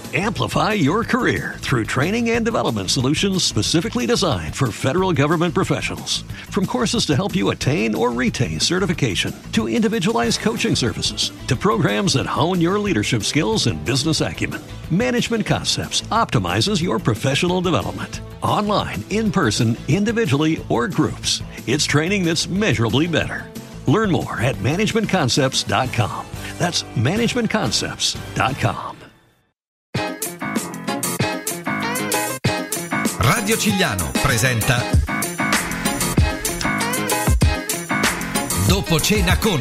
Amplify your career through training and development solutions specifically designed for federal government professionals. From courses to help you attain or retain certification, to individualized coaching services, to programs that hone your leadership skills and business acumen, Management Concepts optimizes your professional development. Online, in person, individually, or groups, it's training that's measurably better. Learn more at managementconcepts.com. That's managementconcepts.com. Radio Cigliano presenta Dopo cena con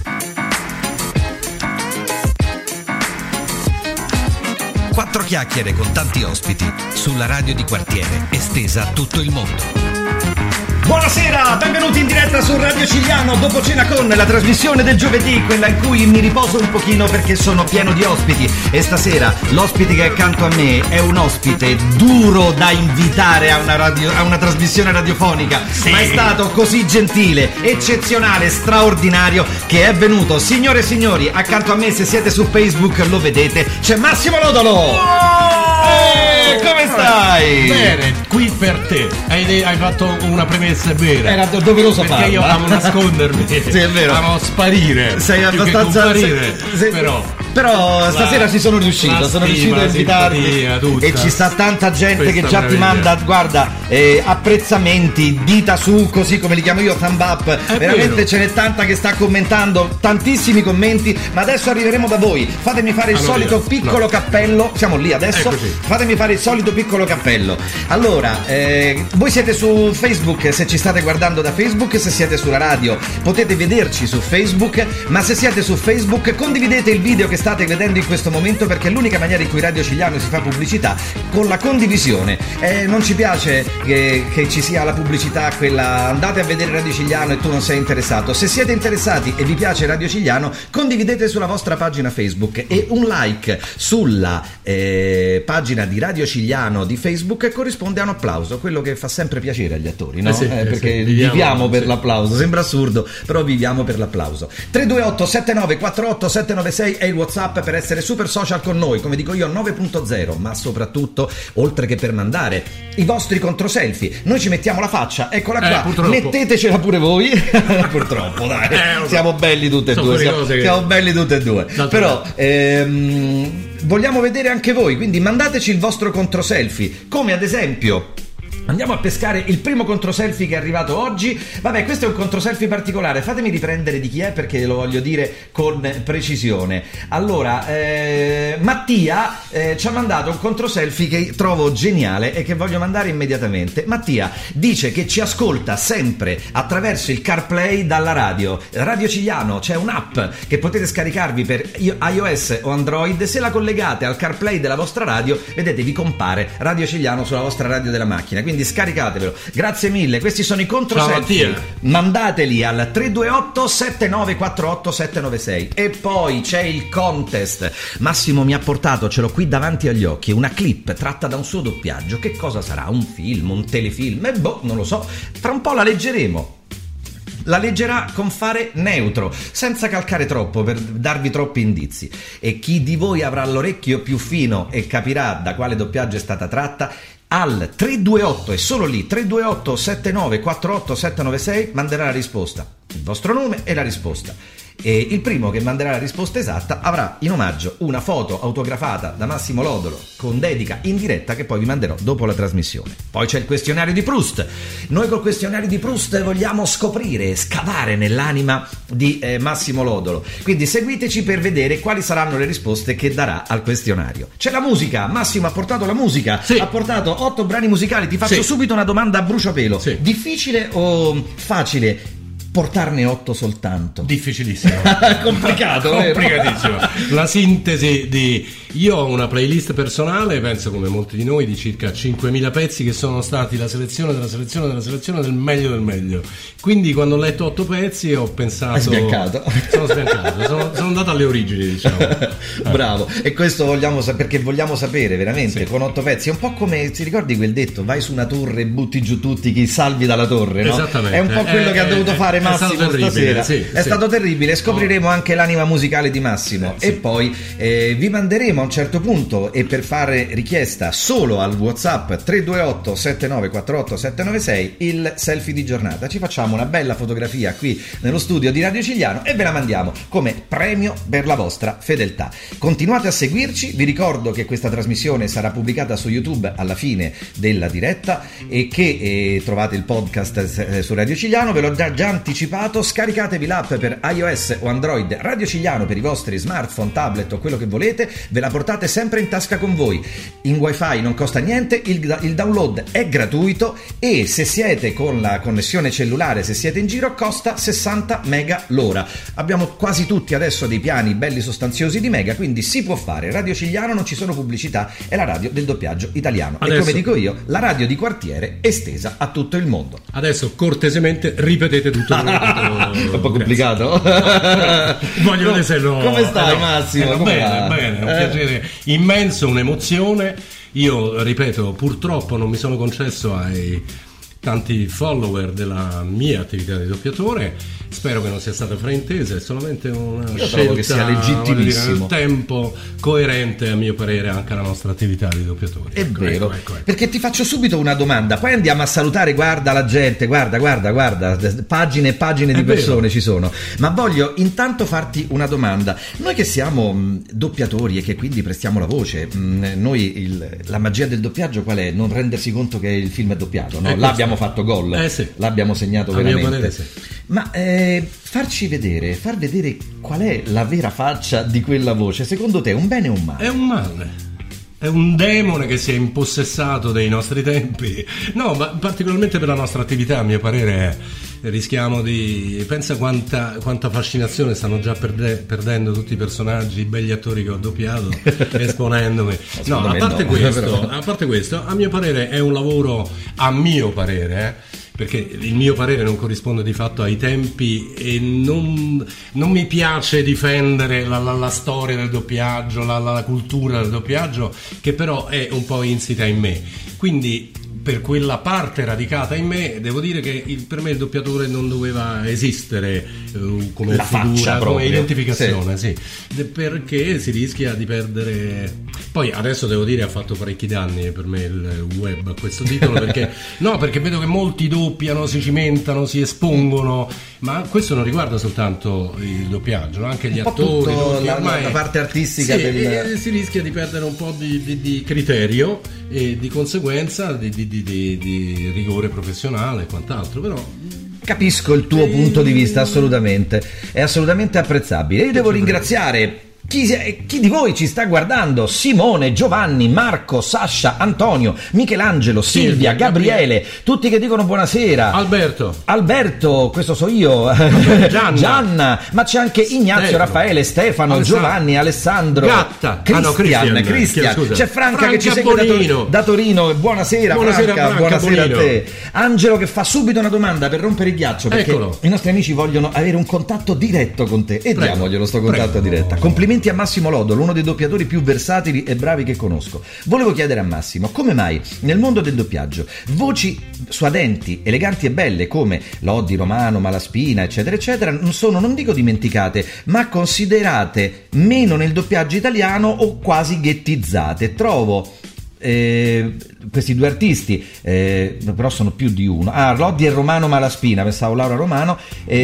quattro chiacchiere con tanti ospiti sulla radio di quartiere estesa a tutto il mondo. Buonasera, benvenuti in diretta su Radio Cigliano, Dopo cena con, la trasmissione del giovedì, quella in cui mi riposo un pochino perché sono pieno di ospiti. E stasera l'ospite che è accanto a me è un ospite duro da invitare a una trasmissione radiofonica, sì. Ma è stato così gentile, eccezionale, straordinario che è venuto. Signore e signori, accanto a me, se siete su Facebook lo vedete, c'è Massimo Lodolo. Come stai? Bene, qui per te. Hai fatto una premessa vera. Era doveroso farlo. Perché io amo nascondermi. Sì, è vero. Amo sparire. Sei abbastanza. Però stasera ci sono riuscito. Sono riuscito a invitarti. E ci sta tanta gente che già ti manda, guarda, apprezzamenti, dita su, così come li chiamo io, thumb up. Veramente vero. Ce n'è tanta che sta commentando, tantissimi commenti. Ma adesso arriveremo da voi. Fatemi fare il solito piccolo cappello. Siamo lì adesso. Eccoci. Fatemi fare il solito piccolo cappello. Allora, voi siete su Facebook, se ci state guardando da Facebook, se siete sulla radio potete vederci su Facebook, ma se siete su Facebook condividete il video che state vedendo in questo momento, perché è l'unica maniera in cui Radio Cigliano si fa pubblicità, con la condivisione. Non ci piace che ci sia la pubblicità, quella andate a vedere Radio Cigliano e tu non sei interessato. Se siete interessati e vi piace Radio Cigliano, condividete sulla vostra pagina Facebook, e un like sulla pagina di Radio Cigliano di Facebook corrisponde a un applauso, quello che fa sempre piacere agli attori, no? Perché viviamo per l'applauso, sembra assurdo, però viviamo per l'applauso. 328 7948 796 è il WhatsApp per essere super social con noi, come dico io, 9.0, ma soprattutto, oltre che per mandare i vostri controselfie, noi ci mettiamo la faccia, eccola qua, purtroppo. Mettetecela pure voi. Purtroppo, dai, siamo belli tutte e due, siamo belli tutte e due. Però vogliamo vedere anche voi, quindi mandateci il vostro controselfie, come ad esempio andiamo a pescare il primo controselfie che è arrivato oggi. Vabbè, questo è un controselfie particolare, fatemi riprendere di chi è perché lo voglio dire con precisione. Allora, Mattia ci ha mandato un controselfie che trovo geniale e che voglio mandare immediatamente. Mattia dice che ci ascolta sempre attraverso il CarPlay dalla radio. Radio Cigliano, c'è un'app che potete scaricarvi per iOS o Android. Se la collegate al CarPlay della vostra radio, vedete, vi compare Radio Cigliano sulla vostra radio della macchina, quindi scaricatevelo. Grazie mille, questi sono i controselfie. Mandateli al 328 7948 796. E poi c'è il contest. Massimo mi ha portato, ce l'ho qui davanti agli occhi, una clip tratta da un suo doppiaggio. Che cosa sarà? Un film, un telefilm? Non lo so, tra un po' la leggeremo. La leggerà con fare neutro, senza calcare troppo per darvi troppi indizi. E chi di voi avrà l'orecchio più fino e capirà da quale doppiaggio è stata tratta, al 328, e solo lì, 328 7948 796, manderà la risposta, il vostro nome e la risposta. E il primo che manderà la risposta esatta avrà in omaggio una foto autografata da Massimo Lodolo con dedica in diretta, che poi vi manderò dopo la trasmissione. Poi c'è il questionario di Proust. Noi col questionario di Proust vogliamo scoprire, scavare nell'anima di Massimo Lodolo, quindi seguiteci per vedere quali saranno le risposte che darà al questionario. C'è la musica, Massimo ha portato la musica, sì. Ha portato 8 brani musicali. Ti faccio subito una domanda a bruciapelo, difficile o facile portarne 8 soltanto? Difficilissimo. Complicato, complicatissimo. La sintesi di... Io ho una playlist personale, penso come molti di noi, di circa 5.000 pezzi che sono stati la selezione della selezione della selezione del meglio del meglio. Quindi quando ho letto 8 pezzi ho pensato... Hai sbiancato. Sono sbiancato, sono andato alle origini, diciamo. Bravo. E questo vogliamo perché vogliamo sapere veramente, con 8 pezzi. È un po' come, ti ricordi quel detto, vai su una torre e butti giù tutti, chi salvi dalla torre, no? Esattamente. È un po' quello che ha dovuto fare Massimo stasera. È stato terribile. Scopriremo anche l'anima musicale di Massimo e poi vi manderemo a un certo punto, e per fare richiesta solo al WhatsApp 328 7948 796 il selfie di giornata. Ci facciamo una bella fotografia qui nello studio di Radio Cigliano e ve la mandiamo come premio per la vostra fedeltà. Continuate a seguirci, vi ricordo che questa trasmissione sarà pubblicata su YouTube alla fine della diretta e che trovate il podcast su Radio Cigliano. Ve l'ho già anticipato, scaricatevi l'app per iOS o Android Radio Cigliano per i vostri smartphone, tablet o quello che volete, ve la portate sempre in tasca con voi, in wifi, non costa niente, il download è gratuito e se siete con la connessione cellulare, se siete in giro, costa 60 mega l'ora. Abbiamo quasi tutti adesso dei piani belli sostanziosi di mega, quindi si può fare. Radio Cigliano, non ci sono pubblicità, è la radio del doppiaggio italiano adesso, e come dico io, la radio di quartiere estesa a tutto il mondo. Adesso cortesemente ripetete tutto. È un po' complicato. No, voglio vedere se no. Come stai, Massimo? Bene, è un piacere immenso, un'emozione. Io ripeto, purtroppo non mi sono concesso ai tanti follower della mia attività di doppiatore. Spero che non sia stata fraintesa, è solamente una scelta che sia legittimissimo, nel tempo coerente, a mio parere, anche alla nostra attività di doppiatore. È vero. Perché ti faccio subito una domanda, poi andiamo a salutare, guarda la gente, guarda, pagine e pagine di persone ci sono, ma voglio intanto farti una domanda. Noi che siamo doppiatori e che quindi prestiamo la voce, noi la magia del doppiaggio qual è? Non rendersi conto che il film è doppiato, no? L'abbiamo fatto gol, sì. L'abbiamo segnato a veramente. Mio parere, sì. Ma far vedere qual è la vera faccia di quella voce, secondo te è un bene o un male? È un male. È un demone che si è impossessato dei nostri tempi. No, ma particolarmente per la nostra attività, a mio parere, rischiamo di... Pensa quanta fascinazione stanno già perdendo tutti i personaggi, i begli attori che ho doppiato, esponendomi. No, a parte questo, a mio parere è un lavoro, a mio parere, perché il mio parere non corrisponde di fatto ai tempi e non mi piace difendere la storia del doppiaggio, la cultura del doppiaggio, che però è un po' insita in me. Quindi per quella parte radicata in me devo dire che per me il doppiatore non doveva esistere come la figura, come identificazione, sì. Perché si rischia di perdere. Poi adesso devo dire ha fatto parecchi danni per me il web a questo titolo, perché perché vedo che molti doppiano, si cimentano, si espongono, ma questo non riguarda soltanto il doppiaggio, anche gli attori, la parte artistica si rischia di perdere un po' di criterio e di conseguenza di rigore professionale e quant'altro, però capisco il tuo punto di vista, assolutamente, è assolutamente apprezzabile. Io devo ringraziare chi di voi ci sta guardando: Simone, Giovanni, Marco, Sasha, Antonio, Michelangelo, Silvia, Gabriele, tutti che dicono buonasera. Alberto, questo so io. Gianna, ma c'è anche Ignazio, Raffaele, Stefano, Giovanni, Alessandro, Gatta, Cristian. C'è Franca che ci segue da Torino. Buonasera Franca, buonasera a te. Angelo che fa subito una domanda per rompere il ghiaccio, perché i nostri amici vogliono avere un contatto diretto con te e diamoglielo sto contatto diretto. Complimenti a Massimo Lodolo, uno dei doppiatori più versatili e bravi che conosco. Volevo chiedere a Massimo come mai nel mondo del doppiaggio voci suadenti, eleganti e belle come Lodi, Romano, Malaspina, eccetera eccetera non sono, non dico dimenticate, ma considerate meno nel doppiaggio italiano o quasi ghettizzate. Trovo questi due artisti, però sono più di uno, Lodi e Romano Malaspina, pensavo Laura Romano,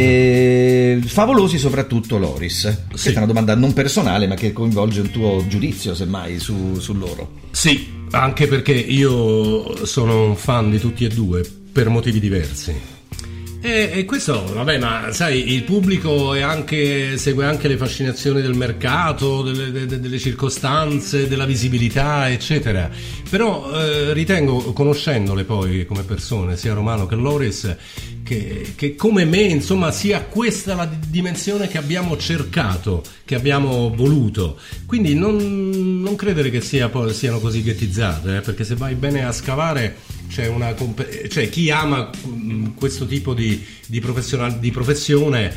favolosi soprattutto Loris. Questa è una domanda non personale ma che coinvolge un tuo giudizio semmai su loro. Sì, anche perché io sono un fan di tutti e due per motivi diversi. E questo, vabbè, ma sai, il pubblico segue anche le fascinazioni del mercato, delle circostanze, della visibilità, eccetera. Però ritengo, conoscendole poi come persone, sia Romano che Loris, che come me, insomma, sia questa la dimensione che abbiamo cercato, che abbiamo voluto. Quindi non credere che siano così ghettizzate, perché se vai bene a scavare c'è chi ama questo tipo di professione,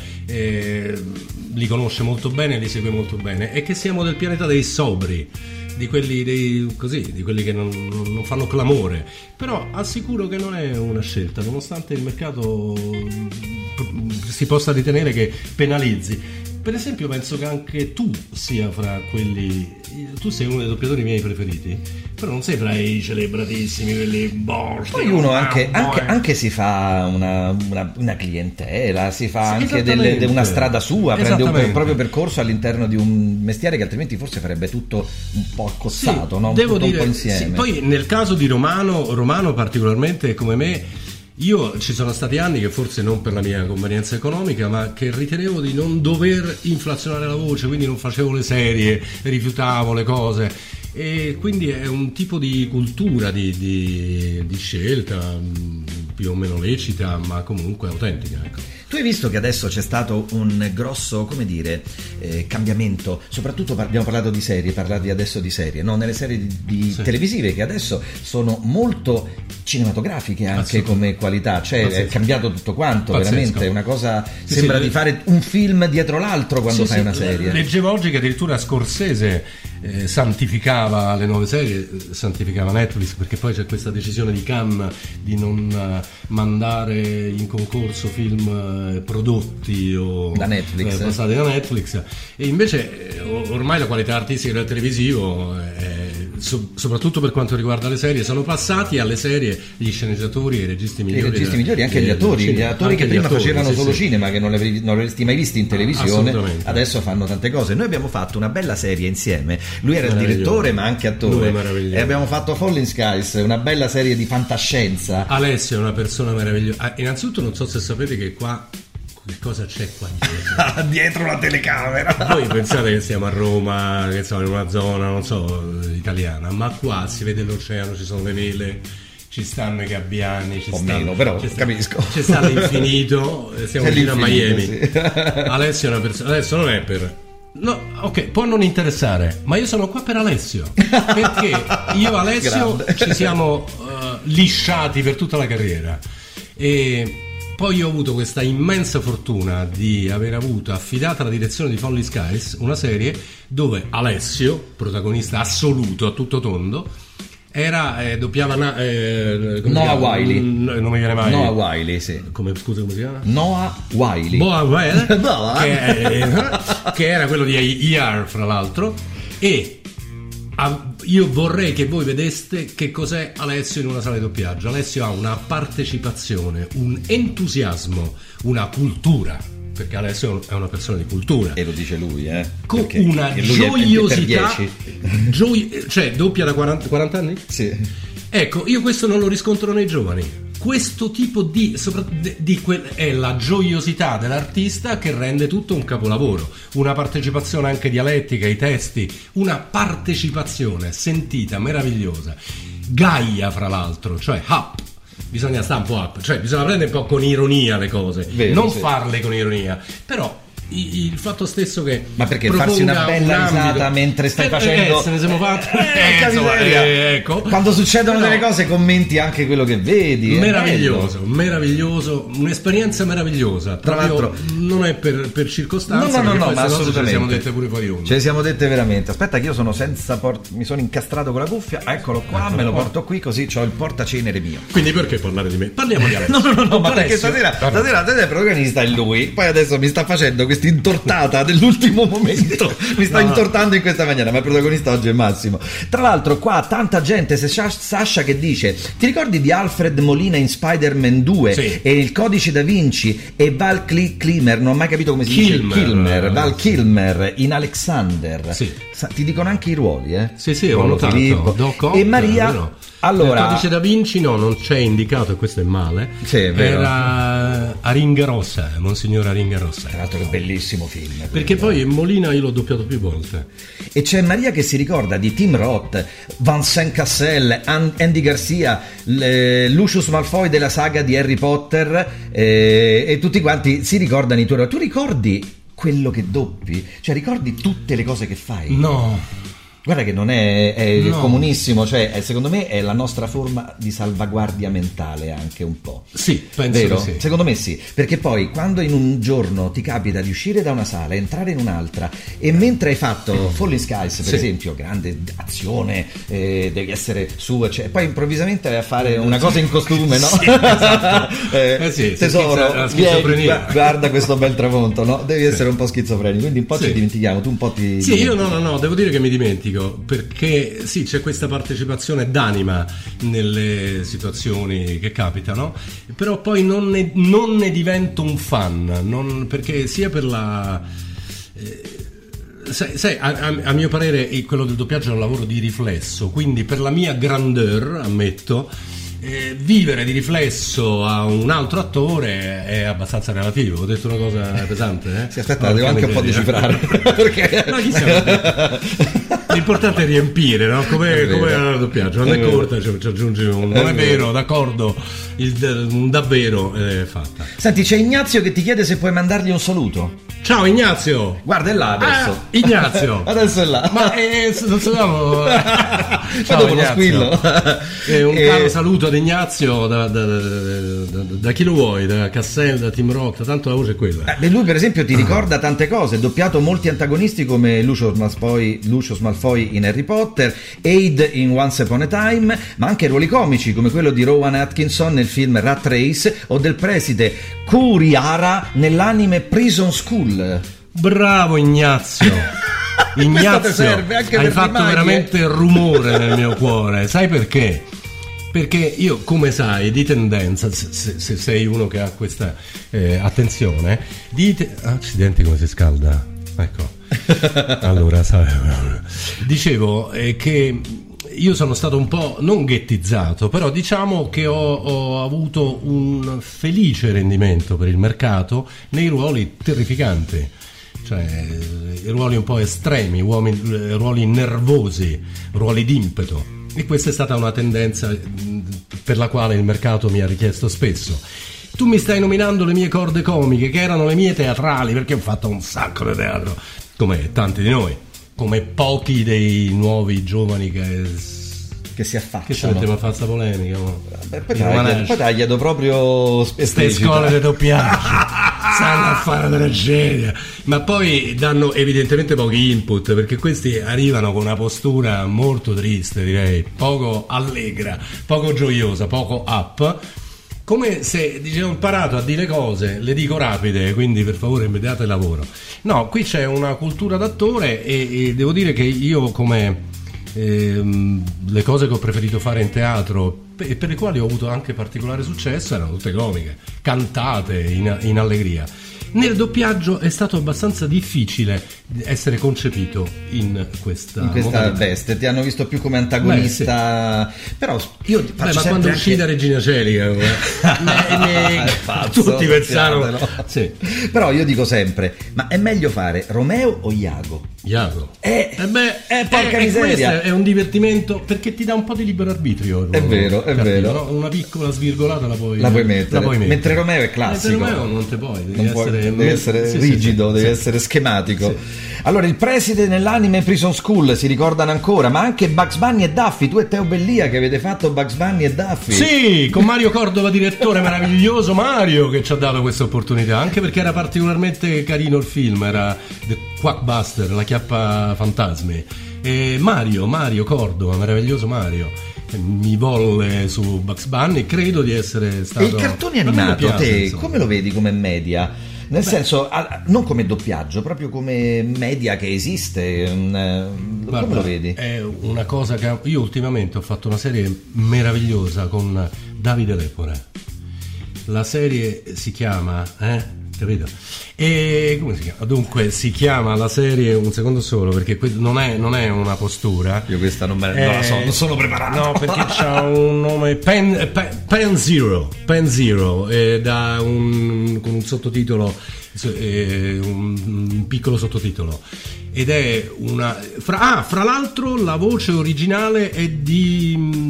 li conosce molto bene, li segue molto bene, e che siamo del pianeta dei sobri, di quelli che non fanno clamore. Però assicuro che non è una scelta, nonostante il mercato si possa ritenere che penalizzi. Per esempio penso che anche tu sia fra quelli, tu sei uno dei doppiatori miei preferiti, però non sei fra i celebratissimi, quelli borsti. Poi uno anche si fa una clientela, si fa anche una strada sua, prende un proprio percorso all'interno di un mestiere che altrimenti forse farebbe tutto un po' accozzato, sì, no? Devo tutto dire, un po' insieme. Sì, poi nel caso di Romano particolarmente come me, io ci sono stati anni che forse non per la mia convenienza economica, ma che ritenevo di non dover inflazionare la voce, quindi non facevo le serie, rifiutavo le cose, e quindi è un tipo di cultura di scelta più o meno lecita, ma comunque autentica, ecco. Tu hai visto che adesso c'è stato un grosso, cambiamento, soprattutto abbiamo parlato di serie, parlati adesso di serie, no? Nelle serie sì, televisive, che adesso sono molto cinematografiche anche come qualità, cioè è cambiato tutto quanto, veramente è una cosa, sembra di fare un film dietro l'altro quando fai una serie. Leggevo oggi che addirittura Scorsese santificava le nuove serie, santificava Netflix, perché poi c'è questa decisione di Cannes di non mandare in concorso film prodotti o da Netflix, passati da Netflix, e invece ormai la qualità artistica del televisivo soprattutto per quanto riguarda le serie, sono passati alle serie gli sceneggiatori e i registi migliori, anche gli attori che prima facevano solo cinema, che non avresti mai visti in televisione, adesso fanno tante cose. Noi abbiamo fatto una bella serie insieme, lui era il direttore ma anche attore, e abbiamo fatto Falling Skies, una bella serie di fantascienza. Alessio è una persona meravigliosa. Innanzitutto non so se sapete che qua che cosa c'è qua dietro? Dietro la telecamera. Voi pensate che siamo a Roma, che siamo in una zona, non so, italiana, ma qua si vede l'oceano, ci sono le vele, ci stanno i gabbiani, capisco. Ci sta l'infinito, siamo vicino a Miami. Sì. Alessio è una persona, adesso non è per... No, ok, può non interessare, ma io sono qua per Alessio, perché io e Alessio ci siamo lisciati per tutta la carriera, e poi io ho avuto questa immensa fortuna di aver avuto affidata la direzione di Falling Skies, una serie dove Alessio, protagonista assoluto a tutto tondo, doppiava Noah Wiley. Non mi viene mai. Noah Wiley, sì. Come si chiama? Noah Wiley. Che era quello di ER, fra l'altro, e io vorrei che voi vedeste che cos'è Alessio in una sala di doppiaggio. Alessio ha una partecipazione, un entusiasmo, una cultura, perché Alessio è una persona di cultura, e lo dice lui, con una gioiosità, cioè doppia da 40 anni? Sì. Ecco, io questo non lo riscontro nei giovani. Questo tipo è la gioiosità dell'artista che rende tutto un capolavoro, una partecipazione anche dialettica ai testi, una partecipazione sentita, meravigliosa, gaia fra l'altro, cioè up. Bisogna stare un po' up, cioè bisogna prendere un po' con ironia le cose, non farle con ironia, però il fatto stesso che, ma perché farsi una bella risata mentre stai facendo, se ne siamo fatti, ecco, quando succedono delle cose commenti anche quello che vedi, meraviglioso, un'esperienza meravigliosa. Tra l'altro non è per circostanza, no, ma assolutamente ce le siamo dette pure fuori onda, ce le siamo dette veramente. Aspetta che io sono mi sono incastrato con la cuffia, eccolo qua, me lo porto qui, così c'ho il portacenere mio. Quindi perché parlare di me? Parliamo di Alessio. No, ma perché stasera il protagonista è lui, poi adesso mi sta facendo questa intortata dell'ultimo momento, mi sta intortando in questa maniera, ma il protagonista oggi è Massimo. Tra l'altro qua tanta gente, se Sasha che dice: ti ricordi di Alfred Molina in Spider-Man 2? Sì. E il Codice da Vinci, e Val Kilmer, non ho mai capito come si dice, Val Kilmer in Alexander. Sì. Ti dicono anche i ruoli, Sì, ho notato. E Maria. Allora, il Codice da Vinci non c'è indicato, e questo è male. Sì, è vero. Era Aringarossa, Monsignor Aringarossa. Tra l'altro che bellissimo film. Perché poi Molina io l'ho doppiato più volte. E c'è Maria che si ricorda di Tim Roth, Vincent Cassel, Andy Garcia, Lucius Malfoy della saga di Harry Potter, e tutti quanti si ricordano i tuoi ruoli. Tu ricordi quello che doppi? Cioè ricordi tutte le cose che fai? No. Guarda che non è comunissimo, cioè secondo me è la nostra forma di salvaguardia mentale anche un po'. Sì, penso vero? Che sì. Secondo me sì, perché poi quando in un giorno ti capita di uscire da una sala, entrare in un'altra e mentre hai fatto Falling Skies per esempio, grande azione, devi essere su, cioè, poi improvvisamente vai a fare una cosa in costume, no? Sì, esatto. Tesoro, vieni, guarda questo bel tramonto, no? Devi essere un po' schizofrenico, quindi un po' ci dimentichiamo, tu un po' ti... Sì, io no, devo dire che mi dimentico, perché sì, c'è questa partecipazione d'anima nelle situazioni che capitano, però poi non ne divento un fan, perché sia per la... sai, a mio parere quello del doppiaggio è un lavoro di riflesso, quindi per la mia grandeur, ammetto, vivere di riflesso a un altro attore è abbastanza relativo. Ho detto una cosa pesante? Sì, aspetta, devo anche un po' decifrare perché... No, l'importante è riempire, no? Come il doppiaggio, non è corta, ci aggiungi un non è vero, d'accordo, un davvero è fatta. Senti, c'è Ignazio che ti chiede se puoi mandargli un saluto. Ciao Ignazio! Guarda, è là adesso. Ignazio! Adesso è là. Ma non sappiamo. Ciao dopo Ignazio. Lo squillo. Un caro saluto ad Ignazio da chi lo vuoi, da Cassel, da Team Rock, tanto la voce è quella. Lui per esempio ti ricorda tante cose, doppiato molti antagonisti come Lucius Malfoy in Harry Potter, Aid in Once Upon a Time, ma anche ruoli comici come quello di Rowan Atkinson nel film Rat Race o del preside Kuriara nell'anime Prison School. Bravo Ignazio! Ignazio, hai fatto veramente rumore nel mio cuore, sai perché? Perché io, come sai, di tendenza, se sei uno che ha questa attenzione, accidenti come si scalda, ecco. Allora, dicevo che io sono stato un po' non ghettizzato, però diciamo che ho avuto un felice rendimento per il mercato nei ruoli terrificanti, cioè i ruoli un po' estremi, ruoli nervosi, ruoli d'impeto. E questa è stata una tendenza per la quale il mercato mi ha richiesto spesso. Tu mi stai nominando le mie corde comiche, che erano le mie teatrali, perché ho fatto un sacco di teatro, come tanti di noi, come pochi dei nuovi giovani che si affacciano. Che ci mettiamo a fare sta polemica? Poi tagliato proprio queste scuole di doppiaggio sanno a fare una tragedia, ma poi danno evidentemente pochi input, perché questi arrivano con una postura molto triste, direi, poco allegra, poco gioiosa, poco up, come se ho imparato a dire cose, le dico rapide, quindi per favore mi date lavoro. No, qui c'è una cultura d'attore e devo dire che io, come le cose che ho preferito fare in teatro e per le quali ho avuto anche particolare successo, erano tutte comiche, cantate in allegria. Nel doppiaggio è stato abbastanza difficile essere concepito in questa veste. Ti hanno visto più come antagonista. Sì. Però io faccio ma quando uscì da Regina Celica tutti pensarono. Sì. Però io dico sempre: ma è meglio fare Romeo o Iago? Iago. Porca miseria. Questo è un divertimento, perché ti dà un po' di libero arbitrio. È vero. No? Una piccola svirgolata la puoi mettere. Mentre Romeo è classico. Mentre Romeo non te puoi, devi essere rigido, devi essere schematico. Sì. Allora, il preside nell'anime Prison School si ricordano ancora, ma anche Bugs Bunny e Daffy. Tu e Teo Bellia che avete fatto Bugs Bunny e Daffy. Sì, con Mario Cordova, direttore meraviglioso Mario, che ci ha dato questa opportunità, anche perché era particolarmente carino il film, era The Quackbuster, la chiappa fantasmi. E Mario Cordova, meraviglioso Mario, mi volle su Bugs Bunny, credo di essere stato... E il cartone animato, te come lo vedi come media? Nel senso, non come doppiaggio, proprio come media che esiste. Guarda, come lo vedi? È una cosa che io ultimamente ho fatto una serie meravigliosa con Davide Lepore. La serie si chiama capito? E come si chiama? Dunque si chiama la serie, un secondo solo, perché non è una postura. Io questa non la so, non sono preparato. No, perché c'ha un nome Pen Zero, con un sottotitolo, un piccolo sottotitolo, ed è una fra l'altro la voce originale è di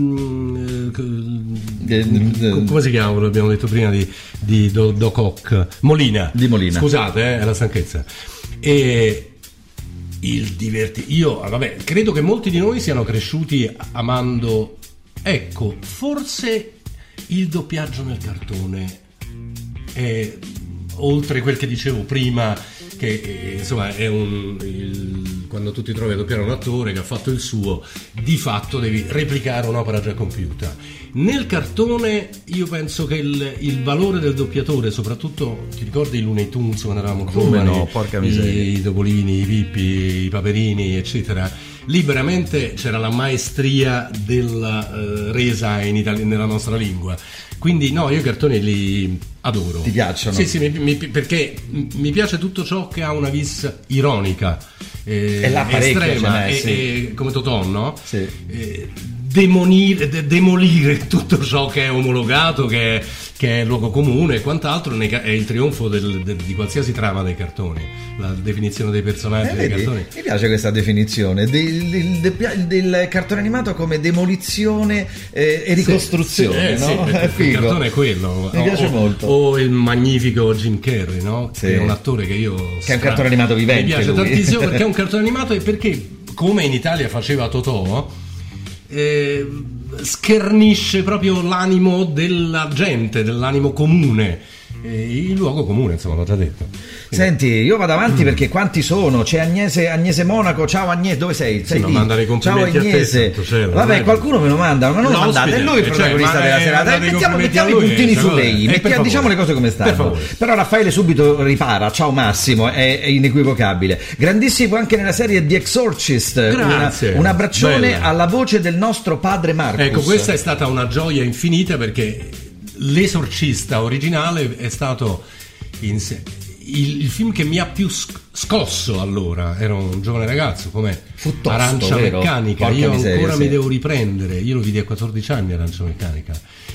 come si chiama? Lo abbiamo detto prima di Doc Ock, Molina. Di Molina. Scusate, è la stanchezza. E Io credo che molti di noi siano cresciuti amando, ecco, forse il doppiaggio nel cartone, oltre quel che dicevo prima, che insomma è quando tu ti trovi a doppiare un attore che ha fatto il suo, di fatto devi replicare un'opera già compiuta. Nel cartone io penso che il valore del doppiatore, soprattutto, ti ricordi i Looney Tunes quando eravamo giovani? No, porca miseria. I Topolini, i Pippi, i Paperini, eccetera. Lì veramente c'era la maestria della resa nella nostra lingua. Quindi no, io i cartoni li adoro. Ti piacciono? Sì, perché mi piace tutto ciò che ha una vis ironica, estrema, come Totò, no? Sì. Demolire tutto ciò che è omologato, che è luogo comune e quant'altro, è il trionfo di qualsiasi trama dei cartoni, la definizione dei personaggi dei cartoni. Mi piace questa definizione del cartone animato come demolizione e ricostruzione, no? È figo. Il cartone è quello. Mi piace molto. O il magnifico Jim Carrey, no? Sì. Che è un attore che io che è un cartone animato vivente. Mi piace lui. tantissimo perché è un cartone animato e perché, come in Italia faceva Totò, schernisce proprio l'animo della gente, dell'animo comune, il luogo comune, insomma, l'ho già detto. Senti, io vado avanti perché quanti sono? C'è Agnese Monaco. Ciao Agnese, dove sei? Sei lì? Mandare i complimenti. Ciao Agnese. Vabbè, qualcuno me lo manda, ma non lo mandate, è lui il protagonista della serata. Mettiamo i puntini su lei, diciamo le cose come stanno. Però Raffaele subito ripara. Ciao Massimo, è inequivocabile. Grandissimo anche nella serie The Exorcist. Grazie. Un abbraccione bella. Alla voce del nostro padre Marcus. Ecco, questa è stata una gioia infinita perché L'Esorcista originale è stato il film che mi ha più scosso allora. Ero un giovane ragazzo, come Arancia vero? Meccanica. Porca io miseria, ancora sì. Mi devo riprendere. Io lo vidi a 14 anni Arancia Meccanica.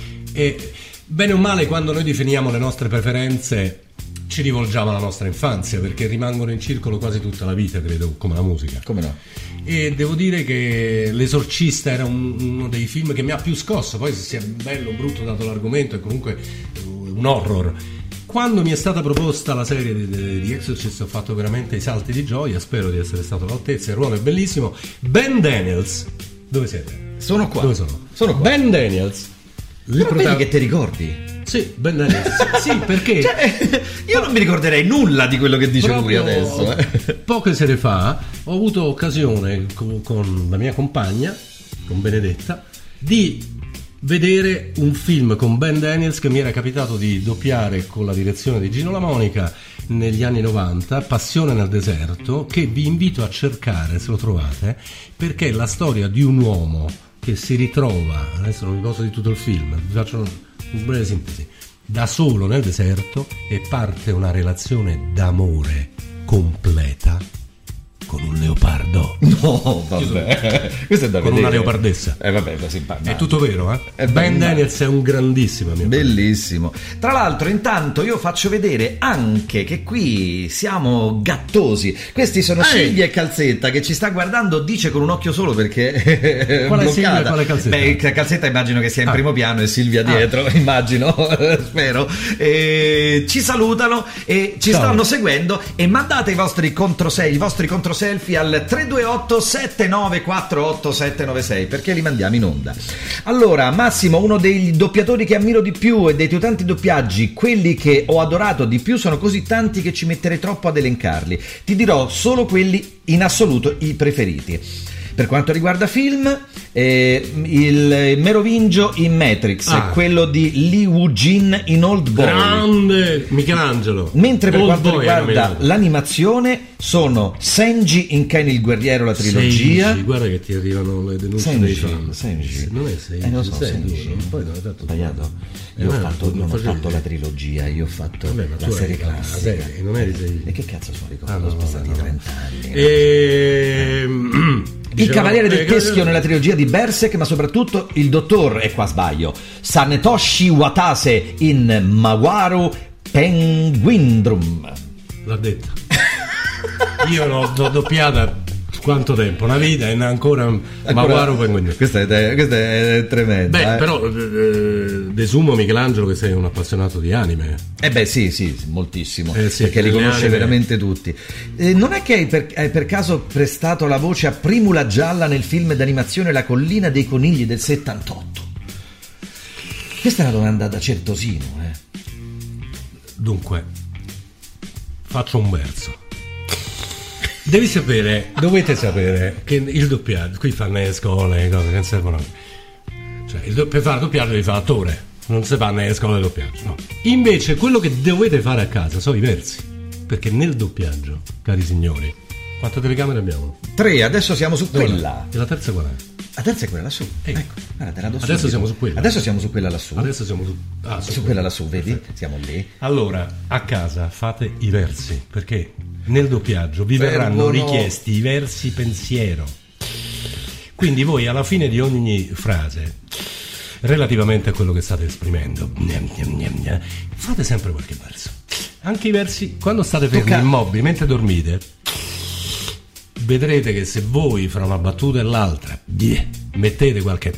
E bene o male, quando noi definiamo le nostre preferenze, ci rivolgiamo alla nostra infanzia, perché rimangono in circolo quasi tutta la vita, credo, come la musica. Come no? E devo dire che L'Esorcista era uno dei film che mi ha più scosso. Poi, se sia bello o brutto dato l'argomento, è comunque un horror. Quando mi è stata proposta la serie di Exorcist ho fatto veramente i salti di gioia. Spero di essere stato all'altezza. Il ruolo è bellissimo. Ben Daniels, dove siete? Sono qua. Dove sono? Sono qua. Ben Daniels. Però vedi che ti ricordi? Sì, Ben Daniels. Sì, perché io non mi ricorderei nulla di quello che dice lui adesso. Poche sere fa ho avuto occasione con la mia compagna, con Benedetta, di vedere un film con Ben Daniels che mi era capitato di doppiare con la direzione di Gino La Monica negli anni 90, Passione nel deserto, che vi invito a cercare se lo trovate, perché è la storia di un uomo che si ritrova, adesso non vi posso di tutto il film, vi faccio una breve sintesi, da solo nel deserto, e parte una relazione d'amore completa con un leopardo. No, vabbè. Questo è da con vedere. Una leopardessa. Vabbè, così è tutto vero, eh? È Ben Daniels è un grandissimo amico. Bellissimo. Tra l'altro, intanto io faccio vedere anche che qui siamo gattosi. Questi sono Silvia e Calzetta, che ci sta guardando, dice con un occhio solo perché qual è bloccata. Silvia e qual è Calzetta? Beh, Calzetta immagino che sia in primo piano e Silvia dietro, immagino, spero. Ci salutano e ci stanno seguendo, e mandate i vostri controselfie al 328 7948 796 perché li mandiamo in onda. Allora, Massimo, uno dei doppiatori che ammiro di più e dei tuoi tanti doppiaggi, quelli che ho adorato di più sono così tanti che ci metterei troppo ad elencarli. Ti dirò solo quelli in assoluto i preferiti. Per quanto riguarda film, il Merovingio in Matrix, quello di Lee Woo-jin in Old Boy. Grande Michelangelo. Mentre per quanto riguarda l'animazione sono Senji in Ken il guerriero, la trilogia. Senji, guarda che ti arrivano le denunce dei fan. Senji. Non è Senji. Non so, Senji. Poi non è tanto sbagliato. Io non ho fatto la trilogia, io ho fatto la serie classica. Non eri sei. E che cazzo sono ricordo? Sono passati 30 anni. Il Cavaliere del Teschio nella trilogia di Berserk, ma soprattutto il dottor, e qua sbaglio, Sanetoshi Watase in Mawaru Penguindrum. L'ha detta. Io l'ho doppiata quanto tempo? Una vita e ancora Maguaro Penguin. Questa è tremenda. Beh, però desumo, Michelangelo, che sei un appassionato di anime. Sì, moltissimo, sì, perché li conosce veramente tutti. Non è che hai per caso prestato la voce a Primula Gialla nel film d'animazione La collina dei conigli del 78? Questa è una domanda da certosino, Dunque, faccio un verso. Dovete sapere che il doppiaggio, qui fanno le scuole, cose che non servono. Cioè, per fare doppiaggio devi fare attore, non si fa nelle scuole di doppiaggio, no. Invece quello che dovete fare a casa sono i versi, perché nel doppiaggio, cari signori, quante telecamere abbiamo? 3, adesso siamo su quella. E la terza qual è? La terza è quella lassù. Ecco, guarda, te la do adesso subito. siamo su quella. Adesso siamo su quella lassù. Adesso siamo su quella lassù, vedi? Perfetto. Siamo lì. Allora, a casa fate i versi, perché nel doppiaggio vi verranno richiesti i versi pensiero. Quindi voi alla fine di ogni frase, relativamente a quello che state esprimendo, fate sempre qualche verso. Anche i versi quando state fermi immobili, mentre dormite. Vedrete che se voi fra una battuta e l'altra mettete qualche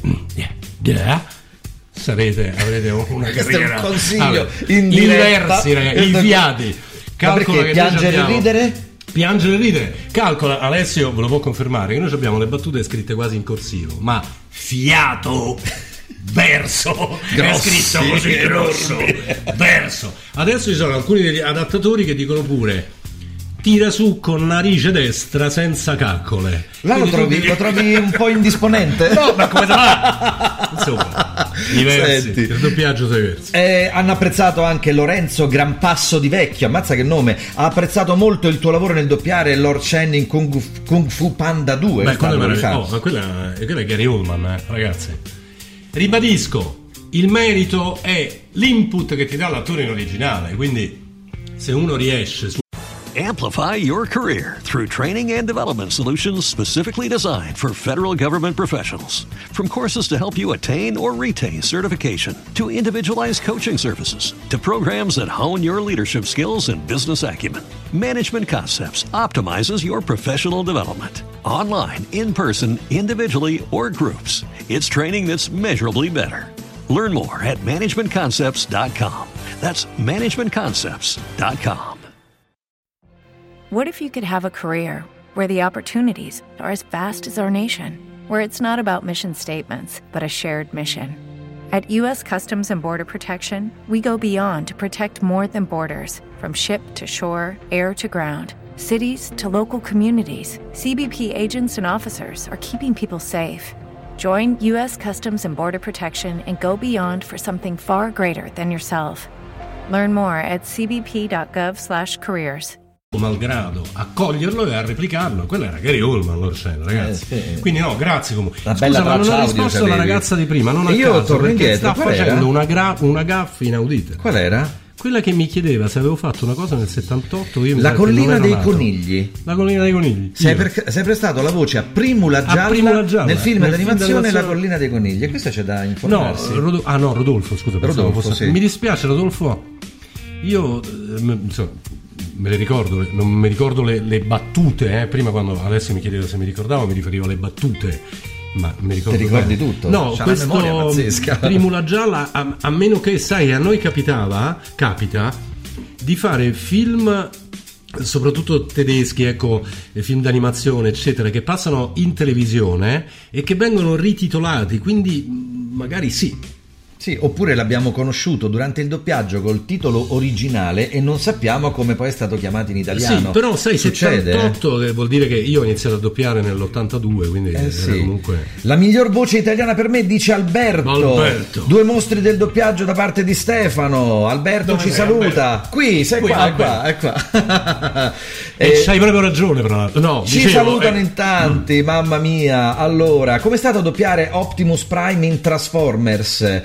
avrete una carriera. È un consiglio in versi, ragazzi, i fiati. Calcola perché che piangere e ridere? Piangere e ridere. Calcola, Alessio ve lo può confermare, che noi abbiamo le battute scritte quasi in corsivo, ma fiato verso è scritto così grosso, verso. Adesso ci sono alcuni degli adattatori che dicono pure tira su con narice destra senza caccole. Là lo trovi un po' indisponente? No, ma come fa? Insomma, i versi, il doppiaggio dei versi. Hanno apprezzato anche Lorenzo Grampasso di Vecchio, ammazza che nome. Ha apprezzato molto il tuo lavoro nel doppiare Lord Chen in Kung Fu Panda 2. Ma quella è Gary Oldman, ragazzi. Ribadisco, il merito è l'input che ti dà l'attore in originale, quindi se uno riesce su Amplify your career through training and development solutions specifically designed for federal government professionals. From courses to help you attain or retain certification, to individualized coaching services, to programs that hone your leadership skills and business acumen, Management Concepts optimizes your professional development. Online, in person, individually, or groups, it's training that's measurably better. Learn more at managementconcepts.com. That's managementconcepts.com. What if you could have a career where the opportunities are as vast as our nation, where it's not about mission statements, but a shared mission? At U.S. Customs and Border Protection, we go beyond to protect more than borders. From ship to shore, air to ground, cities to local communities, CBP agents and officers are keeping people safe. Join U.S. Customs and Border Protection and go beyond for something far greater than yourself. Learn more at cbp.gov/careers. Malgrado accoglierlo e a replicarlo. Quello era Gary Oldman, Lord Chen, ragazzi. Sì. Quindi no, grazie comunque. Scusa, ma non ha risposto la ragazza di prima, non a io caso, torno perché indietro. sta facendo una gaffa inaudita. Qual era? Quella che mi chiedeva se avevo fatto una cosa nel 78. Io La collina dei conigli. La collina dei conigli. Sei prestato la voce a Primula Gialla nel film d'animazione La collina dei conigli. E questo c'è da informarsi. Rodolfo, scusa. Rodolfo, sì. Mi dispiace, Rodolfo. Io me le ricordo, non mi ricordo le battute, prima quando Alessio mi chiedeva se mi ricordavo, mi riferivo alle battute, ma mi ricordo. Ti ricordi tutto? No, c'ha questo una memoria pazzesca. Primula Gialla, a meno che, sai, a noi capita di fare film soprattutto tedeschi, ecco, film d'animazione eccetera, che passano in televisione e che vengono rititolati, quindi magari sì, oppure l'abbiamo conosciuto durante il doppiaggio col titolo originale e non sappiamo come poi è stato chiamato in italiano. Sì, però sai, succede, 78 che vuol dire che io ho iniziato a doppiare nell'82, quindi era comunque. La miglior voce italiana per me, dice Alberto. 2 mostri del doppiaggio da parte di Stefano. Alberto ci saluta. Alberto? Qui, sei qua, è qua. E c'hai proprio ragione, però. No, ci salutano in tanti, mamma mia. Allora, com'è stato doppiare Optimus Prime in Transformers?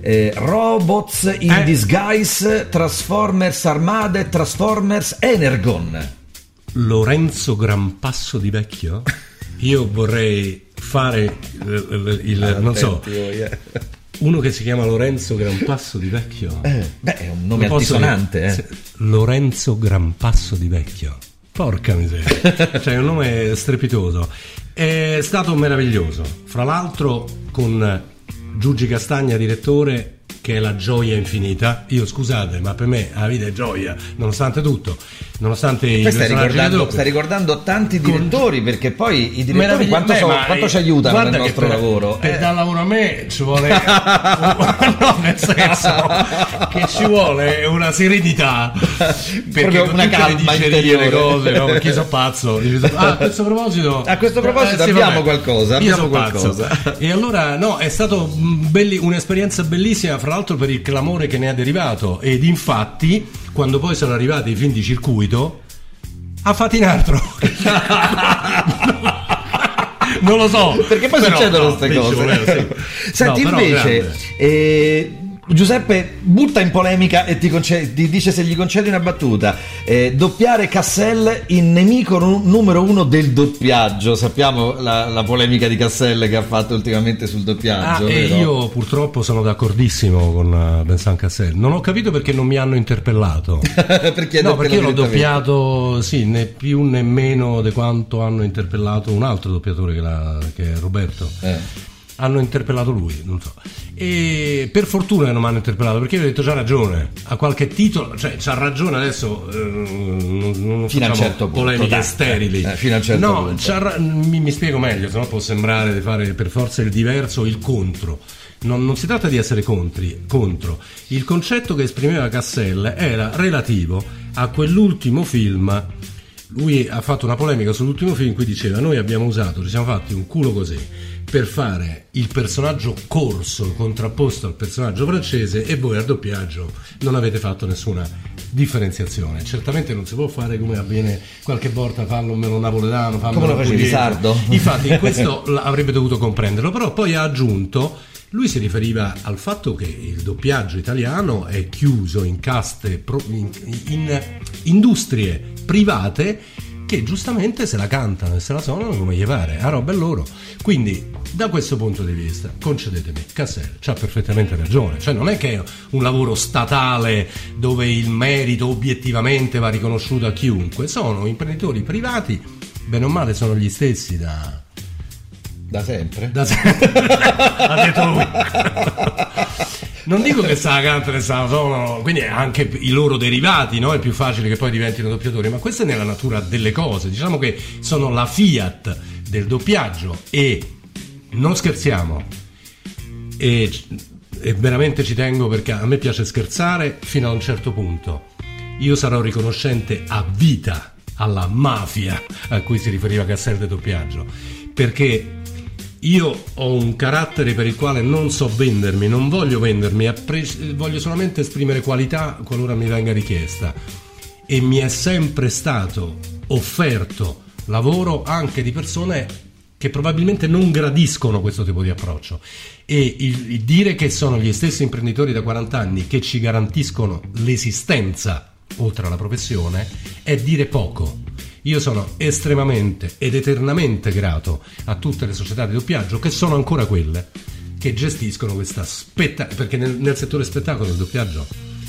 Robots in Disguise, Transformers Armade, Transformers Energon. Lorenzo Grampasso di Vecchio? Io vorrei fare non so, uno che si chiama Lorenzo Grampasso di Vecchio. È un nome altisonante. Lorenzo Grampasso di Vecchio. Porca miseria, cioè un nome strepitoso. È stato meraviglioso, fra l'altro con Giugi Castagna direttore, che è la gioia infinita. Io, scusate, ma per me la vita è gioia, nonostante tutto, nonostante i personaggi. Stai ricordando tanti direttori, perché poi i direttori quanto ci aiutano nel nostro lavoro. Per dare lavoro a me ci vuole no, nel senso che ci vuole una serenità, perché una calma interiore, le cose, no? Perché io sono pazzo. A questo proposito abbiamo qualcosa. E allora no, è stato un'esperienza bellissima, fra l'altro per il clamore che ne è derivato, ed infatti quando poi sono arrivati i film di circuito ha fatto in altro. Non lo so, perché poi succedono queste cose. Sì. Senti, invece Giuseppe butta in polemica e ti dice se gli concedi una battuta: doppiare Cassel in nemico numero uno del doppiaggio. Sappiamo la polemica di Cassel che ha fatto ultimamente sul doppiaggio. E io purtroppo sono d'accordissimo con Vincent Cassel. Non ho capito perché non mi hanno interpellato. perché io l'ho doppiato, sì, né più né meno di quanto hanno interpellato un altro doppiatore che è Roberto. Hanno interpellato lui, non so. E per fortuna che non mi hanno interpellato, perché io ho detto c'ha ragione, a qualche titolo, cioè c'ha ragione adesso, non fino a un certo punto, polemiche sterili. Fino a un certo punto. Mi spiego meglio, sennò può sembrare di fare per forza il diverso o il contro. Non si tratta di essere contro. Il concetto che esprimeva Cassel era relativo a quell'ultimo film. Lui ha fatto una polemica sull'ultimo film in cui diceva: noi abbiamo ci siamo fatti un culo così per fare il personaggio corso contrapposto al personaggio francese, e voi al doppiaggio non avete fatto nessuna differenziazione. Certamente non si può fare come avviene qualche volta, fallo un napoletano, fallo come lo facevi sardo. Infatti in questo avrebbe dovuto comprenderlo, però poi ha aggiunto, lui si riferiva al fatto che il doppiaggio italiano è chiuso in caste, in industrie private che giustamente se la cantano e se la suonano come gli pare, a roba è loro. Quindi da questo punto di vista, concedetemi, Cassel c'ha perfettamente ragione, cioè non è che è un lavoro statale dove il merito obiettivamente va riconosciuto a chiunque, sono imprenditori privati, bene o male sono gli stessi da sempre. Ha detto lui. Non dico che se la cantano e se la suonano, quindi anche i loro derivati, no? È più facile che poi diventino doppiatori, ma questa è nella natura delle cose. Diciamo che sono la Fiat del doppiaggio, e non scherziamo, e veramente ci tengo, perché a me piace scherzare fino a un certo punto. Io sarò riconoscente a vita alla mafia a cui si riferiva Cassel del doppiaggio, perché io ho un carattere per il quale non so vendermi, non voglio vendermi, voglio solamente esprimere qualità qualora mi venga richiesta, e mi è sempre stato offerto lavoro anche di persone che probabilmente non gradiscono questo tipo di approccio, e il dire che sono gli stessi imprenditori da 40 anni che ci garantiscono l'esistenza oltre alla professione è dire poco. Io sono estremamente ed eternamente grato a tutte le società di doppiaggio, che sono ancora quelle che gestiscono questa perché nel settore spettacolo il doppiaggio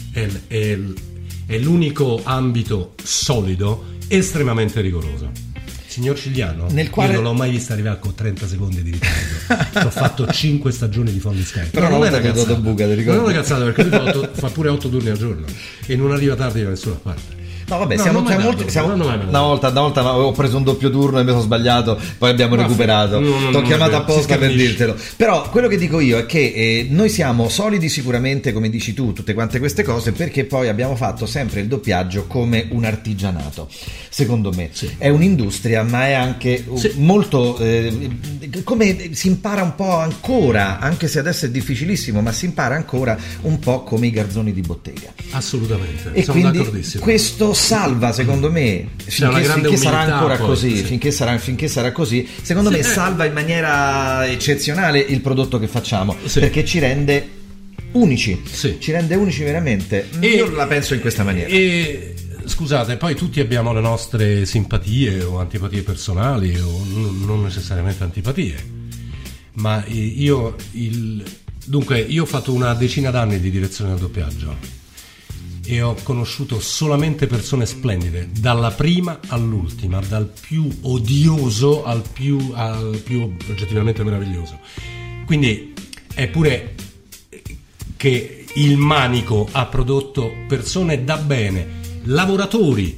è l'unico ambito solido, estremamente rigoroso. Signor Cigliano, io non l'ho mai vista arrivare con 30 secondi di ritardo. Ho fatto 5 stagioni di Folli Sky. Però non è una cazzata, non è una cazzata, perché lui fa pure 8 turni al giorno e non arriva tardi da nessuna parte. No, vabbè, una volta ho preso un doppio turno e mi sono sbagliato, poi abbiamo recuperato. T'ho chiamato apposta per dirtelo. Però quello che dico io è che noi siamo solidi sicuramente, come dici tu, tutte quante queste cose, perché poi abbiamo fatto sempre il doppiaggio come un artigianato. Secondo me è un'industria, ma è anche molto come si impara un po' ancora, anche se adesso è difficilissimo, ma si impara ancora un po' come i garzoni di bottega. Assolutamente. E sono d'accordissimo. Questo salva, secondo me, finché sarà ancora poi, così, finché sarà così, secondo me salva in maniera eccezionale il prodotto che facciamo, perché ci rende unici, ci rende unici veramente. Io la penso in questa maniera. E scusate, poi tutti abbiamo le nostre simpatie o antipatie personali, o non necessariamente antipatie, ma io ho fatto una decina d'anni di direzione del doppiaggio. e ho conosciuto solamente persone splendide, dalla prima all'ultima, dal più odioso al più oggettivamente meraviglioso. Quindi è pure che il Manico ha prodotto persone da bene, lavoratori,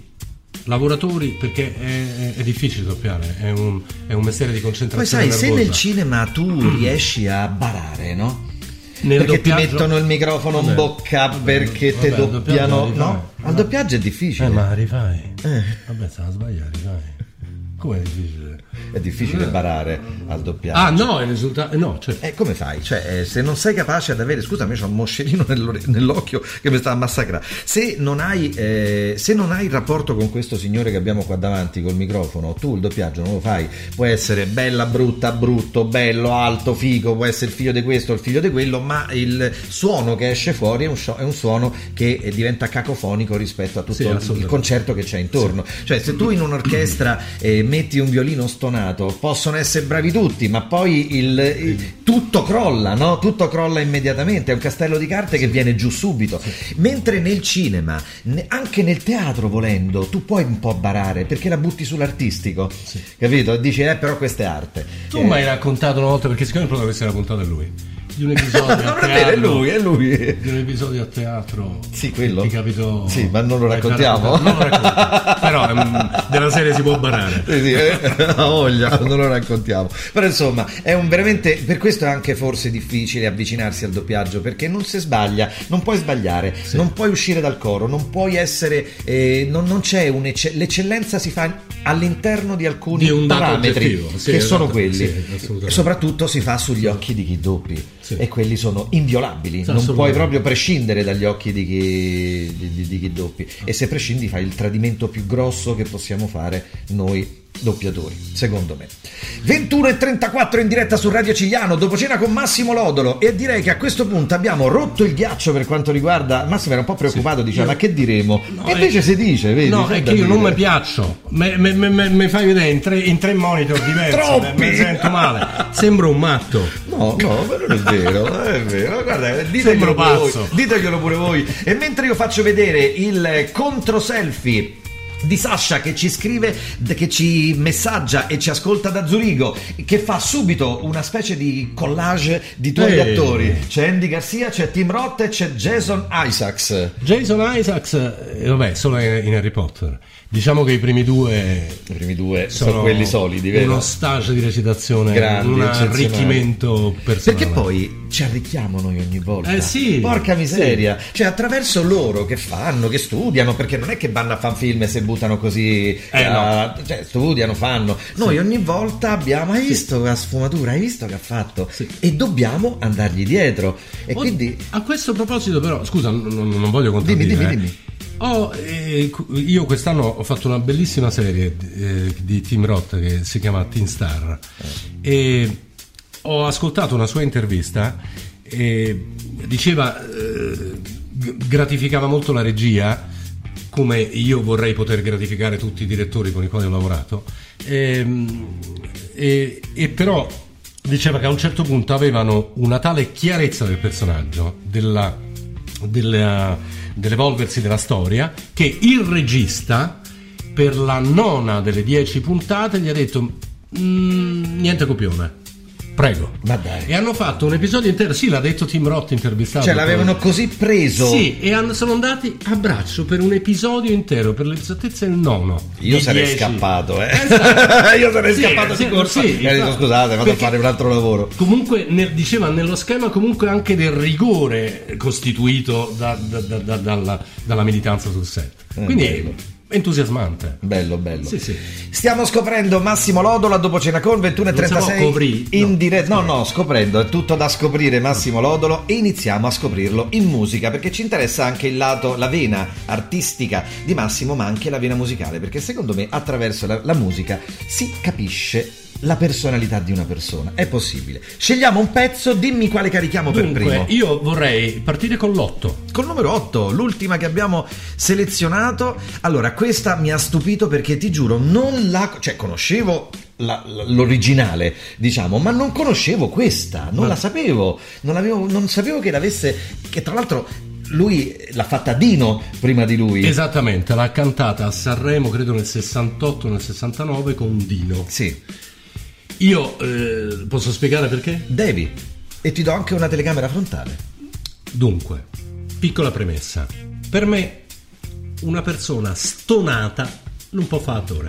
perché è difficile doppiare, è un mestiere di concentrazione. Poi sai, nervosa. se nel cinema tu riesci a barare, no? Nel perché doppiaggio... ti mettono il microfono in bocca, perché te doppiano, no? Al doppiaggio è difficile. Ma rifai. Vabbè, stava sbagliando, rifai. Com'è difficile? È difficile barare al doppiaggio. Ah no, il risultato no, certo. Come fai? Cioè, se non sei capace ad avere, scusami, c'ho un moscerino nell'occhio che mi sta a massacrare. Se non hai il rapporto con questo signore che abbiamo qua davanti col microfono, tu il doppiaggio non lo fai. Può essere bella, brutta, brutto, bello, alto, figo, può essere il figlio di questo, il figlio di quello, ma il suono che esce fuori è un suono che diventa cacofonico rispetto a tutto il concerto che c'è intorno. Cioè, se tu in un'orchestra metti un violino stonato, possono essere bravi tutti, ma poi tutto crolla, no? Tutto crolla immediatamente, è un castello di carte che viene giù subito. Mentre nel cinema, anche nel teatro volendo, tu puoi un po' barare, perché la butti sull'artistico, capito? Dici, però questa è arte. Tu mi hai raccontato una volta, perché siccome il protagonista era raccontato è lui, di un episodio a teatro, è lui. Di un episodio a teatro. Sì, quello. Ti capitò. Sì, ma non lo raccontiamo. Non lo raccontiamo. Però della serie si può barare. Sì, ha voglia, non lo raccontiamo. Però insomma, è veramente, per questo è anche forse difficile avvicinarsi al doppiaggio, perché non si sbaglia, non puoi sbagliare, non puoi uscire dal coro, non puoi essere non c'è l'eccellenza si fa all'interno di alcuni parametri che sono quelli. Soprattutto si fa sugli occhi di chi doppi. E quelli sono inviolabili, non puoi proprio prescindere dagli occhi di chi doppi, e se prescindi fai il tradimento più grosso che possiamo fare noi doppiatori, secondo me. 21:34 in diretta su Radio Cigliano, dopo cena con Massimo Lodolo, e direi che a questo punto abbiamo rotto il ghiaccio per quanto riguarda Massimo. Era un po' preoccupato, diceva ma che diremo, e invece si dice, vedi, no, è che io non mi piaccio, mi fai vedere in tre monitor diversi, mi sento male, sembro un matto. No, ma non è vero, è vero, guarda, diteglielo pure voi. E mentre io faccio vedere il contro selfie di Sasha che ci scrive, che ci messaggia e ci ascolta da Zurigo, che fa subito una specie di collage di tuoi attori. C'è Andy Garcia, c'è Tim Roth e c'è Jason Isaacs. Vabbè, solo in Harry Potter. Diciamo che i primi due sono quelli solidi, vero? Uno stage di recitazione, grandi, un arricchimento personale. Perché poi ci arricchiamo noi ogni volta. Sì. Porca miseria. Sì. Cioè, attraverso loro che fanno, che studiano, perché non è che vanno a fan film e se buttano così, no. Cioè, studiano, fanno. Noi ogni volta abbiamo, hai visto la sfumatura, hai visto che ha fatto? Sì. E dobbiamo andargli dietro. E quindi a questo proposito, però, scusa, non voglio contraddire. Dimmi. Io quest'anno ho fatto una bellissima serie di Tim Roth che si chiama Teen Star, e ho ascoltato una sua intervista e diceva gratificava molto la regia, come io vorrei poter gratificare tutti i direttori con i quali ho lavorato, e però diceva che a un certo punto avevano una tale chiarezza del personaggio, dell'evolversi della storia, che il regista per la 9ª delle 10 puntate gli ha detto niente copione, prego. Ma dai. E hanno fatto un episodio intero, sì, l'ha detto Tim Roth intervistato. Cioè l'avevano così preso. Sì, e sono andati a braccio per un episodio intero, per l'esattezza il 9. Io sarei 10. Scappato, Esatto. Io sarei scappato di corsa. Scusate, vado a fare un altro lavoro. Comunque diceva nello schema comunque anche del rigore costituito dalla militanza sul set. Quindi entusiasmante, bello. Sì. Stiamo scoprendo Massimo Lodola dopo cena con 21:36 in diretta. No, scoprendo, è tutto da scoprire Massimo Lodolo, e iniziamo a scoprirlo in musica, perché ci interessa anche il lato, la vena artistica di Massimo, ma anche la vena musicale, perché secondo me attraverso la musica si capisce la personalità di una persona. È possibile. Scegliamo un pezzo, dimmi quale carichiamo. Dunque, per primo. Io vorrei partire con l'8. Col numero 8, l'ultima che abbiamo selezionato. Allora, questa mi ha stupito perché ti giuro, conoscevo l'originale, diciamo, ma non conoscevo questa, non la sapevo. Non sapevo che l'avesse, che tra l'altro lui l'ha fatta Dino prima di lui. Esattamente, l'ha cantata a Sanremo credo nel 68, nel 69 con Dino. Sì. Io posso spiegare perché? Devi. E ti do anche una telecamera frontale. Dunque, piccola premessa. Per me una persona stonata non può fare attore.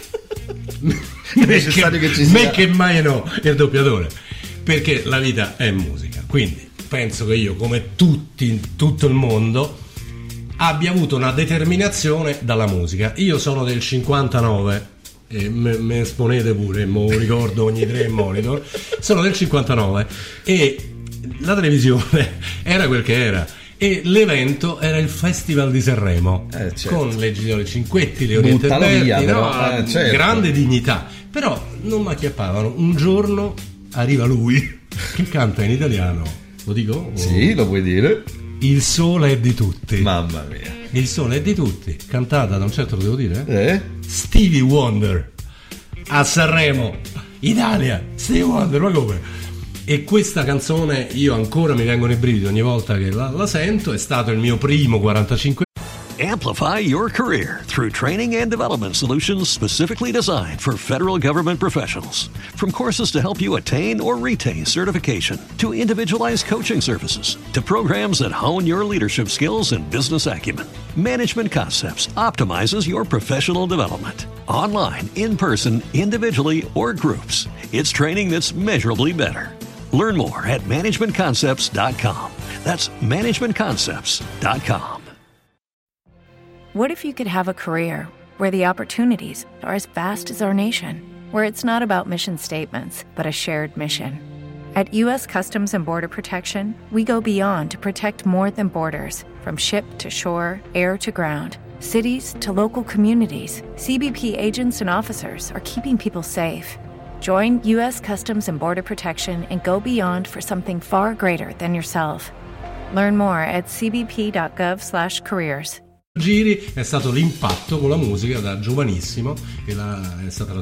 È necessario che ci sia. Me che mai no, è il doppiatore. Perché la vita è musica. Quindi penso che io, come tutti in tutto il mondo, abbia avuto una determinazione dalla musica. Io sono del 59 e me esponete pure, mo ricordo ogni 3 monitor. Sono del 59 e la televisione era quel che era. E l'evento era il Festival di Sanremo, certo. Con le Giglio Cinquetti, le Oriente Berti, certo. Grande dignità. Però non mi acchiappavano. Un giorno arriva lui che canta in italiano. Lo dico? Sì, lo puoi dire. Il sole è di tutti. Mamma mia. Il sole è di tutti. Cantata da un certo, lo devo dire? Stevie Wonder a Sanremo, Italia. Stevie Wonder, ma come? E questa canzone io ancora mi vengono i brividi ogni volta che la sento. È stato il mio primo 45. Amplify your career through training and development solutions specifically designed for federal government professionals. From courses to help you attain or retain certification, to individualized coaching services, to programs that hone your leadership skills and business acumen, Management Concepts optimizes your professional development. Online, in person, individually, or groups, it's training that's measurably better. Learn more at managementconcepts.com. That's managementconcepts.com. What if you could have a career where the opportunities are as vast as our nation, where it's not about mission statements, but a shared mission? At U.S. Customs and Border Protection, we go beyond to protect more than borders. From ship to shore, air to ground, cities to local communities, CBP agents and officers are keeping people safe. Join U.S. Customs and Border Protection and go beyond for something far greater than yourself. Learn more at cbp.gov/careers. Giri è stato l'impatto con la musica da giovanissimo, che è stata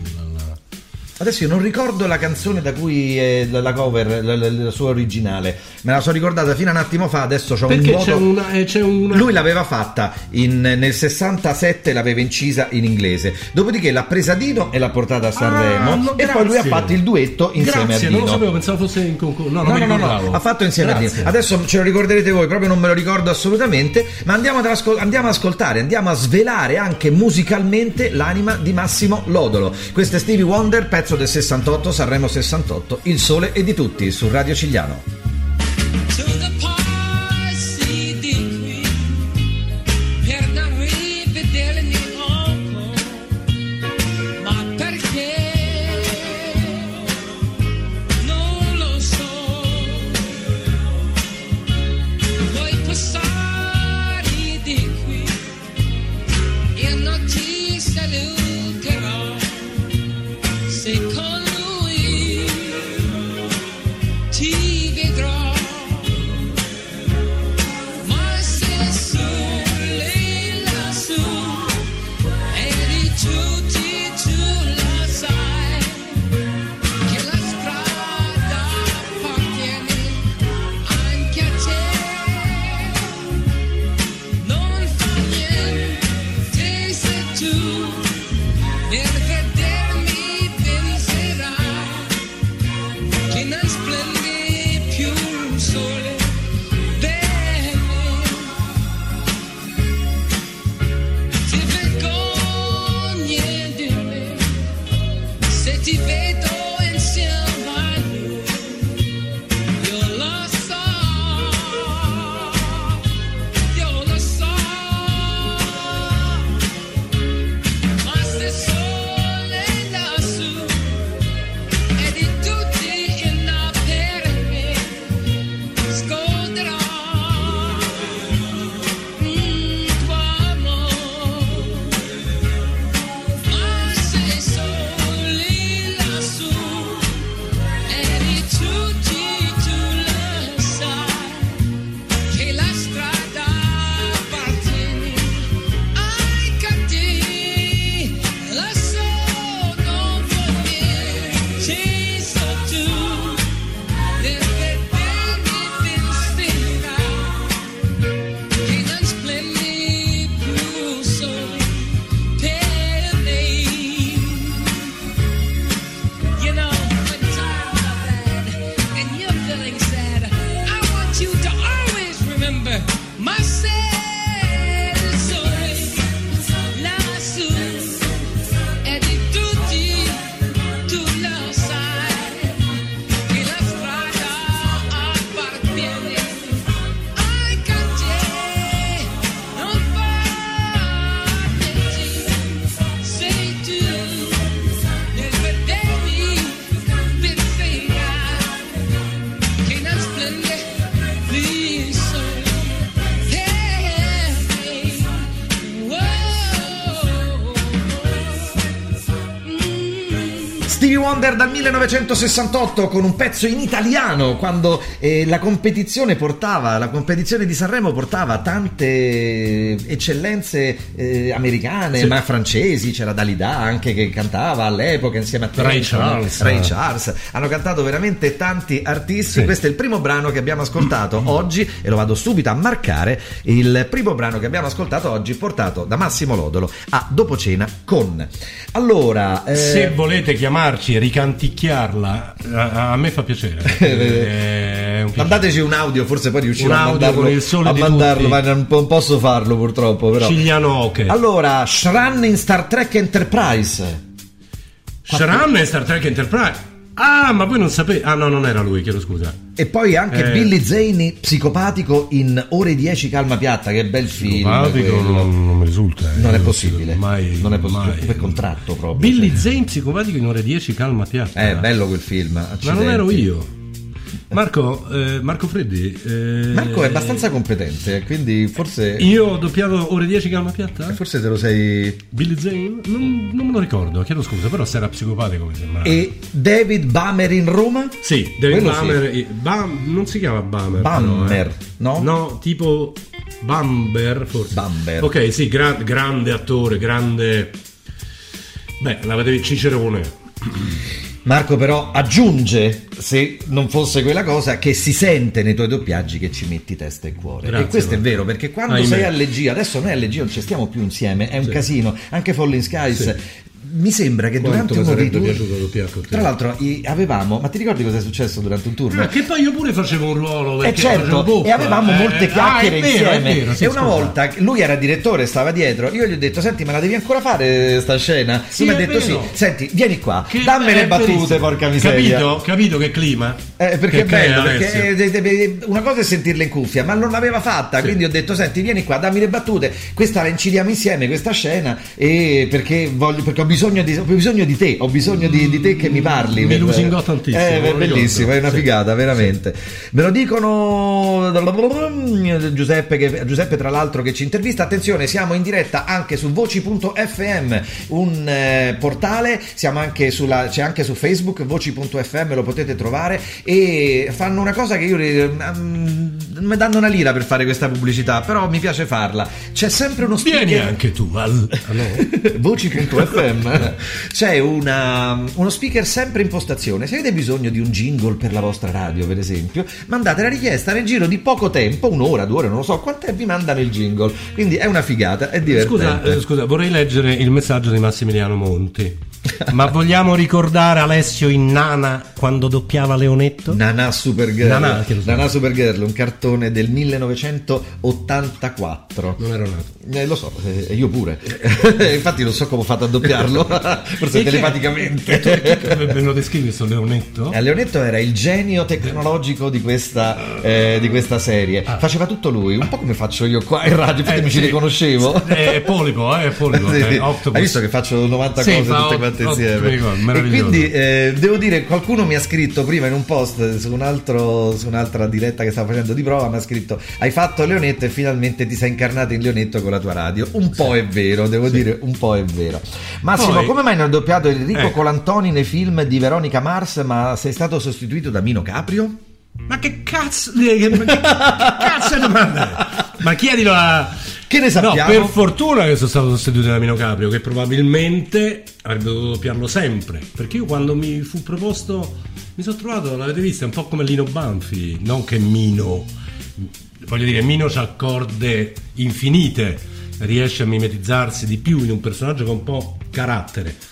Adesso io non ricordo la canzone da cui è la cover, la sua originale, me la sono ricordata fino a un attimo fa, adesso c'ho perché un vuoto. C'è una... Lui l'aveva fatta nel 67, l'aveva incisa in inglese, dopodiché l'ha presa Dino e l'ha portata a Sanremo, e poi lui ha fatto il duetto insieme a Dino. Non lo sapevo, pensavo fosse in concorso. No, ha fatto insieme a Dino. Adesso ce lo ricorderete voi, proprio non me lo ricordo assolutamente, ma andiamo ad ascoltare, andiamo a svelare anche musicalmente l'anima di Massimo Lodolo. Questo è Stevie Wonder, pezzo del 68, Sanremo 68, Il sole è di tutti, su Radio Cigliano. Ti vedrò Stevie Wonder dal 1968 con un pezzo in italiano, quando la competizione di Sanremo portava tante eccellenze americane, sì, ma francesi. C'era Dalida anche che cantava all'epoca insieme a Ray Charles. Hanno cantato veramente tanti artisti, sì. Questo è il primo brano che abbiamo ascoltato oggi e lo vado subito a marcare. Il primo brano che abbiamo ascoltato oggi portato da Massimo Lodolo a Dopo Cena con. Allora, se volete chiamarci e ricanticchiarla, a me fa piacere. Mandateci un audio, forse poi riuscirò a mandarlo con il sole di mandarlo, ma non posso farlo purtroppo. Però. Ciglianoche. Allora, Shran in Star Trek Enterprise. Shran in Star Trek Enterprise. Ah, ma voi non sapete. Ah, no, non era lui, chiedo scusa. E poi anche Billy Zane psicopatico in Ore 10 calma piatta, che bel film. Psicopatico non mi risulta. Non è possibile. Mai. Per contratto proprio. Billy Zane psicopatico in Ore 10 calma piatta. È bello quel film. Accidenti. Ma non ero io. Marco Freddi. Marco è abbastanza competente, quindi forse. Io ho doppiato Ore 10 calma piatta? Forse te lo sei. Billy Zane? Non me lo ricordo, chiedo scusa, però se era psicopatico mi sembrava. E David Bammer in Roma? Sì, David Bammer. Sì. Non si chiama Bammer. Bammer, no? No, tipo Bamber, forse. Bamber. Ok, sì, grande attore, grande. Beh, la vedevi Cicerone. Marco però aggiunge, se non fosse quella cosa, che si sente nei tuoi doppiaggi che ci metti testa e cuore. Grazie, e questo Marco. È vero, perché quando sei a Legia, adesso noi a Legia non ci stiamo più insieme, è un casino, anche Falling Skies. Sì. Mi sembra che quanto durante uno dei tour, tra l'altro avevamo, ma ti ricordi cosa è successo durante un tour? Che poi io pure facevo un ruolo, perché certo, e avevamo molte chiacchiere insieme. È vero, e una volta lui era direttore, stava dietro, io gli ho detto: senti, ma la devi ancora fare sta scena? Sì, lui mi ha detto sì, senti, vieni qua, dammi le battute, porca miseria. Capito che clima? Perché è bello, perché una cosa è sentirla in cuffia, ma non l'aveva fatta, sì. Quindi ho detto: senti, vieni qua, dammi le battute, questa la incidiamo insieme, questa scena, e perché ho bisogno di te, ho bisogno di te che mi parli. Mi lusingò tantissimo. È bellissimo, è una figata, veramente. Me lo dicono Giuseppe, tra l'altro, che ci intervista. Attenzione, siamo in diretta anche su voci.fm, un portale, siamo anche c'è anche su Facebook, voci.fm, lo potete trovare, e fanno una cosa che io mi danno una lira per fare questa pubblicità, però mi piace farla. C'è sempre uno speaker. Vieni anche tu voci.fm. C'è uno speaker sempre in postazione. Se avete bisogno di un jingle per la vostra radio, per esempio, mandate la richiesta, nel giro di poco tempo, 1 ora, 2 ore, non lo so quant'è, vi mandano il jingle. Quindi è una figata, è divertente. Scusa, vorrei leggere il messaggio di Massimiliano Monti. Ma vogliamo ricordare Alessio in Nana quando doppiava Leonetto? Nana Supergirl, un cartone del 1984. Non ero nato. Lo so, io pure. Infatti non so come ho fatto a doppiarlo. Forse telepaticamente. Me lo descrivi questo Leonetto? Leonetto era il genio tecnologico di questa serie. Faceva tutto lui, un po' come faccio io qua in radio, infatti mi ci riconoscevo. È polipo. Sì. Hai visto che faccio 90 cose tutte quante insieme. E quindi devo dire, qualcuno mi ha scritto prima in un post su un'altra diretta che stavo facendo di prova, mi ha scritto: hai fatto Leonetto e finalmente ti sei incarnato in Leonetto con la tua radio. Un po' è vero, devo dire, un po' è vero. Massimo, come mai non hai doppiato Enrico Colantoni nei film di Veronica Mars, ma sei stato sostituito da Mino Caprio? Ma che cazzo è domanda? Ma chiedilo a... Che ne sappiamo? No, per fortuna che sono stato sostituito da Mino Caprio, che probabilmente avrebbe dovuto doppiarlo sempre, perché io quando mi fu proposto mi sono trovato, l'avete vista, un po' come Lino Banfi, non che Mino, voglio dire, Mino c'ha corde infinite, riesce a mimetizzarsi di più in un personaggio con un po' carattere.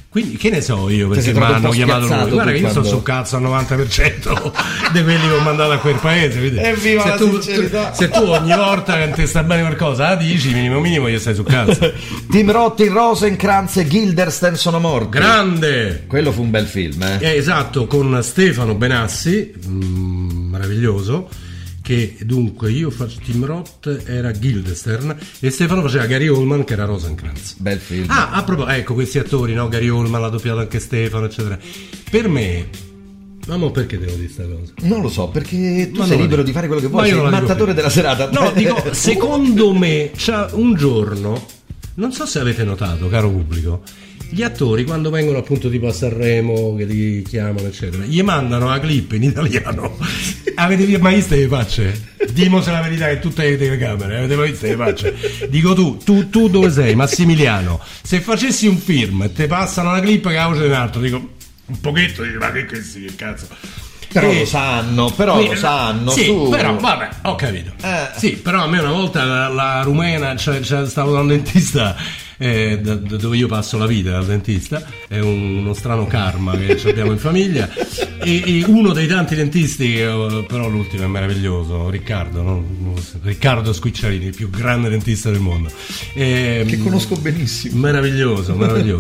Quindi che ne so io, perché mi hanno chiamato lui. Guarda che io sto sul cazzo al 90% di quelli che ho mandato a quel paese. Evviva la sincerità. Se tu ogni volta che ti sta bene qualcosa dici, minimo io stai sul cazzo. Tim Roth, Rosencrantz e Guildenstern sono morti. Grande! Quello fu un bel film, esatto, con Stefano Benassi, meraviglioso. Che dunque io faccio Tim Roth, era Guildenstern, e Stefano faceva Gary Oldman, che era Rosencrantz. Bel film. A proposito, ecco questi attori, no? Gary Oldman l'ha doppiato anche Stefano, eccetera. Per me, ma perché devo dire sta cosa? Non lo so, perché tu sei libero di fare quello che vuoi, sei il mattatore della serata. No, dico, secondo me c'è un giorno, non so se avete notato, caro pubblico, gli attori quando vengono appunto tipo a Sanremo, che li chiamano eccetera, gli mandano la clip in italiano. Avete mai visto le facce? Dimose la verità, che tutte le telecamere, avete mai visto le facce? Dico tu dove sei? Massimiliano, se facessi un film e te passano la clip che la voce di un altro, dico un pochetto, dico ma che cazzo. Però lo sanno, sì, su. Però vabbè, ho capito. Sì, però a me una volta la rumena, cioè stavo da un dentista, dove io passo la vita dal dentista, è uno strano karma che abbiamo in famiglia, e uno dei tanti dentisti, però l'ultimo è meraviglioso, Riccardo Squicciarini, il più grande dentista del mondo, che conosco benissimo, meraviglioso.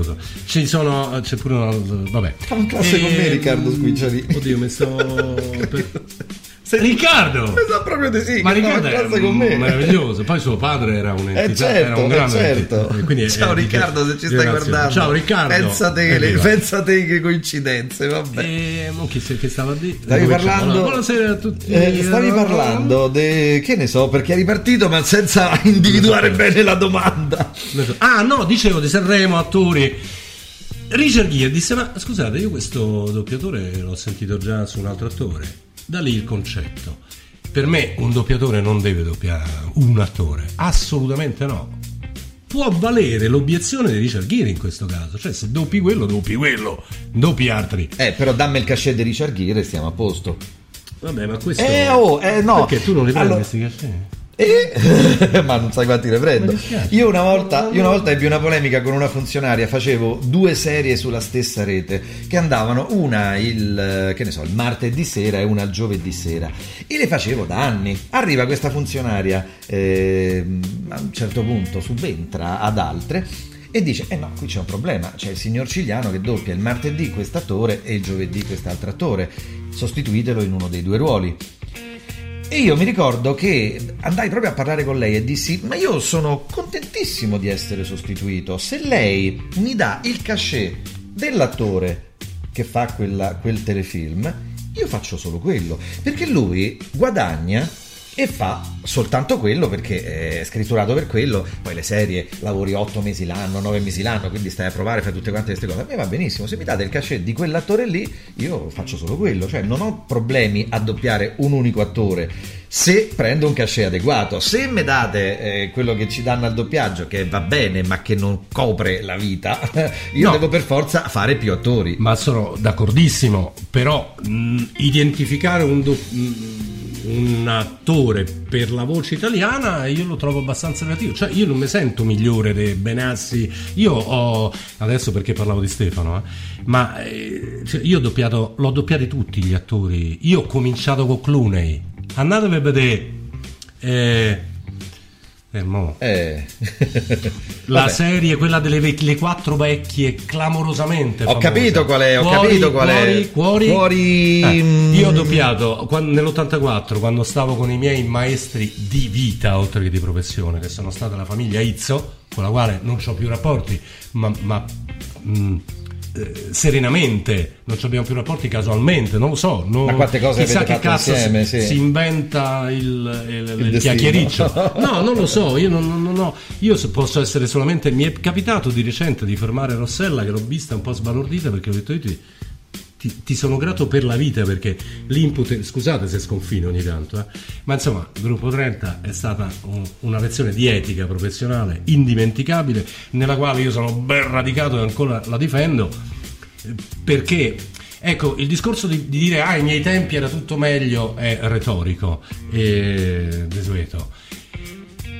C'è pure vabbè, fa un classe con me Riccardo Squicciarini. Oddio, mi sto Riccardo! Proprio di sì, ma Riccardo è con me. Meraviglioso. Poi suo padre era un'entità, era un grande quindi ciao Riccardo, se ci stai guardando. Ciao Riccardo. Pensate che coincidenze, vabbè. Che stava a dire? Stavi parlando. Buonasera a tutti. Stavi parlando che ne so, perché eri partito ma senza individuare bene la domanda. No, dicevo di Sanremo, attori. Richard Gere disse: ma scusate, io questo doppiatore l'ho sentito già su un altro attore. Da lì il concetto. Per me un doppiatore non deve doppiare un attore, assolutamente no. Può valere l'obiezione di Richard Gere in questo caso, cioè se doppi quello, doppi altri. Però dammi il cachet di Richard Gere e stiamo a posto. Vabbè, ma questo no. Perché tu non li prendi questi cachet? Ma non sai quanti ne prendo. Io una volta ebbi una polemica con una funzionaria. Facevo 2 serie sulla stessa rete che andavano, una il martedì sera e una il giovedì sera, e le facevo da anni. Arriva questa funzionaria, a un certo punto subentra ad altre e dice: no, qui c'è un problema, c'è il signor Cigliano che doppia il martedì quest'attore e il giovedì quest'altro attore, sostituitelo in uno dei 2 ruoli. E io mi ricordo che andai proprio a parlare con lei e dissi: ma io sono contentissimo di essere sostituito, se lei mi dà il cachet dell'attore che fa quel telefilm, io faccio solo quello, perché lui guadagna e fa soltanto quello, perché è scritturato per quello. Poi le serie lavori 8 mesi l'anno, 9 mesi l'anno, quindi stai a provare, fai tutte quante queste cose. A me va benissimo, se mi date il cachet di quell'attore lì, io faccio solo quello, cioè non ho problemi a doppiare un unico attore se prendo un cachet adeguato. Se mi date quello che ci danno al doppiaggio, che va bene ma che non copre la vita, io devo per forza fare più attori. Ma sono d'accordissimo, però identificare un attore per la voce italiana io lo trovo abbastanza relativo, cioè io non mi sento migliore di Benassi. Io ho adesso, perché parlavo di Stefano, ma io l'ho doppiati tutti gli attori. Io ho cominciato con Clooney, andatevi a vedere la serie, quella delle le 4 vecchie, clamorosamente famosa. Ho capito qual è. Cuori. Io ho doppiato nell'84, quando stavo con i miei maestri di vita oltre che di professione, che sono stata la famiglia Izzo, con la quale non ho più rapporti, ma serenamente, non abbiamo più rapporti casualmente, non lo so, ma quante cose chissà avete che cazzo insieme, si inventa il chiacchiericcio. No, non lo so, io non io posso essere solamente, mi è capitato di recente di fermare Rossella, che l'ho vista un po' sbalordita, perché ho detto: io ti sono grato per la vita, perché l'input, scusate se sconfino ogni tanto, ma insomma Gruppo 30 è stata una lezione di etica professionale indimenticabile, nella quale io sono ben radicato e ancora la difendo, perché ecco, il discorso di dire ai miei tempi era tutto meglio è retorico e desueto.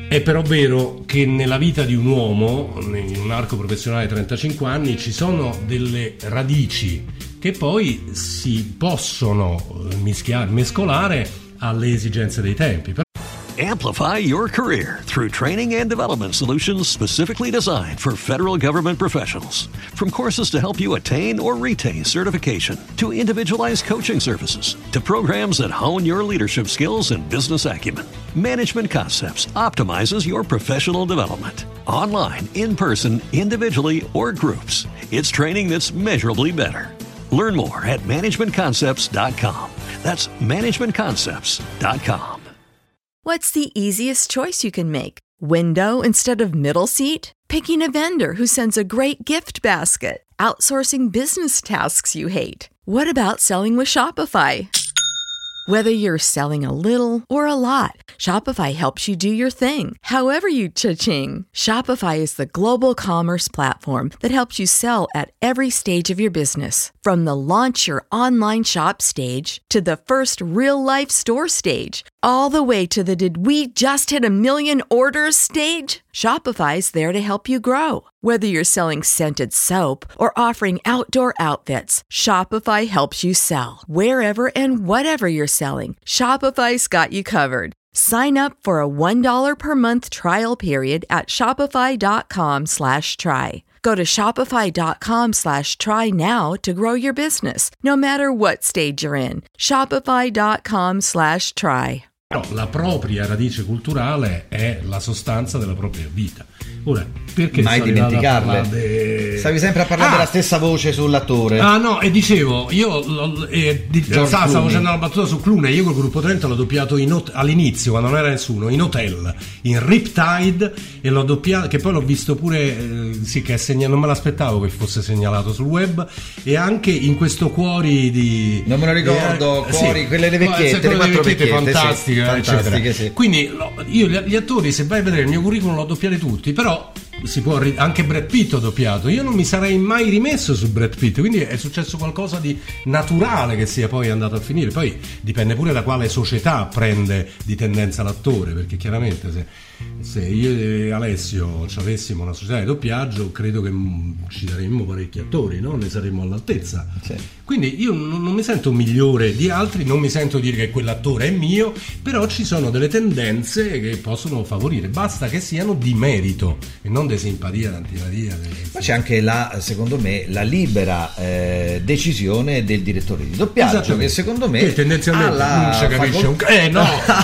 È però vero che nella vita di un uomo, in un arco professionale di 35 anni, ci sono delle radici che poi si possono mescolare alle esigenze dei tempi. Amplify your career through training and development solutions specifically designed for federal government professionals. From courses to help you attain or retain certification, to individualized coaching services, to programs that hone your leadership skills and business acumen, Management Concepts optimizes your professional development. Online, in person, individually, or groups, it's training that's measurably better. Learn more at managementconcepts.com. That's managementconcepts.com. What's the easiest choice you can make? Window instead of middle seat? Picking a vendor who sends a great gift basket? Outsourcing business tasks you hate? What about selling with Shopify? Whether you're selling a little or a lot, Shopify helps you do your thing, however you cha-ching. Shopify is the global commerce platform that helps you sell at every stage of your business. From the launch your online shop stage to the first real-life store stage, all the way to the did we just hit 1 million orders stage. Shopify's there to help you grow. Whether you're selling scented soap or offering outdoor outfits, Shopify helps you sell. Wherever and whatever you're selling, Shopify's got you covered. Sign up for a $1 per month trial period at shopify.com/try. Go to shopify.com/try now to grow your business, no matter what stage you're in. Shopify.com/try. La propria radice culturale è la sostanza della propria vita. Ora, perché mai dimenticarle? Stavi sempre a parlare della stessa voce sull'attore. No, e dicevo, io stavo facendo una battuta su Clooney. Io col gruppo Trento l'ho doppiato all'inizio, quando non era nessuno, in Hotel, in Riptide, e l'ho doppiato, che poi l'ho visto pure, che è non me l'aspettavo che fosse segnalato sul web, e anche in questo Cuori di... Non me lo ricordo, Cuori, quelle le vecchiette, le 4 vecchiette, fantastiche, fantastiche, sì. Quindi io gli attori, se vai a vedere il mio curriculum, l'ho doppiati tutti, però si può anche Brad Pitt ho doppiato. Io non mi sarei mai rimesso su Brad Pitt, quindi è successo qualcosa di naturale che sia poi andato a finire. Poi dipende pure da quale società prende di tendenza l'attore, perché chiaramente se io e Alessio ci avessimo una società di doppiaggio, credo che ci daremmo parecchi attori, no? Ne saremmo all'altezza. Sì. Quindi io non mi sento migliore di altri, non mi sento dire che quell'attore è mio, però ci sono delle tendenze che possono favorire, basta che siano di merito e non di simpatia, d'antipatia. Ma c'è anche secondo me la libera decisione del direttore di doppiaggio, che secondo me che tendenzialmente non ci capisce no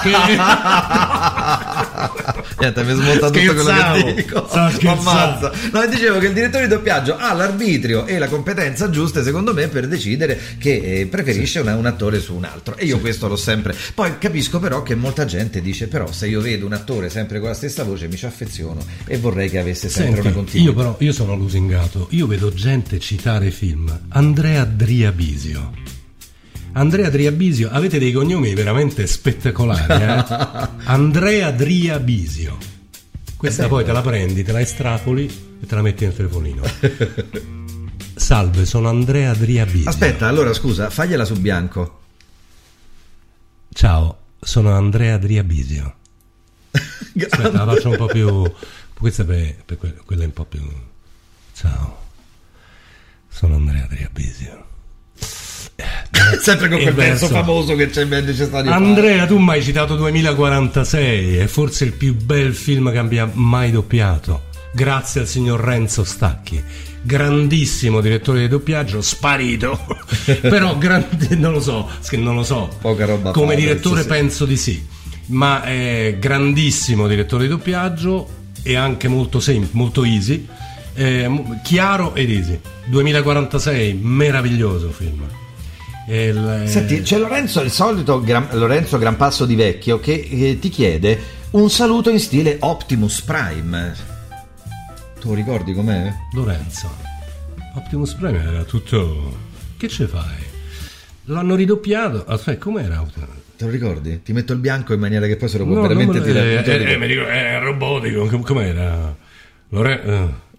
niente, mi smonta tutto quello che dico. Ammazza. No, dicevo che il direttore di doppiaggio ha l'arbitrio e la competenza giuste, secondo me, per decidere che preferisce un attore su un altro, e io questo l'ho sempre. Poi capisco però che molta gente dice: però se io vedo un attore sempre con la stessa voce mi ci affeziono e vorrei che avesse sempre una continuità. Io sono lusingato, io vedo gente citare film. Andrea Driabisio, avete dei cognomi veramente spettacolari, Andrea Driabisio. Questa poi te la prendi, te la estrapoli e te la metti nel telefonino. Salve, sono Andrea Driabisio. Aspetta, allora scusa, fagliela su bianco. Ciao, sono Andrea Driabisio. Aspetta, la faccio un po' più. Questa per quella è un po' più. Ciao, sono Andrea Driabisio. Sempre con quel pezzo famoso che c'è necessario. Andrea, tu mi hai citato 2046, è forse il più bel film che abbia mai doppiato, grazie al signor Renzo Stacchi, grandissimo direttore di doppiaggio, sparito però non lo so poca roba come direttore, sì. Penso di sì, ma è grandissimo direttore di doppiaggio e anche molto semplice, molto easy, chiaro ed easy. 2046, meraviglioso film. Senti, c'è Lorenzo, il solito Lorenzo Grampasso di Vecchio, che ti chiede un saluto in stile Optimus Prime. Tu ricordi com'è? Lorenzo, Optimus Prime era tutto. Che ce fai? L'hanno ridoppiato. Aspetta, com'era? Te lo ricordi? Ti metto il bianco in maniera che poi se lo può veramente tirare. Mi dico, è robotico. Com'era?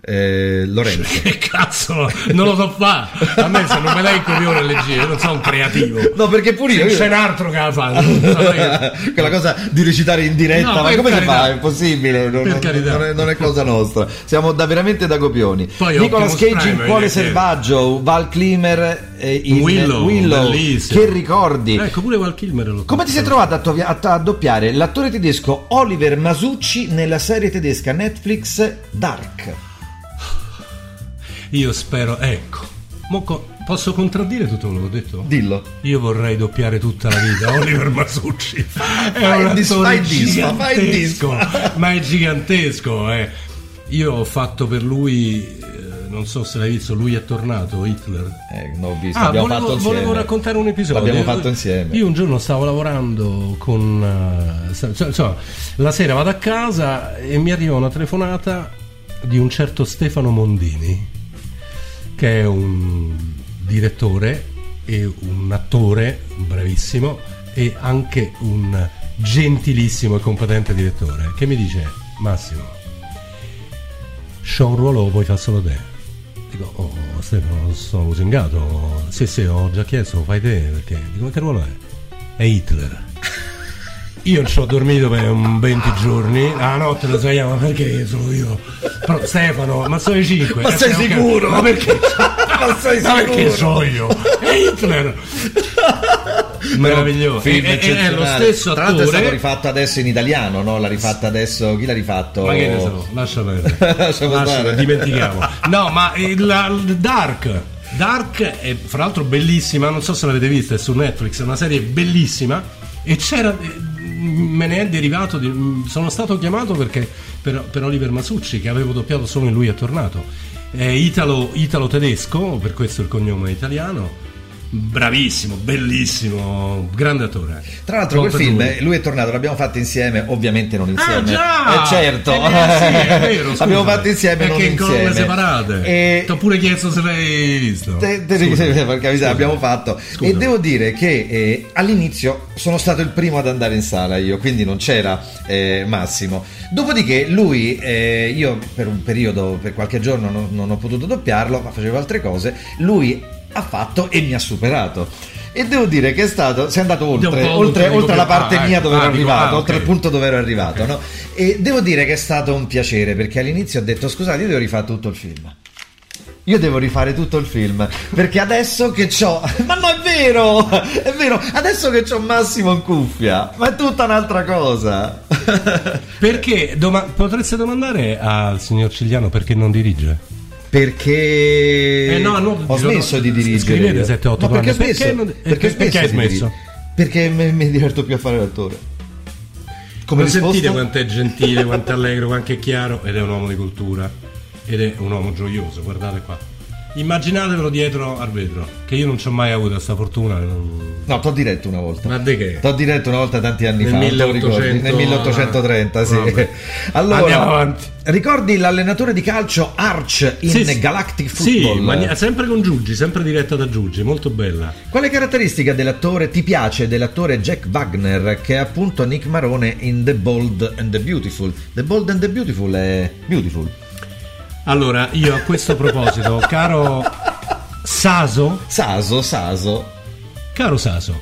Lorenzo. Che cazzo, non lo so fare. A me se non me dai il coglione alle io non sono un creativo. No, perché pure io c'è un altro che la fa. Quella cosa di recitare in diretta, no, ma come si fa? È impossibile, non è cosa nostra. Siamo veramente da copioni. Poi Nicolas Cage in Cuore selvaggio, Val Kilmer in Willow, che ricordi? Ecco, pure Val Kilmer. Come ti sei trovato a doppiare l'attore tedesco Oliver Masucci nella serie tedesca Netflix Dark? Io spero, ecco, posso contraddire tutto quello che ho detto? Dillo. Io vorrei doppiare tutta la vita Oliver Masucci. Fai il disco. Ma è gigantesco. Io ho fatto per lui, non so se l'hai visto, Lui è tornato, Hitler. No, ho visto, volevo raccontare un episodio. L'abbiamo fatto insieme. Io un giorno stavo lavorando con la sera vado a casa e mi arriva una telefonata di un certo Stefano Mondini, che è un direttore e un attore bravissimo e anche un gentilissimo e competente direttore, che mi dice: Massimo, c'ho un ruolo lo puoi fare solo te. Dico: oh Stefano, sono lusingato. Sì, ho già chiesto, lo fai te, perché dico: ma che ruolo è Hitler. Io non ci ho dormito per 20 giorni, la notte lo svegliamo, perché sono io. Però Stefano, ma sono i 5. Ma sei sicuro? Ma perché? Ma sei sicuro? Ma perché so io? È Hitler. Meraviglioso. È lo stesso attore. Tra l'altro è stato rifatto adesso in italiano, no? L'ha rifatto adesso. Chi l'ha rifatto? Ma che ne so? Lascia perdere. Dimentichiamo. No, ma Dark è fra l'altro bellissima, non so se l'avete vista, è su Netflix, è una serie bellissima e me ne è derivato sono stato chiamato perché per Oliver Masucci, che avevo doppiato solo in Lui è tornato. È italo tedesco, per questo il cognome è italiano. Bravissimo, bellissimo, grande attore. Tra l'altro quel film Lui è tornato, l'abbiamo fatto insieme, ovviamente non insieme. Certo. Sì, è vero, l'abbiamo fatto insieme, non insieme. Perché in colonne separate. Ti ho pure chiesto se l'hai visto. Perché abbiamo fatto. Scusa. E devo dire che all'inizio sono stato il primo ad andare in sala io, quindi non c'era Massimo. Dopodiché lui, io per un periodo, per qualche giorno non ho potuto doppiarlo, ma facevo altre cose. Lui ha fatto e mi ha superato, e devo dire che sei andato oltre la parte mia dove ero arrivato, oltre il punto dove ero arrivato, no? E devo dire che è stato un piacere, perché all'inizio ho detto: scusate, io devo rifare tutto il film, perché adesso che c'ho ma no, è vero, adesso che c'ho Massimo in cuffia, ma è tutta un'altra cosa. Perché potreste domandare al signor Cigliano perché non dirige? Perché ho smesso di dirigere. 7-8 perché hai smesso? Perché mi diverto più a fare l'attore. Come sentite quanto è gentile, quanto è allegro, quanto è chiaro, ed è un uomo di cultura ed è un uomo gioioso, guardate qua. Immaginatevelo dietro al vetro, che io non ci ho mai avuto questa fortuna. No, t'ho diretto una volta. Ma di che? T'ho diretto una volta tanti anni fa, 1800... nel 1830, sì. Vabbè. Allora, andiamo avanti. Ricordi l'allenatore di calcio Arch in Galactic Football? Sì, ma sempre con Giuggi, sempre diretta da Giuggi, molto bella. Quale caratteristica dell'attore ti piace dell'attore Jack Wagner, che è appunto Nick Marone in The Bold and the Beautiful? The Bold and the Beautiful è beautiful. Allora, io a questo proposito, caro Saso, caro Saso,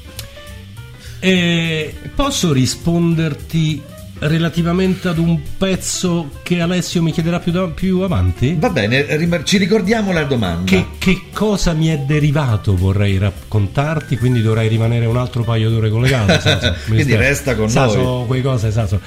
posso risponderti relativamente ad un pezzo che Alessio mi chiederà più avanti? Va bene, ci ricordiamo la domanda. Che cosa mi è derivato vorrei raccontarti, quindi dovrei rimanere un altro paio d'ore collegato, Saso. Quindi resta con noi. Quelle cose, Saso.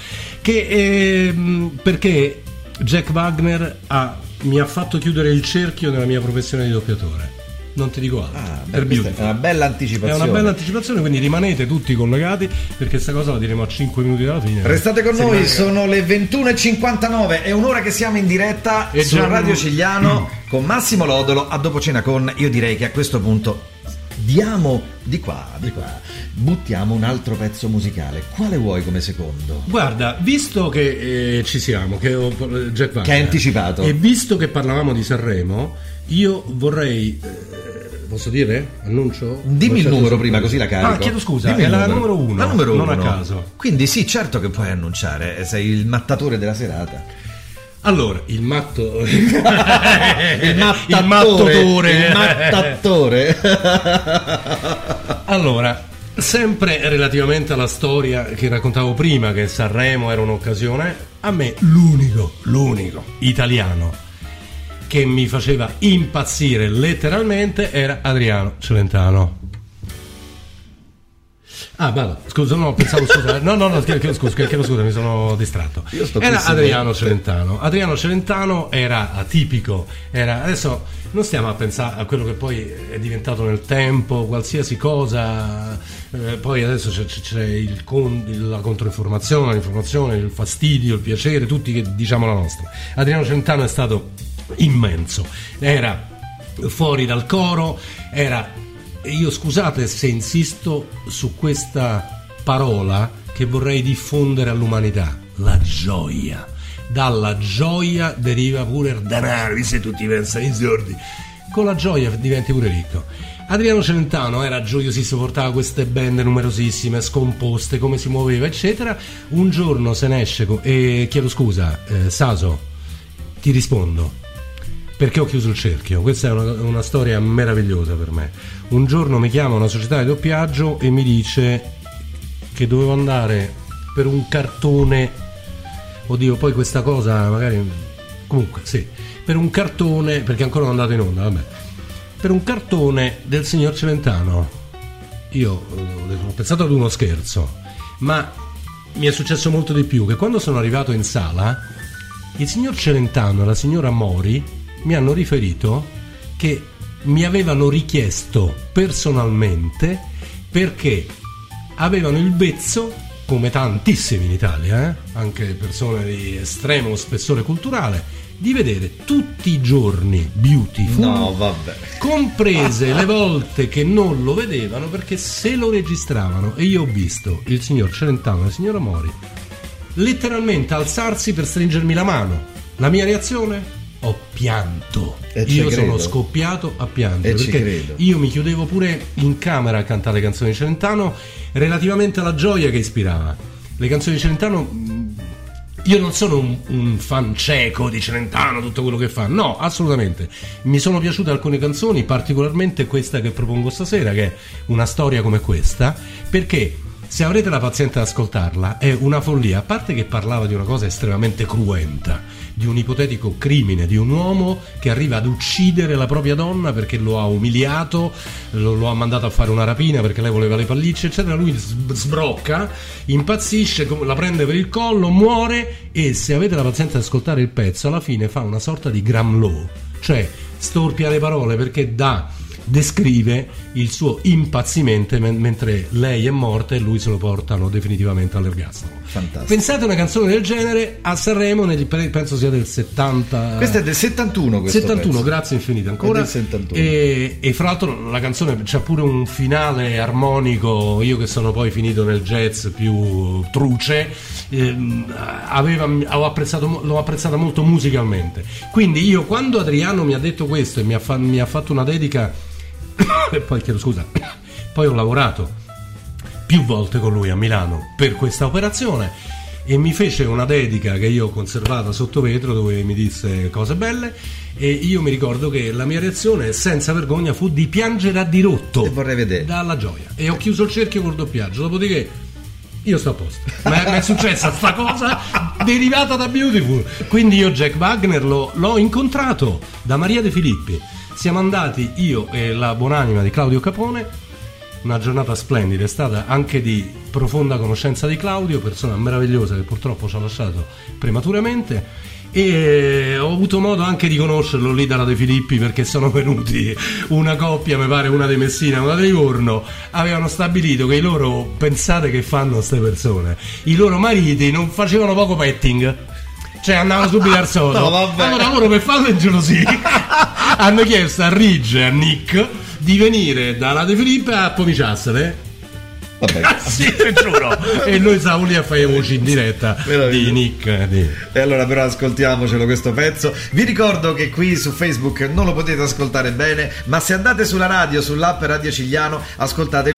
Perché Jack Wagner mi ha fatto chiudere il cerchio nella mia professione di doppiatore. Non ti dico altro. È una bella anticipazione. È una bella anticipazione, quindi rimanete tutti collegati, perché questa cosa la diremo a 5 minuti dalla fine. Restate con noi, sono le 21:59, è un'ora che siamo in diretta su Radio Cigliano con Massimo Lodolo a dopo cena con. Io direi che a questo punto diamo di qua, buttiamo un altro pezzo musicale. Quale vuoi come secondo? Guarda, visto che ci siamo, che Jack Wagner, che hai anticipato, e visto che parlavamo di Sanremo, io vorrei posso dire? Annuncio? Dimmi il numero prima, così la carico. Chiedo scusa, è la numero 1. La numero 1. Non a caso. Quindi sì, certo che puoi annunciare, sei il mattatore della serata. Allora, il mattatore. Allora, sempre relativamente alla storia che raccontavo prima, che Sanremo era un'occasione, a me l'unico italiano che mi faceva impazzire letteralmente era Adriano Celentano. Ah, vado. Scusa, no, pensavo, scusa. No, scusa, mi sono distratto. Era Adriano Celentano. Adriano Celentano era atipico, adesso non stiamo a pensare a quello che poi è diventato nel tempo, qualsiasi cosa, poi adesso c'è la controinformazione, l'informazione, il fastidio, il piacere, tutti che diciamo la nostra. Adriano Celentano è stato immenso, era fuori dal coro, io scusate se insisto su questa parola che vorrei diffondere all'umanità: la gioia. Dalla gioia deriva pure il denaro, se tutti pensano in sordi. Con la gioia diventi pure ricco. Adriano Celentano era gioiosissimo, portava queste band numerosissime, scomposte, come si muoveva, eccetera. Un giorno se ne esce chiedo scusa, Saso, ti rispondo, perché ho chiuso il cerchio. Questa è una storia meravigliosa per me. Un giorno mi chiama una società di doppiaggio e mi dice che dovevo andare per un cartone, oddio, poi questa cosa magari, comunque sì, per un cartone, perché ancora non è andato in onda, vabbè, per un cartone del signor Celentano. Io ho pensato ad uno scherzo, ma mi è successo molto di più, che quando sono arrivato in sala il signor Celentano e la signora Mori mi hanno riferito che mi avevano richiesto personalmente, perché avevano il vezzo, come tantissimi in Italia, anche persone di estremo spessore culturale, di vedere tutti i giorni Beautiful, comprese le volte che non lo vedevano perché se lo registravano. E io ho visto il signor Celentano e la signora Mori letteralmente alzarsi per stringermi la mano. La mia reazione? Ho pianto. Io sono scoppiato a piangere, perché io mi chiudevo pure in camera a cantare le canzoni di Celentano, relativamente alla gioia che ispirava. Le canzoni di Celentano, io non sono un fan cieco di Celentano, tutto quello che fa, no, assolutamente. Mi sono piaciute alcune canzoni, particolarmente questa che propongo stasera, che è Una storia come questa, perché se avrete la pazienza di ascoltarla è una follia. A parte che parlava di una cosa estremamente cruenta, di un ipotetico crimine di un uomo che arriva ad uccidere la propria donna perché lo ha umiliato, lo ha mandato a fare una rapina perché lei voleva le pellicce, eccetera. Lui sbrocca, impazzisce, la prende per il collo, muore, e se avete la pazienza di ascoltare il pezzo, alla fine fa una sorta di Gramlow, cioè storpia le parole, perché descrive il suo impazzimento mentre lei è morta e lui se lo portano definitivamente all'ergastolo. Fantastico. Pensate a una canzone del genere a Sanremo, penso sia del 70. Questo è del 71. 71, pezzo. Grazie infinite ancora. Del 71. E fra l'altro la canzone c'ha pure un finale armonico. Io che sono poi finito nel jazz più truce, l'ho apprezzata molto musicalmente. Quindi io, quando Adriano mi ha detto questo e mi ha fatto una dedica e poi chiedo scusa, poi ho lavorato più volte con lui a Milano per questa operazione e mi fece una dedica che io ho conservata sotto vetro, dove mi disse cose belle, e io mi ricordo che la mia reazione senza vergogna fu di piangere a dirotto, e vorrei vedere, dalla gioia, e ho chiuso il cerchio col doppiaggio. Dopodiché io sto a posto, ma è successa sta cosa derivata da Beautiful. Quindi io Jack Wagner l'ho incontrato da Maria De Filippi. Siamo andati, io e la buonanima di Claudio Capone, una giornata splendida, è stata anche di profonda conoscenza di Claudio, persona meravigliosa che purtroppo ci ha lasciato prematuramente, e ho avuto modo anche di conoscerlo lì dalla De Filippi, perché sono venuti una coppia, mi pare una di Messina, una di Livorno, avevano stabilito che pensate che fanno queste persone, i loro mariti non facevano poco petting, cioè andavano subito al sodo. Allora loro, per farlo ingelosire, hanno chiesto a Ridge e a Nick di venire dalla De Filippi a pomiciarsene. Sì, te giuro. E noi stavamo lì a fare voci in diretta di Nick. E allora però ascoltiamocelo questo pezzo. Vi ricordo che qui su Facebook non lo potete ascoltare bene, ma se andate sulla radio, sull'app Radio Cigliano, ascoltate.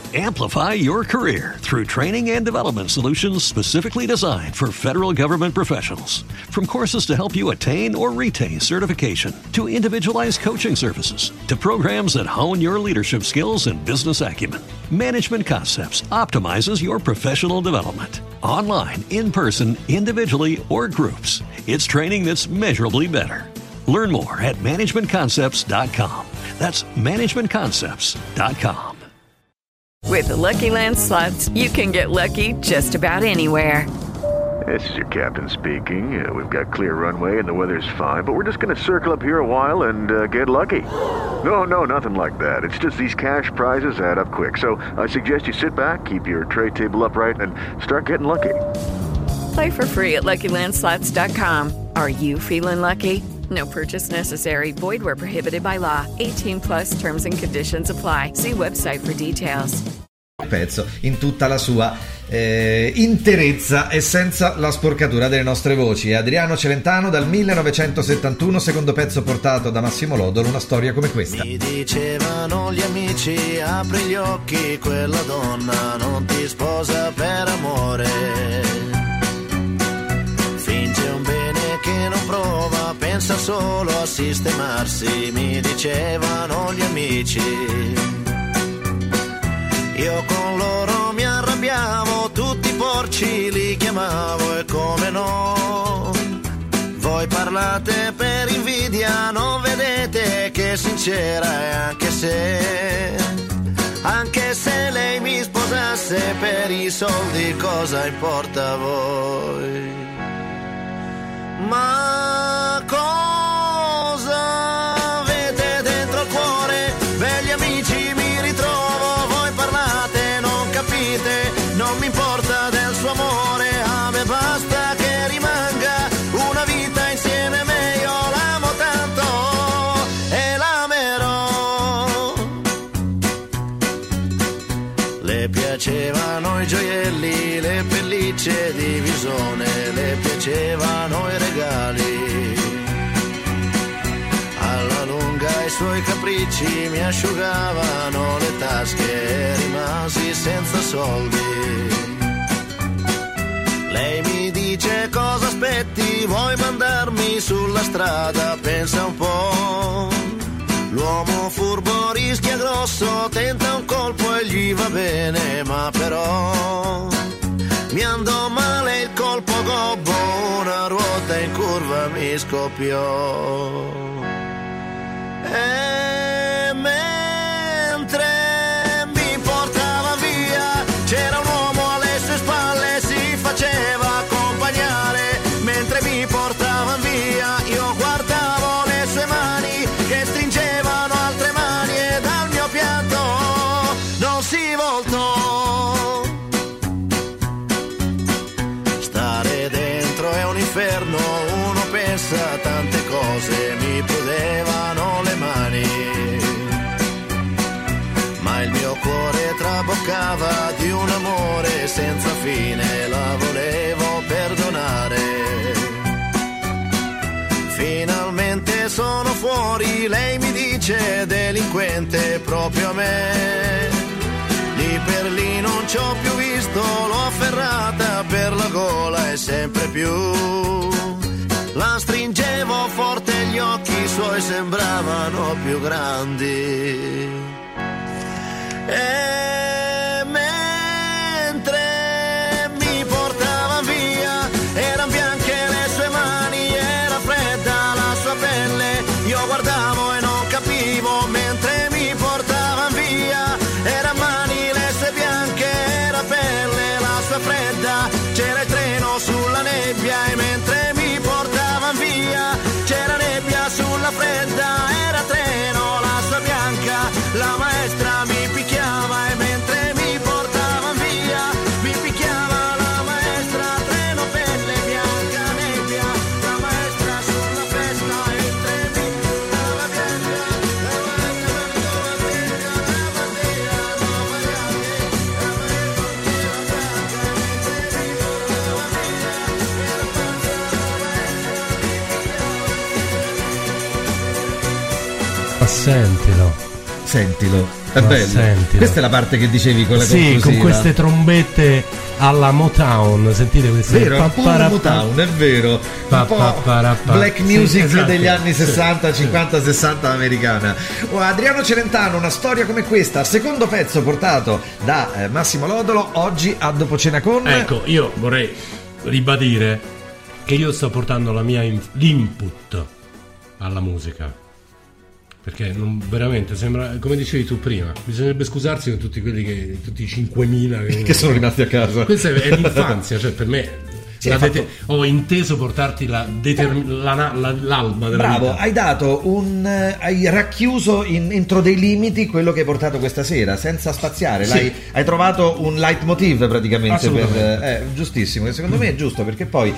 Amplify your career through training and development solutions specifically designed for federal government professionals. From courses to help you attain or retain certification, to individualized coaching services, to programs that hone your leadership skills and business acumen, Management Concepts optimizes your professional development. Online, in person, individually, or groups, it's training that's measurably better. Learn more at managementconcepts.com. That's managementconcepts.com. With the Lucky Land Slots, you can get lucky just about anywhere. This is your captain speaking. We've got clear runway and the weather's fine, but we're just going to circle up here a while and get lucky. No, nothing like that. It's just these cash prizes add up quick. So I suggest you sit back, keep your tray table upright, and start getting lucky. Play for free at LuckyLandSlots.com. Are you feeling lucky? No purchase necessary. Void where prohibited by law. 18+ terms and conditions apply. See website for details. Pezzo in tutta la sua interezza e senza la sporcatura delle nostre voci. Adriano Celentano dal 1971, secondo pezzo portato da Massimo Lodolo, una storia come questa. Mi dicevano gli amici, apri gli occhi, quella donna non ti sposa per amore. Finge un bene che non prova, pensa solo a sistemarsi, mi dicevano gli amici. Io con loro mi arrabbiavo, tutti porci li chiamavo e come no. Voi parlate per invidia, non vedete che sincera è, anche se lei mi sposasse per i soldi, cosa importa a voi? Ma cosa avete dentro il cuore? Begli amici mi ritrovo, voi parlate, non capite, non mi importa del suo amore, a me basta che rimanga una vita insieme a me, io l'amo tanto e l'amerò. Le piacevano i gioielli, le pellicce di visone, le piacevano i regali. Alla lunga i suoi capricci mi asciugavano le tasche e rimasi senza soldi. Lei mi dice: cosa aspetti, vuoi mandarmi sulla strada? Pensa un po', l'uomo furbo rischia grosso, tenta un colpo e gli va bene, ma però mi andò male il colpo gobbo, una ruota in curva mi scoppiò. E mentre mi portava via c'era un uomo alle sue spalle, si faceva accompagnare. Mentre mi portava via io guardavo le sue mani che stringevano altre mani e dal mio pianto non si voltò. Stare dentro è un inferno, uno pensa a tante cose, mi prudevano le mani, ma il mio cuore traboccava di un amore senza fine, la volevo perdonare. Finalmente sono fuori, lei mi dice delinquente proprio a me. Lì per lì non ci ho più visto, l'ho afferrata per la gola e sempre più la stringevo forte, gli occhi suoi sembravano più grandi. E mentre mi portava via erano bianche le sue mani, era fredda la sua pelle, io guardavo e non capivo. Mentre mi portava via erano mani le sue bianche, era pelle la sua fredda, c'era il treno sulla nebbia. E mentre mi portava via c'era nebbia sulla fredda, era treno la sua bianca, la maestra mi picchiava. E mentre mi portava via mi picchiava la maestra, treno pelle bianca nebbia, la maestra sulla festa. E mentre mi portava bianca la maestra Sentilo. Sentilo. È bello. Sentilo. Questa è la parte che dicevi con la conclusiva. Con queste trombette alla Motown, sentite queste. Vero, un po' la Motown, è vero. Un po' black music degli anni 60, 50, 60 americana. Adriano Celentano, una storia come questa, secondo pezzo portato da Massimo Lodolo oggi a Dopo Cena con. Ecco, io vorrei ribadire che io sto portando l'input alla musica. Perché veramente sembra, come dicevi tu prima, bisognerebbe scusarsi con tutti quelli tutti i 5.000 che sono rimasti a casa. Questa è l'infanzia, cioè per me ho inteso portarti l'alba della bravo, vita. Hai dato hai racchiuso entro dei limiti quello che hai portato questa sera, senza spaziare. Hai trovato un leitmotiv praticamente giustissimo, che secondo me è giusto, perché poi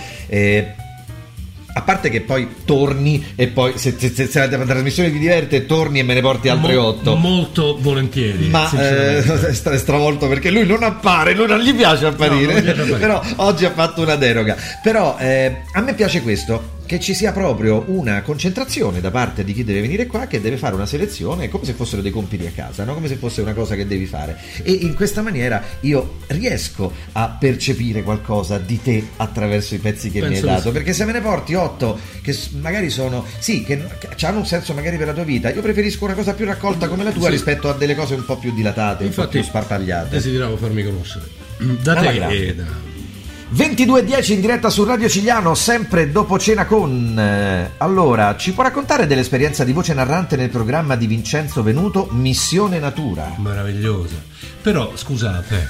a parte che poi torni e poi se la trasmissione ti diverte torni e me ne porti altre 8 molto volentieri, ma è stravolto perché lui non appare, lui non gli piace apparire, però oggi ha fatto una deroga. Però a me piace questo, che ci sia proprio una concentrazione da parte di chi deve venire qua, che deve fare una selezione come se fossero dei compiti a casa, no? Come se fosse una cosa che devi fare, e in questa maniera io riesco a percepire qualcosa di te attraverso i pezzi che mi hai dato, perché se me ne porti 8 che magari sono che hanno un senso magari per la tua vita, io preferisco una cosa più raccolta come la tua rispetto a delle cose un po' più dilatate, un po' più sparpagliate. Desideravo farmi conoscere da te e da 22:10 in diretta su Radio Cigliano, sempre Dopo Cena con. Allora, ci può raccontare dell'esperienza di voce narrante nel programma di Vincenzo Venuto, Missione Natura? Meravigliosa. Però scusate,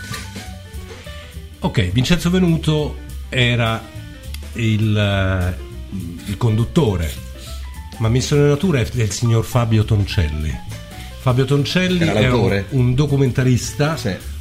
ok, Vincenzo Venuto era il conduttore, ma Missione Natura è del signor Fabio Toncelli. Fabio Toncelli è un documentarista,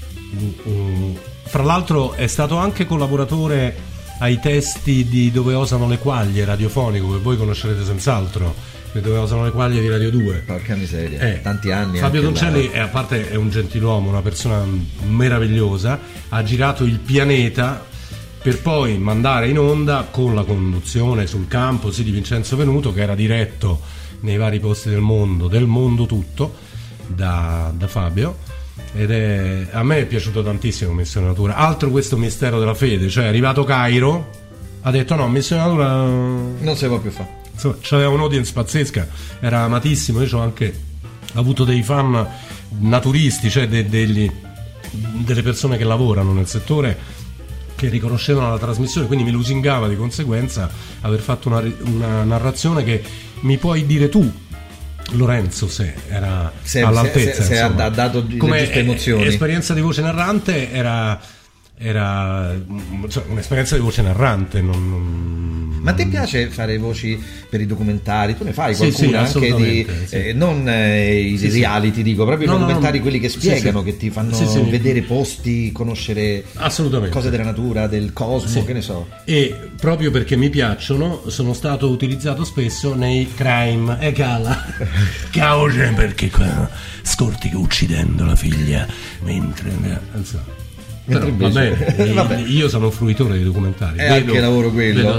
fra l'altro è stato anche collaboratore ai testi di Dove osano le quaglie, radiofonico, che voi conoscerete senz'altro, Dove osano le quaglie di Radio 2. Porca miseria, tanti anni. Fabio Toncelli a parte è un gentiluomo, una persona meravigliosa, ha girato il pianeta per poi mandare in onda con la conduzione sul campo di Vincenzo Venuto, che era diretto nei vari posti del mondo tutto da Fabio. A me è piaciuto tantissimo Missione Natura. Altro questo mistero della fede, cioè è arrivato Cairo, ha detto no, Missione Natura non si può più fare. Insomma, c'aveva un'audience pazzesca, era amatissimo. Io ho anche avuto dei fan naturisti, cioè delle persone che lavorano nel settore, che riconoscevano la trasmissione, quindi mi lusingava di conseguenza aver fatto una narrazione che mi puoi dire tu, Lorenzo, se era all'altezza, se ha dato le giuste emozioni. Esperienza di voce narrante era un'esperienza di voce narrante. Ma ti piace fare voci per i documentari? Tu ne fai qualcuna anche di non i reality, dico proprio i documentari, quelli che spiegano, che ti fanno vedere posti, conoscere cose della natura, del cosmo, che ne so. E proprio perché mi piacciono sono stato utilizzato spesso nei crime e causa, perché qua scorti uccidendo la figlia mentre però, va bene, io sono un fruitore di documentari. È anche lavoro quello.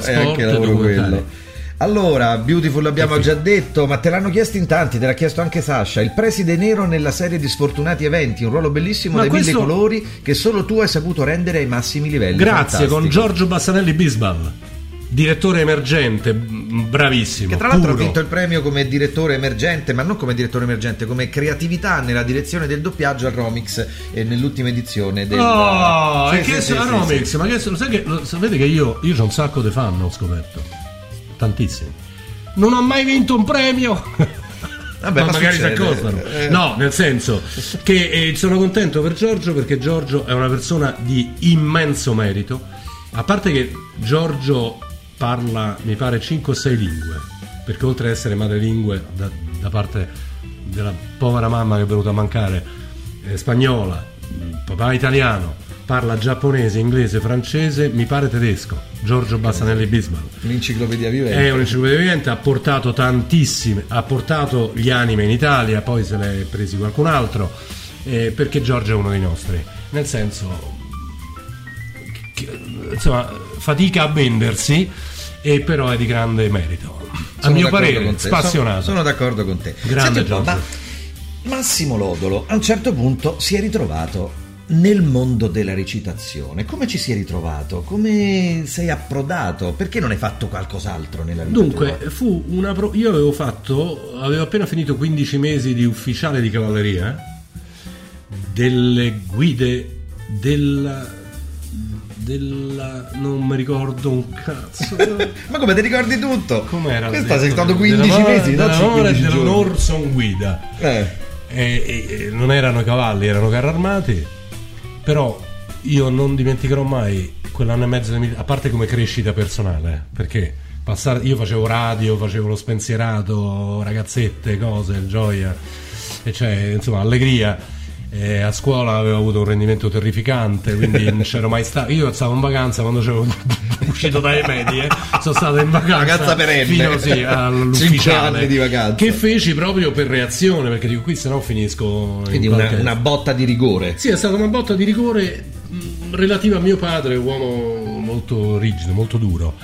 Allora, Beautiful l'abbiamo già detto, ma te l'hanno chiesto in tanti, te l'ha chiesto anche Sasha. Il preside nero nella serie di Sfortunati Eventi, un ruolo bellissimo dai mille colori che solo tu hai saputo rendere ai massimi livelli. Grazie, fantastico. Con Giorgio Bassanelli Bisbal, direttore emergente, bravissimo, che tra l'altro ha vinto il premio come direttore emergente, ma non come direttore emergente, come creatività nella direzione del doppiaggio al Romix, nell'ultima edizione del Romix. Ma che sapete che io ho un sacco di fan, ho scoperto tantissimi, non ho mai vinto un premio. Vabbè, ma magari si accostano. No, nel senso che sono contento per Giorgio, perché Giorgio è una persona di immenso merito, a parte che Giorgio parla, mi pare, 5 o 6 lingue, perché oltre ad essere madrelingue da parte della povera mamma che è venuta a mancare, spagnola, papà italiano, parla giapponese, inglese, francese, mi pare tedesco. Giorgio Bassanelli Bisbal, un'enciclopedia vivente. È un'enciclopedia vivente, ha portato tantissime, ha portato gli anime in Italia, poi se l'è presi qualcun altro, perché Giorgio è uno dei nostri, nel senso insomma fatica a vendersi, e però è di grande merito, a mio parere, spassionato. Sono d'accordo con te. Grande. Senti, Giorgio, Massimo Lodolo a un certo punto si è ritrovato nel mondo della recitazione. Come ci si è ritrovato? Come sei approdato? Perché non hai fatto qualcos'altro nella vita? Dunque, io avevo appena finito 15 mesi di ufficiale di cavalleria, delle guide della non mi ricordo un cazzo. Ma come ti ricordi tutto? Com'era? Questa sei stato 15 mesi, dell'Orson guida. E non erano i cavalli, erano carri armati. Però io non dimenticherò mai quell'anno e mezzo a parte come crescita personale, perché io facevo radio, facevo lo spensierato, ragazzette, cose, gioia, e cioè, insomma, allegria. A scuola avevo avuto un rendimento terrificante, quindi non c'ero mai stato. Io stavo in vacanza quando c'ero uscito dalle medie, sono stato in vacanza fino all'ufficiale, 5 anni di vacanza, che feci proprio per reazione, perché dico qui sennò finisco. Quindi una botta di rigore. Sì, è stata una botta di rigore relativa a mio padre, uomo molto rigido, molto duro.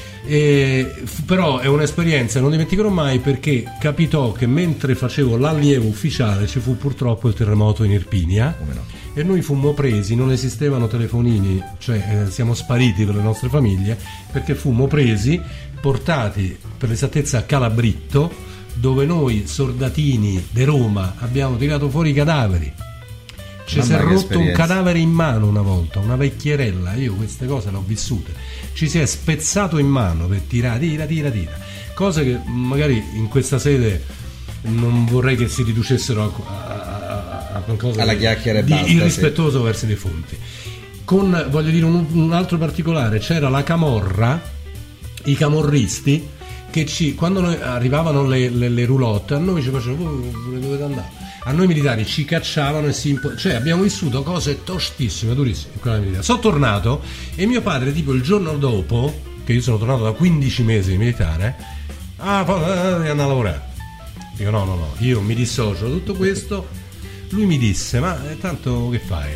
Però è un'esperienza, non dimenticherò mai, perché capitò che mentre facevo l'allievo ufficiale ci fu purtroppo il terremoto in Irpinia. Come no? E noi fummo presi, non esistevano telefonini, cioè siamo spariti per le nostre famiglie, perché fummo presi, portati per l'esattezza a Calabritto, dove noi soldatini di Roma abbiamo tirato fuori i cadaveri. Ci si è rotto un cadavere in mano una volta, una vecchierella, io queste cose le ho vissute, ci si è spezzato in mano per tira, cose che magari in questa sede non vorrei che si riducessero a qualcosa alla chiacchiera di basta, irrispettoso, sì, verso i defunti. Voglio dire un altro particolare, c'era la camorra, i camorristi che quando noi arrivavano le roulotte, a noi ci facevano: dove dovete andare? A noi militari ci cacciavano cioè abbiamo vissuto cose tostissime, durissime in quella militare. Sono tornato e mio padre, tipo il giorno dopo, che io sono tornato da 15 mesi di militare, poi andare a lavorare. Dico no, io mi dissocio da tutto questo. Lui mi disse: ma tanto che fai?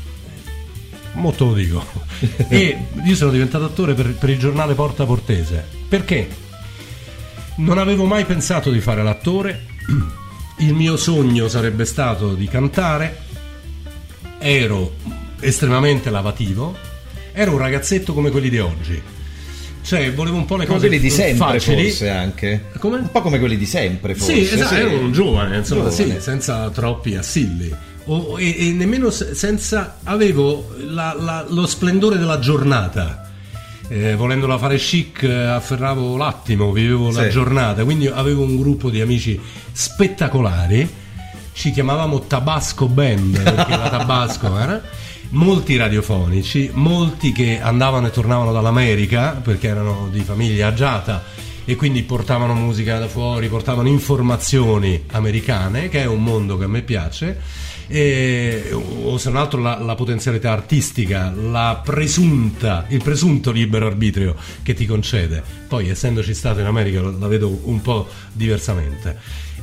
Molto lo dico. E io sono diventato attore per il giornale Porta Portese, perché non avevo mai pensato di fare l'attore. Il mio sogno sarebbe stato di cantare, ero estremamente lavativo, ero un ragazzetto come quelli di oggi, cioè volevo un po' le cose quelli di sempre facili. Forse anche come? Un po' come quelli di sempre forse. Sì, esatto, ero un giovane, insomma, sì, senza troppi assilli e nemmeno senza, avevo lo splendore della giornata. Volendola fare chic, afferravo l'attimo, vivevo la giornata, quindi avevo un gruppo di amici spettacolari, ci chiamavamo Tabasco Band, perché la Tabasco era, molti radiofonici, molti che andavano e tornavano dall'America perché erano di famiglia agiata e quindi portavano musica da fuori, portavano informazioni americane, che è un mondo che a me piace. O se non altro la potenzialità artistica, il presunto libero arbitrio che ti concede. Poi, essendoci stato in America, la vedo un po' diversamente.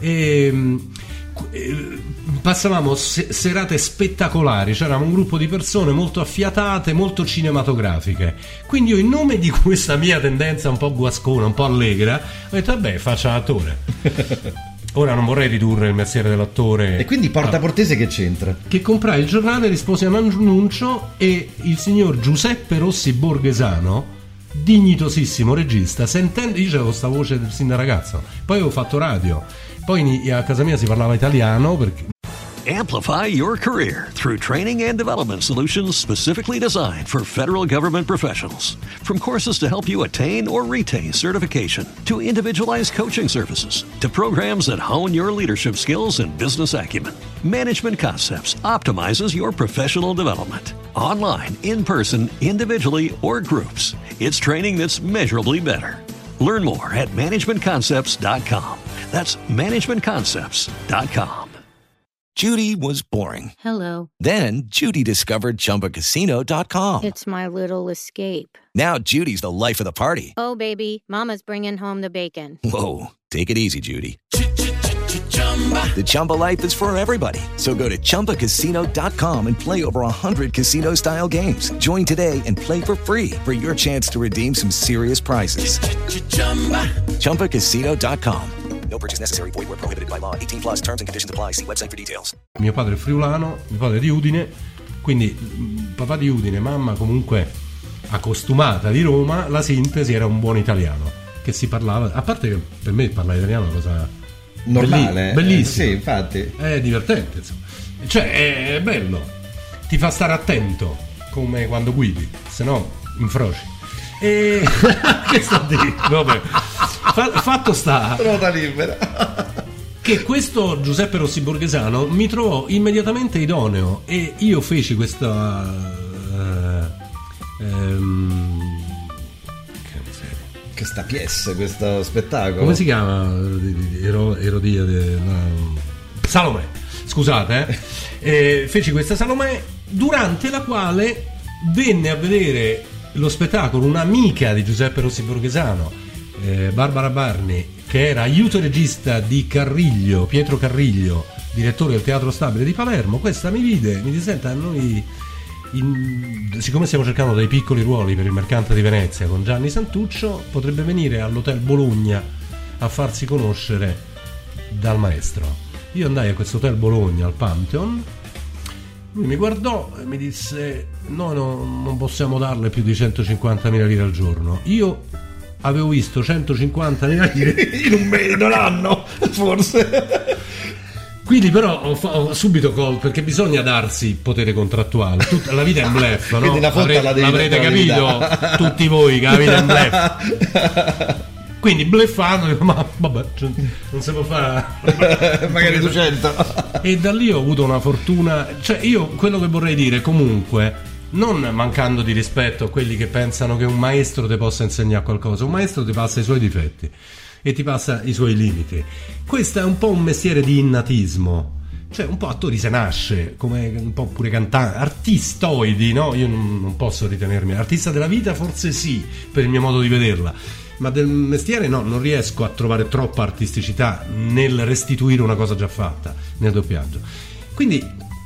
Passavamo serate spettacolari, c'eravamo un gruppo di persone molto affiatate, molto cinematografiche. Quindi io, in nome di questa mia tendenza un po' guascona, un po' allegra, ho detto vabbè, faccia l'attore. Ora non vorrei ridurre il mestiere dell'attore. E quindi Porta Portese che c'entra? Che comprai il giornale, risposi a un annuncio e il signor Giuseppe Rossi Borghesano, dignitosissimo regista, sentendo, io avevo questa voce sin da ragazzo, poi avevo fatto radio, poi a casa mia si parlava italiano perché... Amplify your career through training and development solutions specifically designed for federal government professionals. From courses to help you attain or retain certification, to individualized coaching services, to programs that hone your leadership skills and business acumen, Management Concepts optimizes your professional development. Online, in person, individually, or groups, it's training that's measurably better. Learn more at managementconcepts.com. That's managementconcepts.com. Judy was boring. Hello. Then Judy discovered ChumbaCasino.com. It's my little escape. Now Judy's the life of the party. Oh, baby, mama's bringing home the bacon. Whoa, take it easy, Judy. The Chumba life is for everybody. So go to ChumbaCasino.com and play over 100 casino-style games. Join today and play for free for your chance to redeem some serious prizes. ChumbaCasino.com. No purchase necessary. Void where prohibited by law. 18 plus terms and conditions apply. See website for details. Mio padre è friulano, mio padre è di Udine, quindi papà di Udine, mamma comunque accostumata di Roma, la sintesi era un buon italiano, che si parlava, a parte che per me parlare italiano è una cosa normale, bellissima. Sì, infatti. È divertente, insomma. Cioè, è bello. Ti fa stare attento, come quando guidi, se no infroci. E che sta a dire? Vabbè. Fatto sta. Ruota libera. Che questo Giuseppe Rossi Borghesano mi trovò immediatamente idoneo e io feci questa questa pièce, questo spettacolo. Come si chiama? Erodiade, Salomè. Scusate, feci questa Salomè, durante la quale venne a vedere lo spettacolo un'amica di Giuseppe Rossi Borghesano, Barbara Barni, che era aiuto regista di Carriglio, Pietro Carriglio, direttore del Teatro Stabile di Palermo. Questa mi vide, mi disse: senta, noi siccome stiamo cercando dei piccoli ruoli per il Mercante di Venezia con Gianni Santuccio, potrebbe venire all'Hotel Bologna a farsi conoscere dal maestro. Io andai a questo Hotel Bologna, al Pantheon. Lui mi guardò e mi disse: no, non possiamo darle più di 150.000 lire al giorno. Io avevo visto 150.000 lire in un anno, forse. Quindi però ho subito perché bisogna darsi potere contrattuale. La vita è un bluff, no? L'avrete capito tutti voi che la vita è un bluff. Quindi bluffando, ma vabbè, non si può fare. Magari 200. E da lì ho avuto una fortuna. Cioè, io quello che vorrei dire comunque, non mancando di rispetto a quelli che pensano che un maestro ti possa insegnare qualcosa, un maestro ti passa i suoi difetti e ti passa i suoi limiti. Questo è un po' un mestiere di innatismo, cioè un po' attori se nasce, come un po' pure cantanti, artistoidi, no? Io non posso ritenermi artista della vita, forse sì, per il mio modo di vederla, ma del mestiere no, non riesco a trovare troppa artisticità nel restituire una cosa già fatta nel doppiaggio. Quindi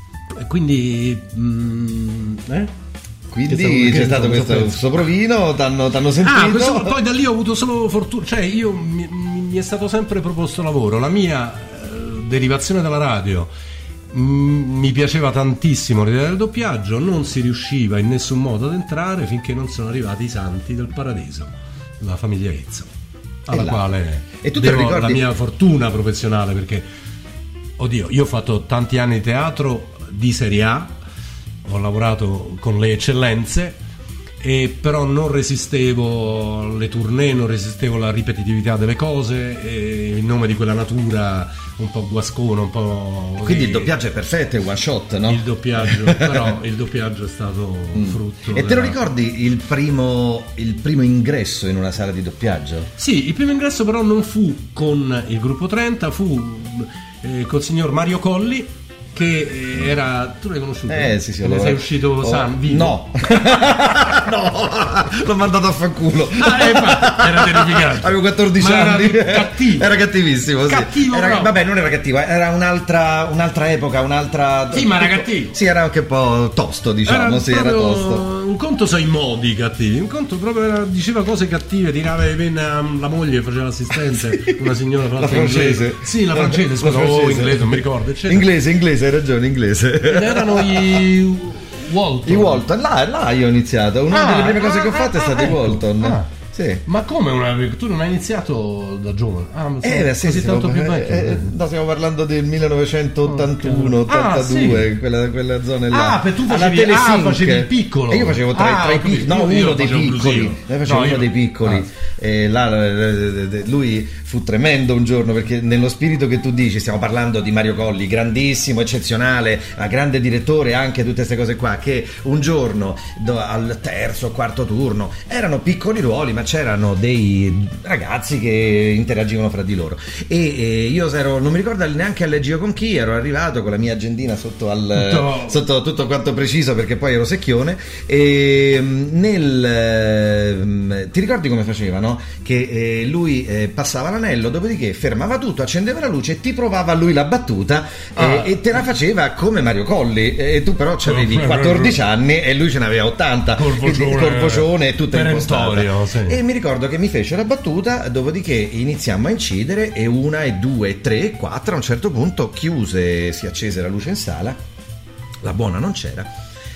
c'è stato questo provino, t'hanno sentito. Poi da lì ho avuto solo fortuna, cioè io mi è stato sempre proposto lavoro. La mia derivazione dalla radio mi piaceva tantissimo l'idea del doppiaggio, non si riusciva in nessun modo ad entrare finché non sono arrivati i santi del paradiso, la famiglia Izzo, alla quale devo la mia fortuna professionale, perché oddio, io ho fatto tanti anni di teatro di serie A, ho lavorato con le eccellenze, e però non resistevo alle tournée, non resistevo alla ripetitività delle cose, e in nome di quella natura un po' guascona, un po'. Quindi il doppiaggio è perfetto, è one shot, no? Il doppiaggio, però il doppiaggio è stato un frutto. E te lo ricordi il primo ingresso in una sala di doppiaggio? Sì, il primo ingresso però non fu con il gruppo 30, fu col signor Mario Colli, che era, tu l'hai conosciuto? Sì, ne sei uscito vivo? No. No, l'ho mandato a fanculo. Era terrificante. Avevo 14 anni. Era cattivo. Era cattivissimo, sì. Cattivo, vabbè, non era cattivo, era un'altra epoca, un'altra. Sì, ma era cattivo. Sì, era anche un po' tosto, diciamo, era tosto. Un conto so i modi cattivi, un conto proprio diceva cose cattive, tirava le penne alla moglie, faceva l'assistente, sì. Una signora la francese. Sì, la francese, scusa, inglese, non mi ricordo, eccetera. Inglese, hai ragione, inglese. Ed erano i Walton, là io ho iniziato. Una delle prime cose che ho fatto è stato i Walton. Sì. Ma come tu non hai iniziato da giovane? Sì, tanto più vecchio. No, stiamo parlando del 1981, 82, sì. quella zona là. Per tu facevi il piccolo. E io facevo tra i piccoli, uno dei piccoli. Noi facevamo uno dei piccoli. E là lui fu tremendo un giorno, perché nello spirito che tu dici, stiamo parlando di Mario Colli, grandissimo, eccezionale, grande direttore, anche tutte queste cose qua, che un giorno al terzo o quarto turno erano piccoli ruoli, ma c'erano dei ragazzi che interagivano fra di loro, e io non mi ricordo neanche a Leggio con chi ero arrivato con la mia agendina sotto tutto quanto preciso, perché poi ero secchione, e ti ricordi come faceva, no? Che lui passava l'anello, dopodiché fermava tutto, accendeva la luce e ti provava lui la battuta, e te la faceva come Mario Colli, e tu però c'avevi 14 anni e lui ce n'aveva 80 col vocione e tutto impostato. Sì. E mi ricordo che mi fece la battuta, dopodiché iniziammo a incidere e 1 e 2 e 3 e 4 a un certo punto si accese la luce in sala, la buona non c'era,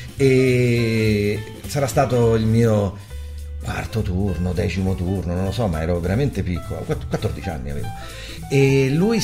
e sarà stato il mio quarto turno, 10° turno, non lo so, ma ero veramente piccolo, 14 anni avevo, e lui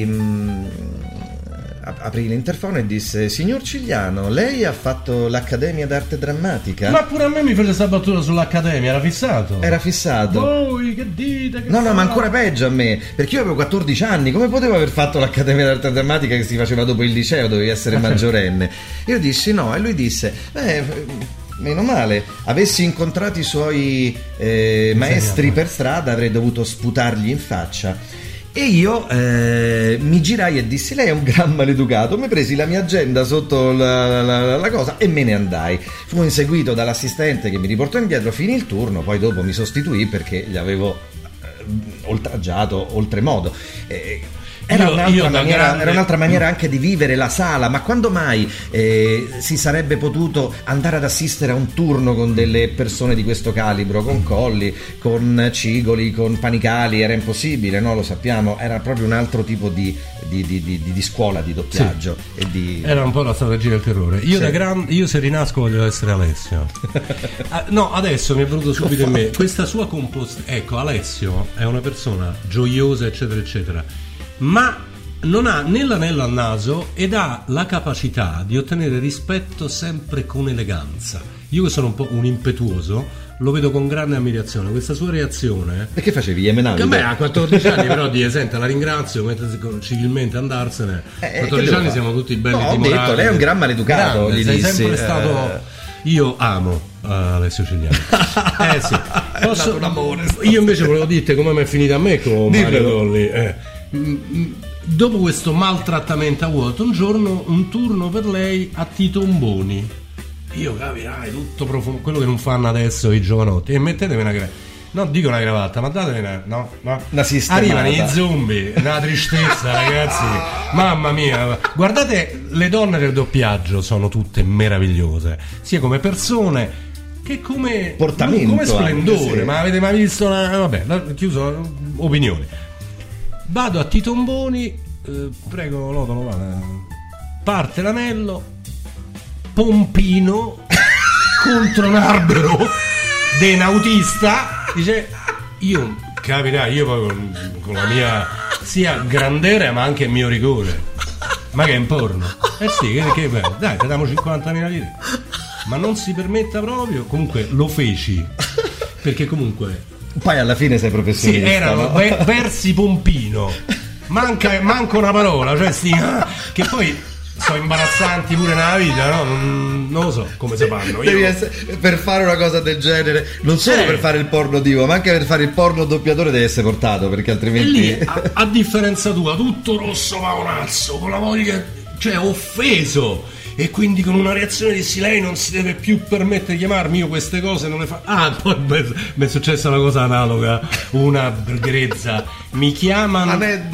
aprì l'interfono e disse: signor Cigliano, lei ha fatto l'Accademia d'Arte Drammatica? Ma pure a me mi fece questa battuta sull'Accademia, era fissato. Era fissato. Voi che dite? No, ma ancora peggio a me, perché io avevo 14 anni, come potevo aver fatto l'Accademia d'Arte Drammatica che si faceva dopo il liceo, dovevi essere maggiorenne? Io dissi no, e lui disse: meno male, avessi incontrato i suoi maestri per strada avrei dovuto sputargli in faccia. E io mi girai e dissi: lei è un gran maleducato. Mi presi la mia agenda sotto la cosa e me ne andai. Fu inseguito dall'assistente che mi riportò indietro, finì il turno, poi dopo mi sostituì perché gli avevo oltraggiato oltremodo. Era un'altra maniera anche di vivere la sala, ma quando mai si sarebbe potuto andare ad assistere a un turno con delle persone di questo calibro, con Colli, con Cigoli, con Panicali? Era impossibile, no? Lo sappiamo, era proprio un altro tipo di scuola di doppiaggio. Sì. Era un po' la strategia del terrore. Io se rinasco voglio essere Alessio. No, adesso mi è venuto subito in me questa sua ecco, Alessio è una persona gioiosa, eccetera eccetera, ma non ha né l'anello al naso ed ha la capacità di ottenere rispetto sempre con eleganza. Io che sono un po' un impetuoso lo vedo con grande ammirazione, questa sua reazione. Perché facevi gli emenali? Che a me a 14 anni però di senta, la ringrazio, mentre civilmente andarsene. 14 anni siamo tutti belli timorati. Ho detto, lei è un gran maleducato, grande, sei sempre stato. Io amo Alessio Cigliano. Sì. Un amore. Io invece volevo dirti come mi è finita a me con Mario Colli. Dopo questo maltrattamento a vuoto, un giorno un turno per lei a Titomboni. Io capirai tutto profondo, quello che non fanno adesso i giovanotti, e mettetevi non dico una cravatta, ma datemi una sistemata. Arrivano i zombie, una tristezza, ragazzi, mamma mia. Guardate, le donne del doppiaggio sono tutte meravigliose, sia come persone che come portamento, come splendore, anche, sì. Ma avete mai visto chiuso opinioni. Vado a Titomboni, prego Lodolo, parte l'anello, pompino contro un albero de nautista, dice, io capirai, io poi con la mia sia grandere ma anche il mio rigore, ma che è un porno? Sì, che bello, dai, ti diamo 50.000 lire, ma non si permetta proprio. Comunque lo feci, perché comunque poi alla fine sei professionista. Sì, erano versi pompino, manca una parola, cioè che poi sono imbarazzanti pure nella vita, no? Non lo so come si fanno. Per fare una cosa del genere, non solo per fare il porno divo, ma anche per fare il porno doppiatore devi essere portato, perché altrimenti lì, a differenza tua, tutto rosso maonazzo, con la voglia, cioè offeso. E quindi con una reazione dissi: lei non si deve più permettere di chiamarmi, io queste cose non le faccio. Poi mi è successa una cosa analoga, una grezza. Mi chiamano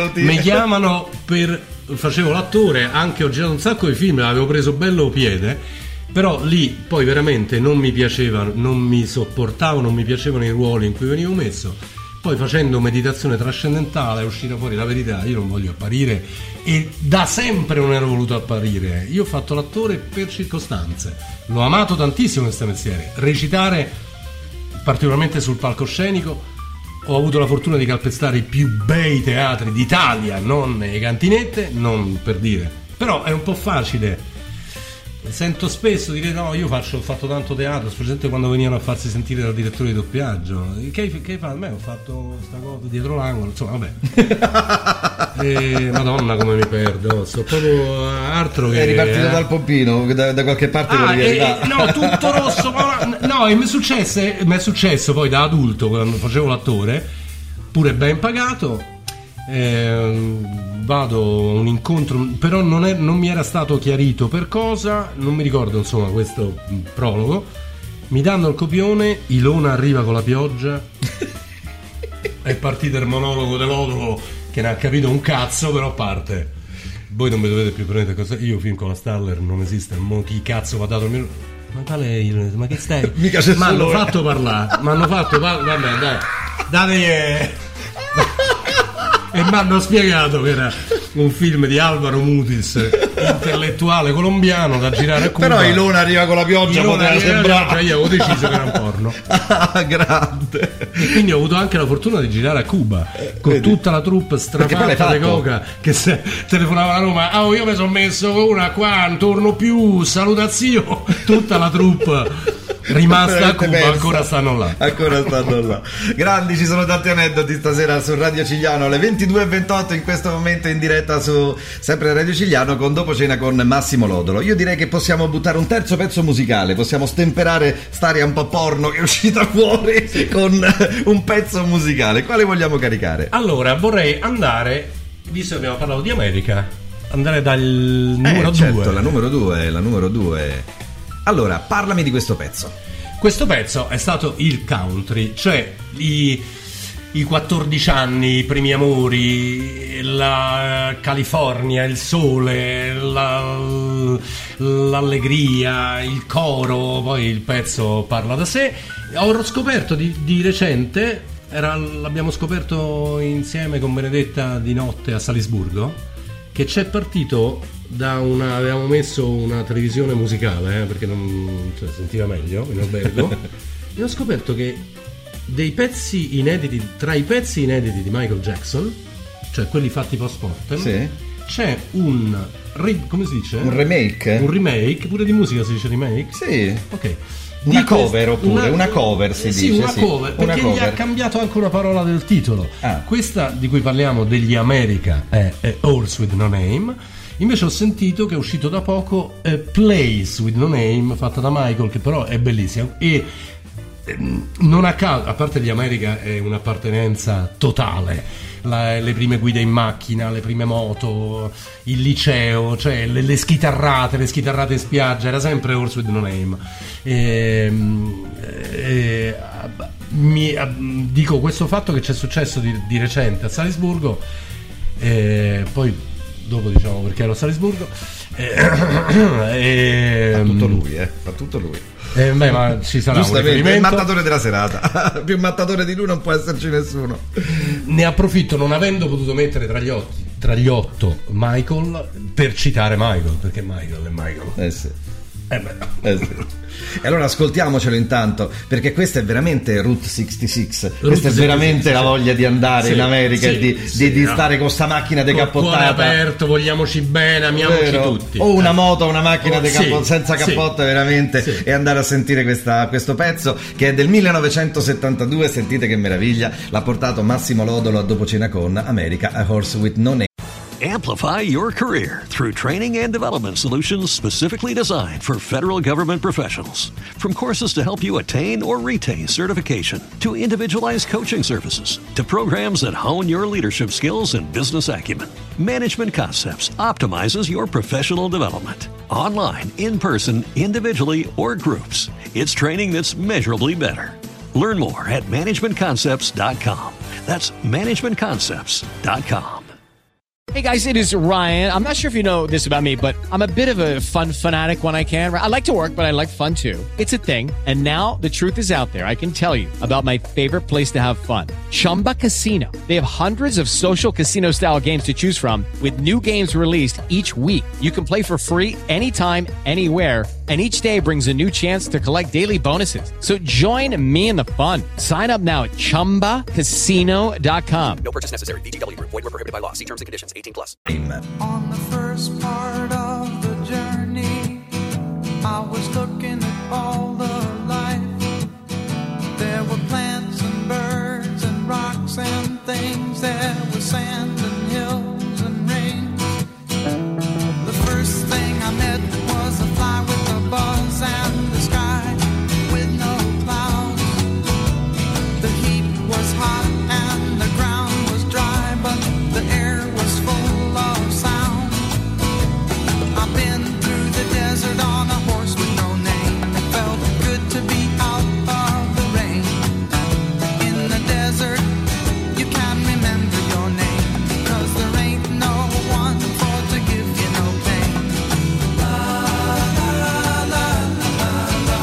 facevo l'attore, anche ho girato un sacco di film, l'avevo preso bello piede, però lì poi veramente non mi piaceva, non mi sopportavo, non mi piacevano i ruoli in cui venivo messo. Poi facendo meditazione trascendentale è uscita fuori la verità: io non voglio apparire, e da sempre non ero voluto apparire. Io ho fatto l'attore per circostanze, l'ho amato tantissimo questo mestiere, recitare particolarmente sul palcoscenico. Ho avuto la fortuna di calpestare i più bei teatri d'Italia, non le cantinette, non per dire, però è un po' facile. Sento spesso dire: no, io ho fatto tanto teatro, specialmente quando venivano a farsi sentire dal direttore di doppiaggio. Che fa? Ho fatto sta cosa dietro l'angolo, insomma, vabbè. Madonna come mi perdo, sto proprio altro che. È ripartito dal pompino, da qualche parte no, tutto rosso. No, e mi è successo poi da adulto, quando facevo l'attore, pure ben pagato. Vado a un incontro, però non mi era stato chiarito per cosa, non mi ricordo, insomma, questo prologo. Mi danno il copione, Ilona arriva con la pioggia. È partito il monologo dell'Odolo che ne ha capito un cazzo, però parte: voi non mi dovete più prendere cosa. Io film con la Staller non esiste, mo chi cazzo va dato il mio. Ma quale ironia? Ma che stai? Mica c'è mi hanno solo fatto parlare. Vabbè, dai. E mi hanno spiegato che era un film di Alvaro Mutis, intellettuale colombiano, da girare a Cuba. Però Ilona arriva con la pioggia, poteva sembrare. Io avevo deciso che era un porno. Grande. E quindi ho avuto anche la fortuna di girare a Cuba con tutta la troupe strafatta di coca che se telefonava a Roma. Io mi sono messo una qua, non torno più, salutazione. Tutta la troupe rimasta a Cuba, ancora stanno là. Grandi, ci sono tanti aneddoti stasera su Radio Cigliano alle 22:28, in questo momento in diretta su sempre Radio Cigliano con Dopo Cena con Massimo Lodolo. Io direi che possiamo buttare un terzo pezzo musicale, possiamo stemperare st'aria un po' porno che è uscita fuori con un pezzo musicale. Quale vogliamo caricare? Allora, vorrei andare, visto che abbiamo parlato di America, andare dal numero 2. Certo, la numero 2. Allora, parlami di questo pezzo. Questo pezzo è stato il country, cioè i 14 anni, i primi amori, la California, il sole, l'allegria, il coro, poi il pezzo parla da sé. Ho scoperto di recente, l'abbiamo scoperto insieme con Benedetta di notte a Salisburgo, che c'è partito avevamo messo una televisione musicale perché non sentiva meglio in albergo e ho scoperto che dei pezzi inediti, tra i pezzi inediti di Michael Jackson, cioè quelli fatti post-mortem, sì, c'è come si dice? Un remake pure di musica si dice remake? Sì. Ok. Una cover si dice. Una cover, perché gli ha cambiato anche una parola del titolo. Questa di cui parliamo degli America è Horse with No Name. Invece ho sentito che è uscito da poco Place with No Name, fatta da Michael, che però è bellissima e non a caso, a parte gli America è un'appartenenza totale, le prime guide in macchina, le prime moto, il liceo, cioè le schitarrate in spiaggia, era sempre Horse with No Name. Dico questo fatto che c'è successo di recente a Salisburgo, poi dopo diciamo perché ero a Salisburgo, fa tutto lui. Ma ci sarà un riferimento. Il mattatore della serata. Più mattatore di lui non può esserci nessuno. Ne approfitto, non avendo potuto mettere tra gli 8 Michael, per citare Michael, perché Michael è Michael. Sì. E allora ascoltiamocelo intanto, perché questa è veramente Route 66. Questa è veramente la voglia di andare in America e di stare con sta macchina decappotata. Cuore aperto, vogliamoci bene, amiamoci tutti. O una moto, una macchina senza cappotto, veramente, e andare a sentire questo pezzo che è del 1972. Sentite che meraviglia, l'ha portato Massimo Lodolo a Dopo Cena con America, A Horse with No Name. Amplify your career through training and development solutions specifically designed for federal government professionals. From courses to help you attain or retain certification, to individualized coaching services, to programs that hone your leadership skills and business acumen, Management Concepts optimizes your professional development. Online, in person, individually, or groups, it's training that's measurably better. Learn more at managementconcepts.com. That's managementconcepts.com. Hey guys, it is Ryan. I'm not sure if you know this about me, but I'm a bit of a fun fanatic when I can. I like to work, but I like fun too. It's a thing. And now the truth is out there. I can tell you about my favorite place to have fun. Chumba Casino. They have hundreds of social casino style games to choose from with new games released each week. You can play for free anytime, anywhere. And each day brings a new chance to collect daily bonuses. So join me in the fun. Sign up now at ChumbaCasino.com. No purchase necessary. VGW Group. Void where prohibited by law. See terms and conditions. 18+. On the first part of the journey, I was looking at all the life. There were plants and birds and rocks and things. There was sand and hills and rain. The first thing I met was a fly with a buzz and the sky with no clouds. The heat was hot and the ground was dry, but the air was full of sound. I've been through the desert on a horse with no name. It felt good to be out of the rain. In the desert, you can remember your name, because there ain't no one for to give you no pain. La, la, la, la, la.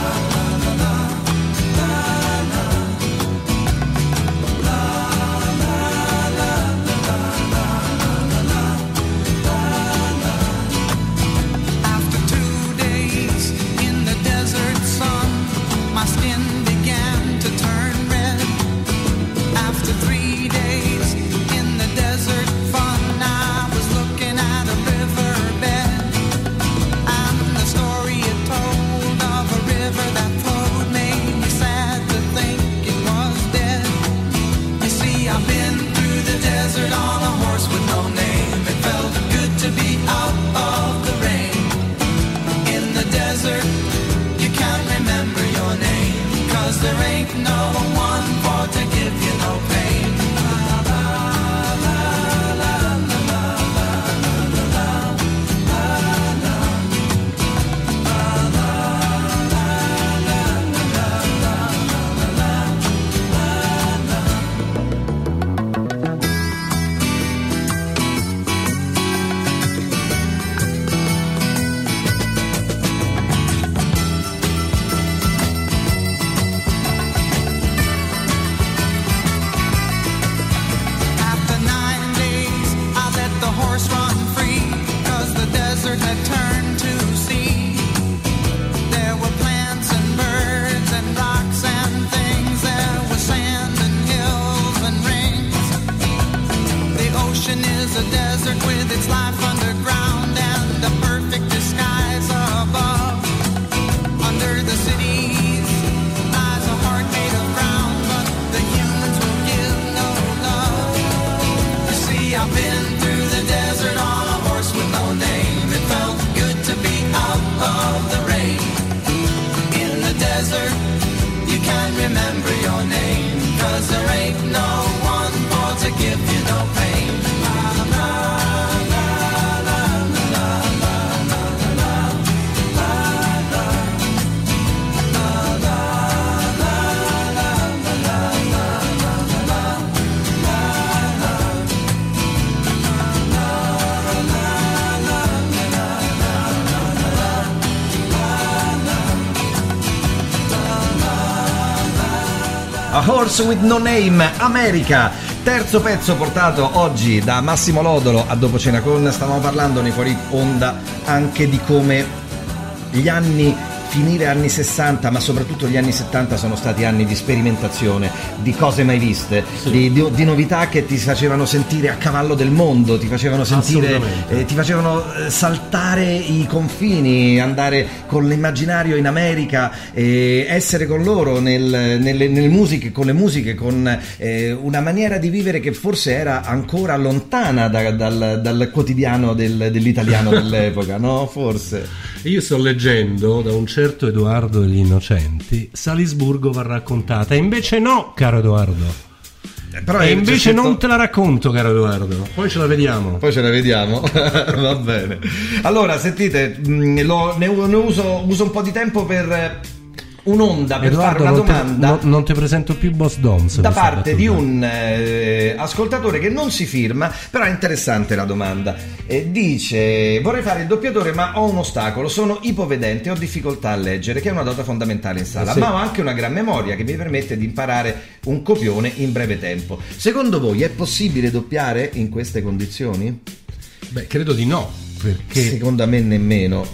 A Horse with No Name, America, terzo pezzo portato oggi da Massimo Lodolo a Dopo Cena Con. Stavamo parlando nei fuori onda anche di come gli anni, finire anni 60 ma soprattutto gli anni 70 sono stati anni di sperimentazione, di cose mai viste, sì. di novità che ti facevano sentire a cavallo del mondo, ti facevano sentire, ti facevano saltare i confini, andare con l'immaginario in America, essere con loro nelle musiche, con le musiche, con una maniera di vivere che forse era ancora lontana dal quotidiano dell'italiano dell'epoca, no? Forse. Io sto leggendo da un certo Edoardo degli Innocenti, Salisburgo va raccontata, e invece no, caro Edoardo. Però e invece non te la racconto, caro Edoardo. Poi ce la vediamo. Va bene. Allora, sentite, ne uso un po' di tempo per un'onda, per Edoardo, fare una domanda. Non ti presento più Boss Dons da parte di un ascoltatore che non si firma, però è interessante la domanda. Dice: vorrei fare il doppiatore ma ho un ostacolo, sono ipovedente, ho difficoltà a leggere, che è una dote fondamentale in sala, ma ho anche una gran memoria che mi permette di imparare un copione in breve tempo. Secondo voi è possibile doppiare in queste condizioni? Beh, credo di no, perché secondo me nemmeno.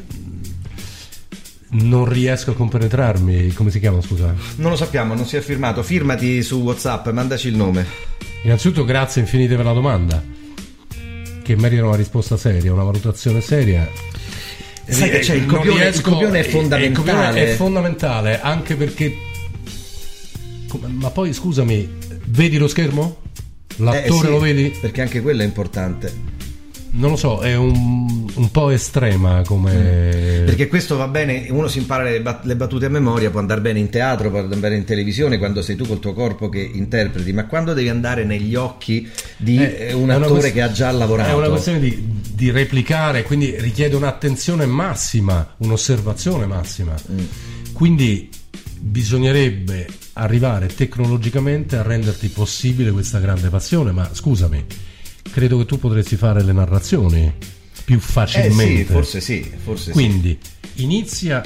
Non riesco a compenetrarmi. Come si chiama, scusa? Non lo sappiamo, non si è firmato. Firmati su WhatsApp, mandaci il nome. Innanzitutto grazie infinite per la domanda, che merita una risposta seria, una valutazione seria. Sai che c'è il copione è fondamentale. Il copione è fondamentale anche perché. Ma poi scusami, vedi lo schermo? L'attore sì, lo vedi? Perché anche quello è importante. Non lo so, è un po' estrema come. Perché questo va bene, uno si impara le battute a memoria, può andare bene in teatro, può andare bene in televisione, quando sei tu col tuo corpo che interpreti, ma quando devi andare negli occhi di un attore che ha già lavorato. È una questione di replicare, quindi richiede un'attenzione massima, un'osservazione massima. Quindi bisognerebbe arrivare tecnologicamente a renderti possibile questa grande passione, ma scusami, credo che tu potresti fare le narrazioni più facilmente. Sì, forse sì. Quindi inizia,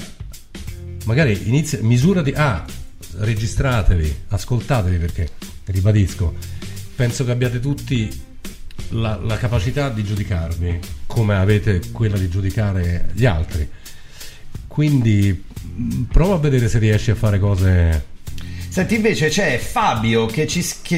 misurati, registratevi, ascoltatevi, perché ribadisco, penso che abbiate tutti la capacità di giudicarvi come avete quella di giudicare gli altri. Quindi prova a vedere se riesci a fare cose. Senti, invece c'è Fabio che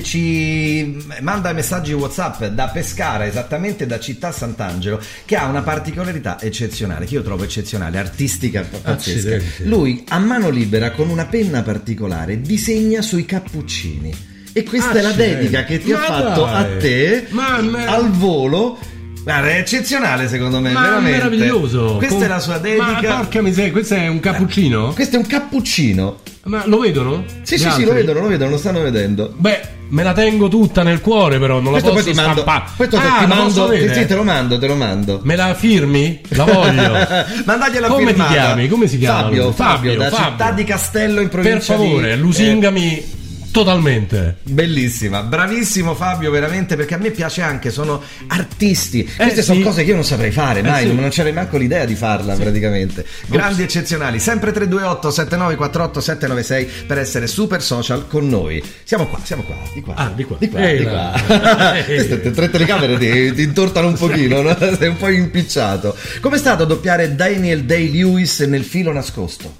ci manda messaggi WhatsApp da Pescara, esattamente da Città Sant'Angelo, che ha una particolarità eccezionale, che io trovo eccezionale, artistica pazzesca. Lui a mano libera con una penna particolare disegna sui cappuccini, e questa è la dedica che ti ha fatto a te al volo. Guarda, è eccezionale secondo me, veramente meraviglioso. Questa è la sua dedica. Ma porca miseria, questo è un cappuccino? Questo è un cappuccino. Ma lo vedono? Sì, lo vedono, lo stanno vedendo. Beh, me la tengo tutta nel cuore, però non questo la posso stampare. Questo ti mando. Sì, te lo mando. Me la firmi? La voglio. Mandagliela come firmata. Ti chiami? Come si chiama? Fabio da Città di Castello in provincia. Per favore, lusingami totalmente. Bellissima, bravissimo Fabio, veramente, perché a me piace anche, sono artisti. Queste sono cose che io non saprei fare mai, non c'avrei manco l'idea di farla praticamente. Grandi, eccezionali. Sempre 328 7948 796 per essere super social con noi. Siamo qua, di qua. Di qua. Queste tre telecamere ti intortano un pochino, no? Sei un po' impicciato. Com'è stato doppiare Daniel Day-Lewis nel Filo nascosto?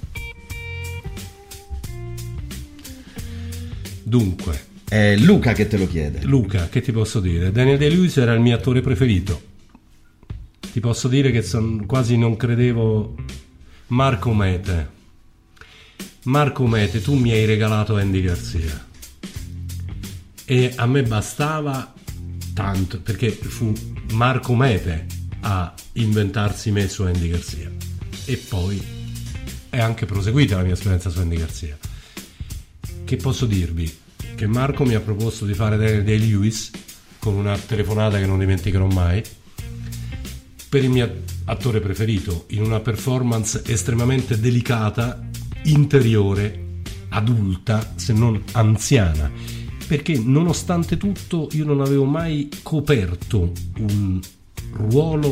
Dunque, è Luca che te lo chiede. Luca, che ti posso dire? Daniel Day-Lewis era il mio attore preferito. Ti posso dire che quasi non credevo. Marco Mete, tu mi hai regalato Andy Garcia, e a me bastava tanto, perché fu Marco Mete a inventarsi me su Andy Garcia, e poi è anche proseguita la mia esperienza su Andy Garcia. Che posso dirvi? Che Marco mi ha proposto di fare Daniel Day-Lewis con una telefonata che non dimenticherò mai, per il mio attore preferito, in una performance estremamente delicata, interiore, adulta, se non anziana, perché nonostante tutto io non avevo mai coperto un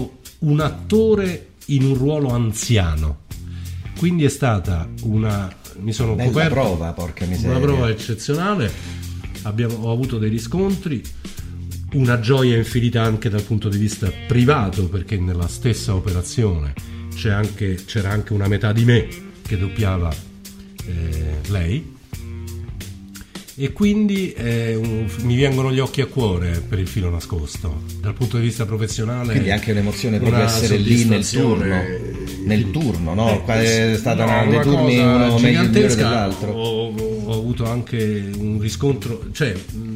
attore in un ruolo anziano. Quindi è stata una mi sono bella coperto. Prova, porca miseria. Una prova eccezionale. Ho avuto dei riscontri, una gioia infinita anche dal punto di vista privato, perché nella stessa operazione c'era anche una metà di me che doppiava lei, e quindi mi vengono gli occhi a cuore per il filo nascosto dal punto di vista professionale. Quindi anche un'emozione proprio essere lì nel turno, no? Qua è stata dei turni uno meglio dell'altro. Ho avuto anche un riscontro, cioè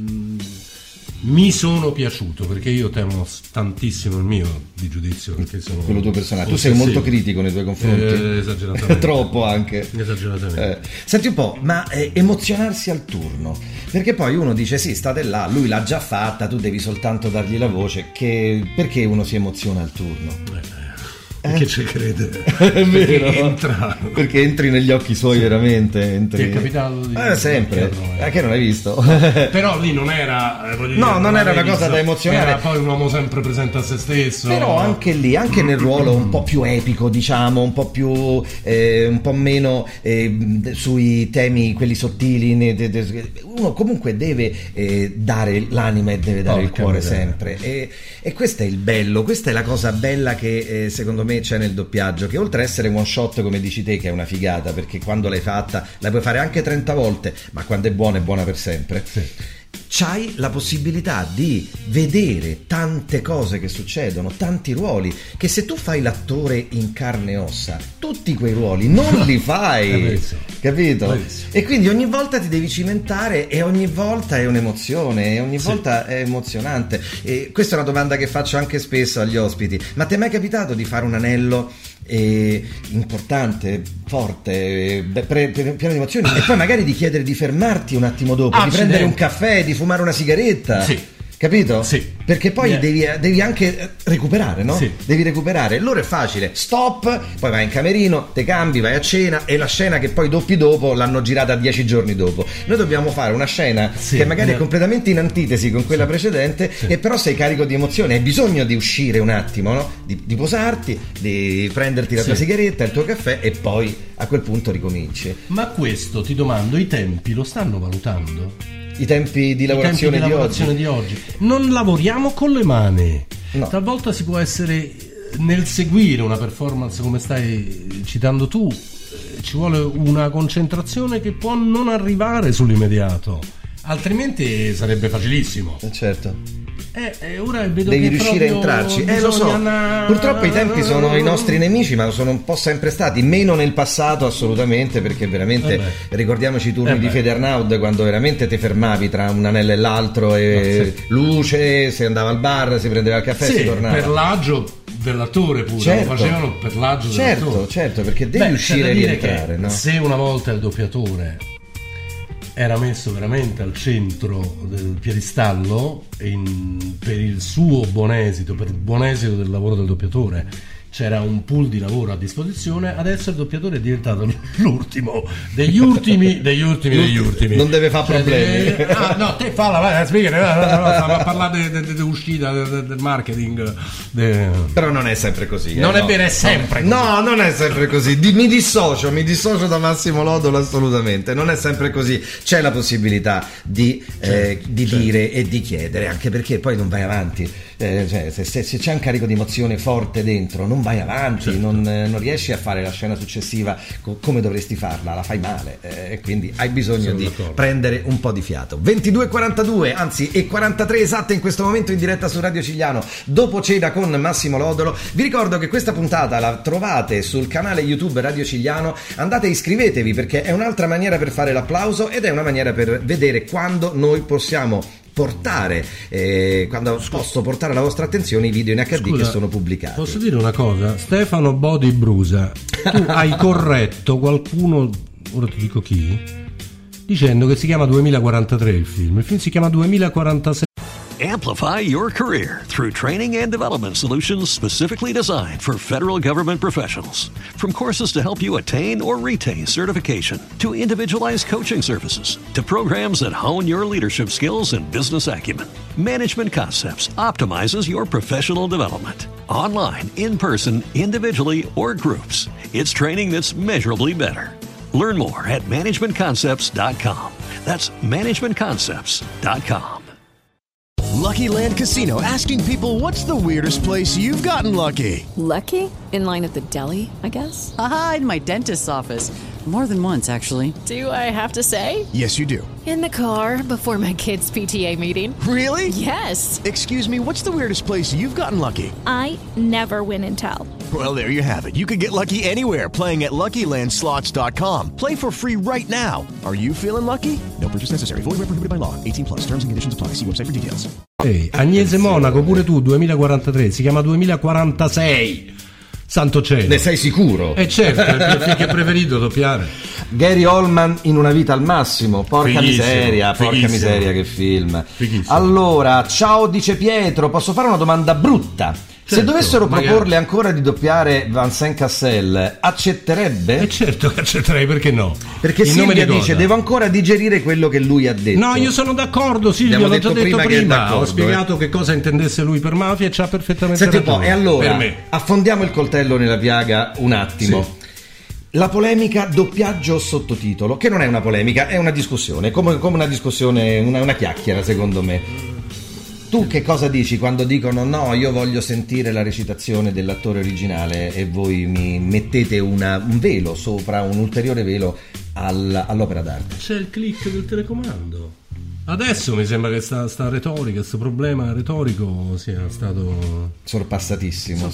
mi sono piaciuto, perché io temo tantissimo il mio di giudizio, perché sono quello tuo personale. Tu sei molto critico nei tuoi confronti, esageratamente. Troppo anche, esageratamente. Senti un po', ma emozionarsi al turno, perché poi uno dice sì, state là, lui l'ha già fatta, tu devi soltanto dargli la voce, perché uno si emoziona al turno? Perché ci crede, è vero, perché entri negli occhi suoi, veramente. Ti è capitato di sempre, che non hai visto? Però lì non era non era una cosa da emozionare, era poi un uomo sempre presente a se stesso. Però anche lì, anche nel ruolo un po' più epico, diciamo, un po' più un po' meno sui temi quelli sottili, uno comunque deve dare l'anima e deve dare il cuore sempre, e questo è il bello, questa è la cosa bella che secondo me c'è nel doppiaggio, che oltre a essere one shot, come dici te, che è una figata, perché quando l'hai fatta la puoi fare anche 30 volte, ma quando è buona per sempre. Sì. C'hai la possibilità di vedere tante cose che succedono, tanti ruoli, che se tu fai l'attore in carne e ossa, tutti quei ruoli non li fai, capito? E quindi ogni volta ti devi cimentare, e ogni volta è un'emozione, e ogni volta è emozionante. E questa è una domanda che faccio anche spesso agli ospiti: ma ti è mai capitato di fare un anello importante, forte, pieno di emozioni, e poi magari di chiedere di fermarti un attimo dopo, di prendere un caffè, di fumare una sigaretta? Sì. Capito? Sì. Perché poi devi anche recuperare, no? Sì. Devi recuperare. Loro è facile, stop, poi vai in camerino, te cambi, vai a cena, e la scena che poi doppi dopo l'hanno girata 10 giorni dopo. Noi dobbiamo fare una scena che magari è completamente in antitesi con quella precedente, e però sei carico di emozione, hai bisogno di uscire un attimo, no? Di posarti, di prenderti la tua sigaretta, il tuo caffè, e poi a quel punto ricominci. Ma questo, ti domando, i tempi lo stanno valutando? I tempi di lavorazione di oggi. Non lavoriamo con le mani. No. Talvolta si può essere, nel seguire una performance come stai citando tu, ci vuole una concentrazione che può non arrivare sull'immediato, altrimenti sarebbe facilissimo. Certo. Ora vedo devi che riuscire a entrarci. Lo so. Purtroppo i tempi sono i nostri nemici, ma sono un po' sempre stati, meno nel passato assolutamente, perché veramente ricordiamoci i turni di Federnaud, quando veramente ti fermavi tra un anello e l'altro, e luce, si andava al bar, si prendeva il caffè e si tornava. Per l'agio dell'attore pure, lo facevano per l'agio dell'attore. Certo, perché devi uscire e rientrare, no? Se una volta il doppiatore era messo veramente al centro del piedistallo, per il suo buon esito, per il buon esito del lavoro del doppiatore, c'era un pool di lavoro a disposizione. Adesso il doppiatore è diventato l'ultimo degli ultimi. Non deve fare problemi. No, te falla, vai, a parlare dell'uscita, del marketing. Però non è sempre così. Non è vero, è sempre così. No, non è sempre così. Mi dissocio da Massimo Lodolo, assolutamente. Non è sempre così. C'è la possibilità di dire e di chiedere, anche perché poi non vai avanti. Se c'è un carico di emozione forte dentro, non vai avanti, non riesci a fare la scena successiva come dovresti farla, la fai male, e quindi hai bisogno di prendere un po' di fiato. 22:42, anzi e 43 esatte in questo momento, in diretta su Radio Cigliano, dopo cena con Massimo Lodolo. Vi ricordo che questa puntata la trovate sul canale YouTube Radio Cigliano. Andate e iscrivetevi, perché è un'altra maniera per fare l'applauso, ed è una maniera per vedere quando noi possiamo portare, quando posso portare alla vostra attenzione i video in HD che sono pubblicati. Posso dire una cosa? Stefano Bodi Brusa, tu hai corretto qualcuno, ora ti dico chi, dicendo che si chiama 2043 il film si chiama 2046. Amplify your career through training and development solutions specifically designed for federal government professionals. From courses to help you attain or retain certification, to individualized coaching services, to programs that hone your leadership skills and business acumen, Management Concepts optimizes your professional development. Online, in person, individually, or groups, it's training that's measurably better. Learn more at managementconcepts.com. That's managementconcepts.com. Lucky Land Casino, asking people, what's the weirdest place you've gotten lucky? Lucky? In line at the deli, I guess? Aha, in my dentist's office. More than once, actually. Do I have to say? Yes, you do. In the car before my kids' PTA meeting. Really? Yes. Excuse me, what's the weirdest place you've gotten lucky? I never win and tell. Well, there you have it. You can get lucky anywhere, playing at LuckyLandSlots.com. Play for free right now. Are you feeling lucky? No purchase necessary. Void where prohibited by law. 18+. Terms and conditions apply. See website for details. Agnese Monaco, pure tu, 2043. Si chiama 2046. Santo cielo. Ne sei sicuro? Certo, è il mio figlio preferito doppiare. Gary Oldman in Una vita al massimo. Porca miseria che film. Fighissimo. Allora, ciao, dice Pietro, posso fare una domanda brutta? Se dovessero proporle ancora di doppiare Vincent Cassel, accetterebbe? Certo che accetterei, perché no? Perché Silvia dice, devo ancora digerire quello che lui ha detto. No, io sono d'accordo, Silvia, l'ho già detto prima. Ho spiegato che cosa intendesse lui per mafia e c'ha perfettamente ragione. Senti un po', e allora, affondiamo il coltello nella piaga un attimo. Sì. La polemica doppiaggio o sottotitolo, che non è una polemica, è una discussione, come una discussione, una chiacchiera, secondo me. Tu che cosa dici quando dicono no, io voglio sentire la recitazione dell'attore originale e voi mi mettete un velo sopra, un ulteriore velo all'opera d'arte? C'è il click del telecomando. Adesso mi sembra che sta retorica, questo problema retorico sia stato sorpassatissimo.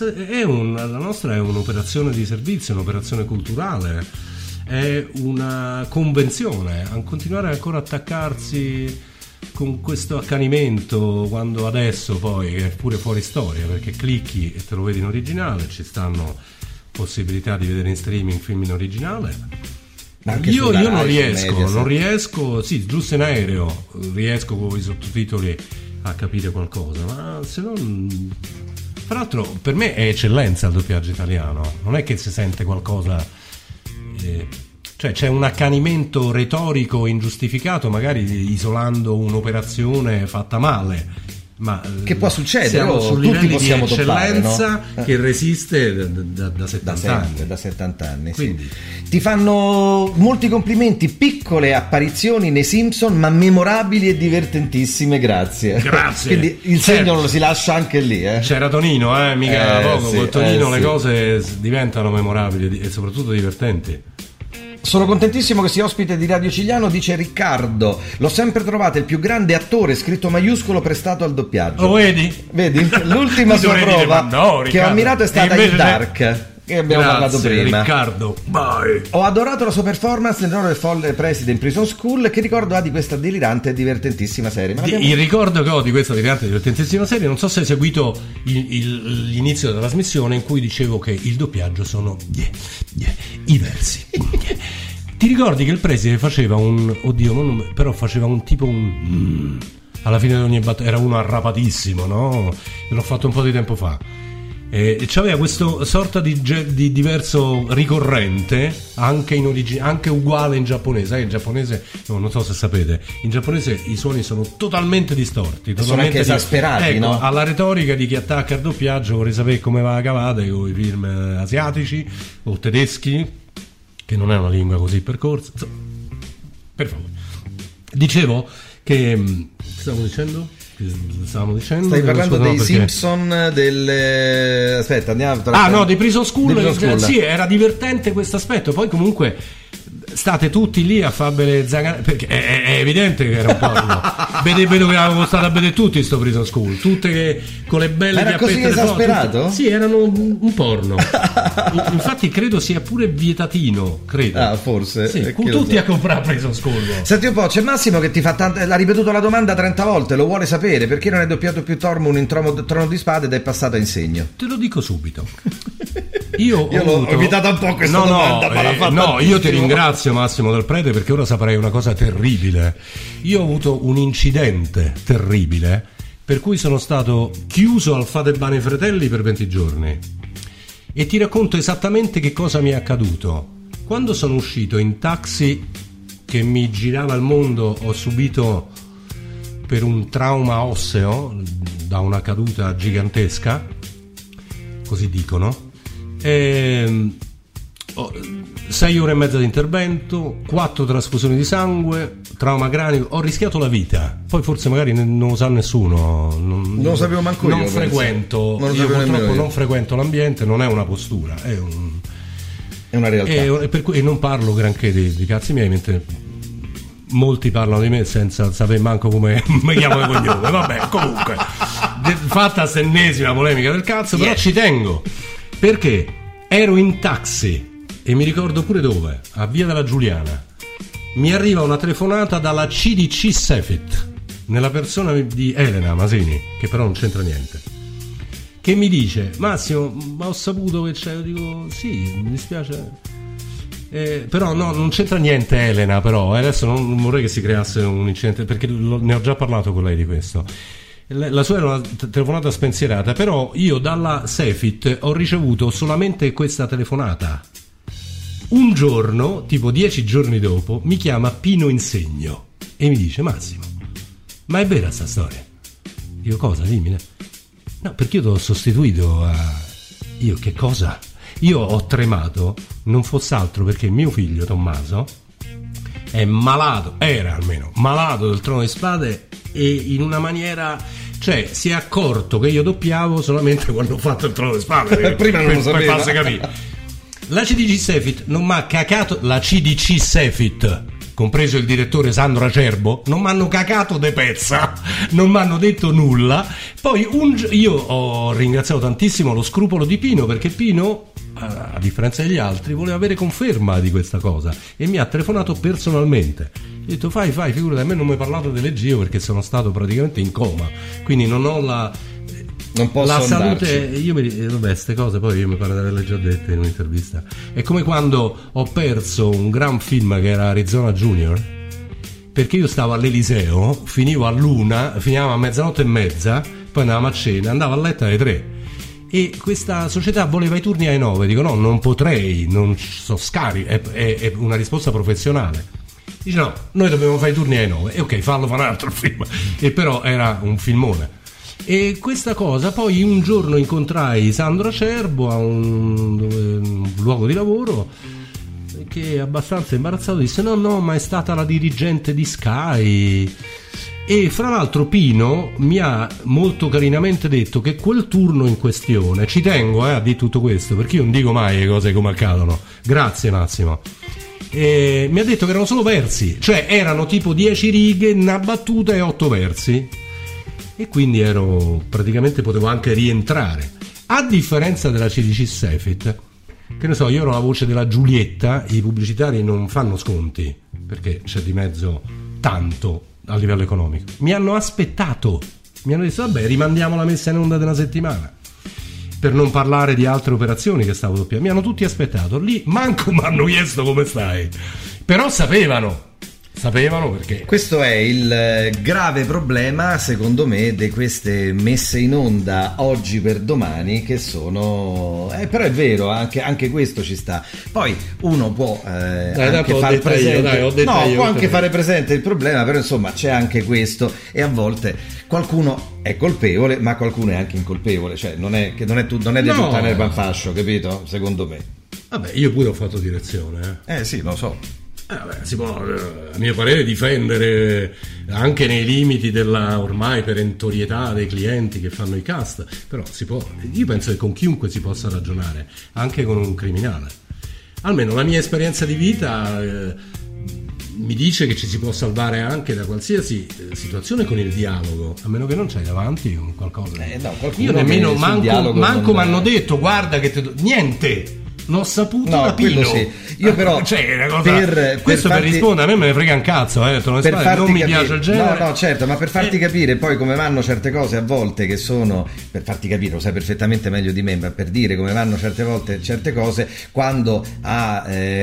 La nostra è un'operazione di servizio, un'operazione culturale, è una convenzione. A continuare ancora a attaccarsi con questo accanimento, quando adesso poi è pure fuori storia, perché clicchi e te lo vedi in originale, ci stanno possibilità di vedere in streaming film in originale. Io non riesco, sì, giusto in aereo riesco con i sottotitoli a capire qualcosa, ma se non, tra l'altro per me è eccellenza il doppiaggio italiano, non è che si sente qualcosa, cioè c'è un accanimento retorico ingiustificato, magari isolando un'operazione fatta male, ma che può succedere, siamo su tutti possiamo di eccellenza toppare, no? Che resiste da 70 anni. Da 70 anni, quindi sì. Ti fanno molti complimenti, piccole apparizioni nei Simpson ma memorabili e divertentissime, grazie. Quindi il segno lo si lascia anche lì, C'era Tonino, mica poco, sì, con Tonino le cose diventano memorabili e soprattutto divertenti. Sono contentissimo che sia ospite di Radio Cigliano, dice Riccardo. L'ho sempre trovato il più grande attore, scritto maiuscolo, prestato al doppiaggio. Lo vedi? L'ultima sua prova che ho ammirato è stata in Dark, che abbiamo parlato prima. Riccardo, bye. Ho adorato la sua performance nel ruolo del folle preside in Prison School. Che ricordo ha di questa delirante e divertentissima serie? Il ricordo che ho di questa delirante e divertentissima serie, non so se hai seguito l'inizio della trasmissione in cui dicevo che il doppiaggio sono i versi. Ti ricordi che il preside faceva faceva un tipo alla fine di ogni battuta, era uno arrapatissimo, no? L'ho fatto un po' di tempo fa. E c'aveva questo sorta di diverso ricorrente anche anche uguale in giapponese. In giapponese, non so se sapete, in giapponese i suoni sono totalmente distorti, sono anche esasperati, ecco, no? Alla retorica di chi attacca il doppiaggio vorrei sapere come va la cavata con i film asiatici o tedeschi, che non è una lingua così percorsa. Per favore, dicevo che stavamo dicendo. Stai parlando dei Simpson, aspetta, andiamo di Prison School. Sì, era divertente questo aspetto. Poi comunque state tutti lì a fare belle zangare, perché è evidente che era un porno. Vedo che avevo stato a vedere tutti sto Prison School, tutte che con le belle era così esasperato? Sì, erano un porno. Infatti credo sia pure vietatino, credo. Forse sì, tutti a comprare Prison School. Senti un po', c'è Massimo che ti fa l'ha ripetuto la domanda 30 volte, lo vuole sapere perché non è doppiato più Tormund in Trono di Spade ed è passato a insegno. Te lo dico subito. Io l'ho evitata un po' questa domanda, ma l'ha fatta io ti ringrazio Massimo Del Prete, perché ora saprei una cosa terribile. Io ho avuto un incidente terribile per cui sono stato chiuso al Fate Bene Fratelli per 20 giorni e ti racconto esattamente che cosa mi è accaduto. Quando sono uscito in taxi che mi girava il mondo, ho subito per un trauma osseo da una caduta gigantesca, così dicono. 6 ore e mezza di intervento, 4 trasfusioni di sangue, trauma cranico, ho rischiato la vita. Poi forse magari non lo sa nessuno, non lo sapevo manco io. Non frequento, io purtroppo non frequento l'ambiente, non è una postura, è una realtà. E non parlo granché di cazzi miei, mentre molti parlano di me senza sapere manco come mi chiamo di cognome. Vabbè, comunque, fatta quest'ennesima polemica del cazzo, però ci tengo, perché ero in taxi e mi ricordo pure dove, a Via della Giuliana. Mi arriva una telefonata dalla CDC Cefit, nella persona di Elena Masini, che però non c'entra niente, che mi dice: Massimo, ma ho saputo che c'è. Io dico: sì, mi dispiace, però no, non c'entra niente Elena, però adesso non vorrei che si creasse un incidente, perché ne ho già parlato con lei di questo. La sua era una telefonata spensierata, però io dalla Cefit ho ricevuto solamente questa telefonata. Un giorno, tipo 10 giorni dopo, mi chiama Pino Insegno e mi dice: Massimo, ma è vera sta storia? Io: cosa? Dimmene. No, perché io ti ho sostituito a... Io che cosa? Io ho tremato, non fosse altro perché mio figlio Tommaso è malato, era almeno malato del Trono di Spade, e in una maniera, cioè, si è accorto che io doppiavo solamente quando ho fatto il Trono di Spade. Prima non lo sapeva. Per farsi capire. La CDC Cefit non mi ha cacato, la CDC Cefit, compreso il direttore Sandro Acerbo, non mi hanno cacato de pezza, non mi hanno detto nulla. Poi io ho ringraziato tantissimo lo scrupolo di Pino, perché Pino, a differenza degli altri, voleva avere conferma di questa cosa e mi ha telefonato personalmente. Ho detto: fai, figurati, a me non mi hai parlato dell'Egeo perché sono stato praticamente in coma, quindi non ho non posso la andarci. salute. Io vabbè, queste cose poi io mi pare di averle già dette in un'intervista. È come quando ho perso un gran film che era Arizona Junior, perché io stavo all'Eliseo, finivo finiamo a mezzanotte e mezza, poi andavamo a cena, andavo a letto alle 3 e questa società voleva i turni alle 9. Dico: no, non potrei, non so scarico, è una risposta professionale. Dice: no, noi dobbiamo fare i turni alle 9. E ok, fallo, fa un altro film. E però era un filmone. E questa cosa, poi un giorno incontrai Sandro Acerbo a un luogo di lavoro, che abbastanza imbarazzato disse: no, ma è stata la dirigente di Sky. E fra l'altro Pino mi ha molto carinamente detto che quel turno in questione, ci tengo a dire tutto questo perché io non dico mai le cose come accadono, grazie Massimo, mi ha detto che erano solo versi, cioè erano tipo 10 righe, una battuta e 8 versi, e quindi praticamente potevo anche rientrare, a differenza della CDC Cefit, che ne so, io ero la voce della Giulietta, i pubblicitari non fanno sconti perché c'è di mezzo tanto a livello economico. Mi hanno aspettato, mi hanno detto: vabbè, rimandiamo la messa in onda di una settimana, per non parlare di altre operazioni che stavo doppiando. Mi hanno tutti aspettato lì, manco mi hanno chiesto come stai, però sapevano perché. Questo è il grave problema, secondo me, di queste messe in onda oggi per domani, che sono però è vero, anche questo ci sta. Poi uno può anche fare presente, può anche fare presente il problema, però insomma c'è anche questo, e a volte qualcuno è colpevole, ma qualcuno è anche incolpevole, cioè non è di tutta l'erba in fascio, capito? Secondo me. Vabbè, io pure ho fatto direzione. Sì, lo so. Si può, a mio parere, difendere anche nei limiti della ormai perentorietà dei clienti che fanno i cast, però si può. Io penso che con chiunque si possa ragionare, anche con un criminale. Almeno la mia esperienza di vita mi dice che ci si può salvare anche da qualsiasi situazione con il dialogo, a meno che non c'hai davanti un qualcosa. Io nemmeno manco mi hanno detto: guarda che niente. L'ho saputo da Pino. Sì. Io però questo per rispondere, a me ne frega un cazzo, non mi piace il genere. No, certo, ma per farti capire poi come vanno certe cose a volte, che sono, per farti capire, lo sai perfettamente meglio di me, ma per dire come vanno certe volte certe cose, quando ha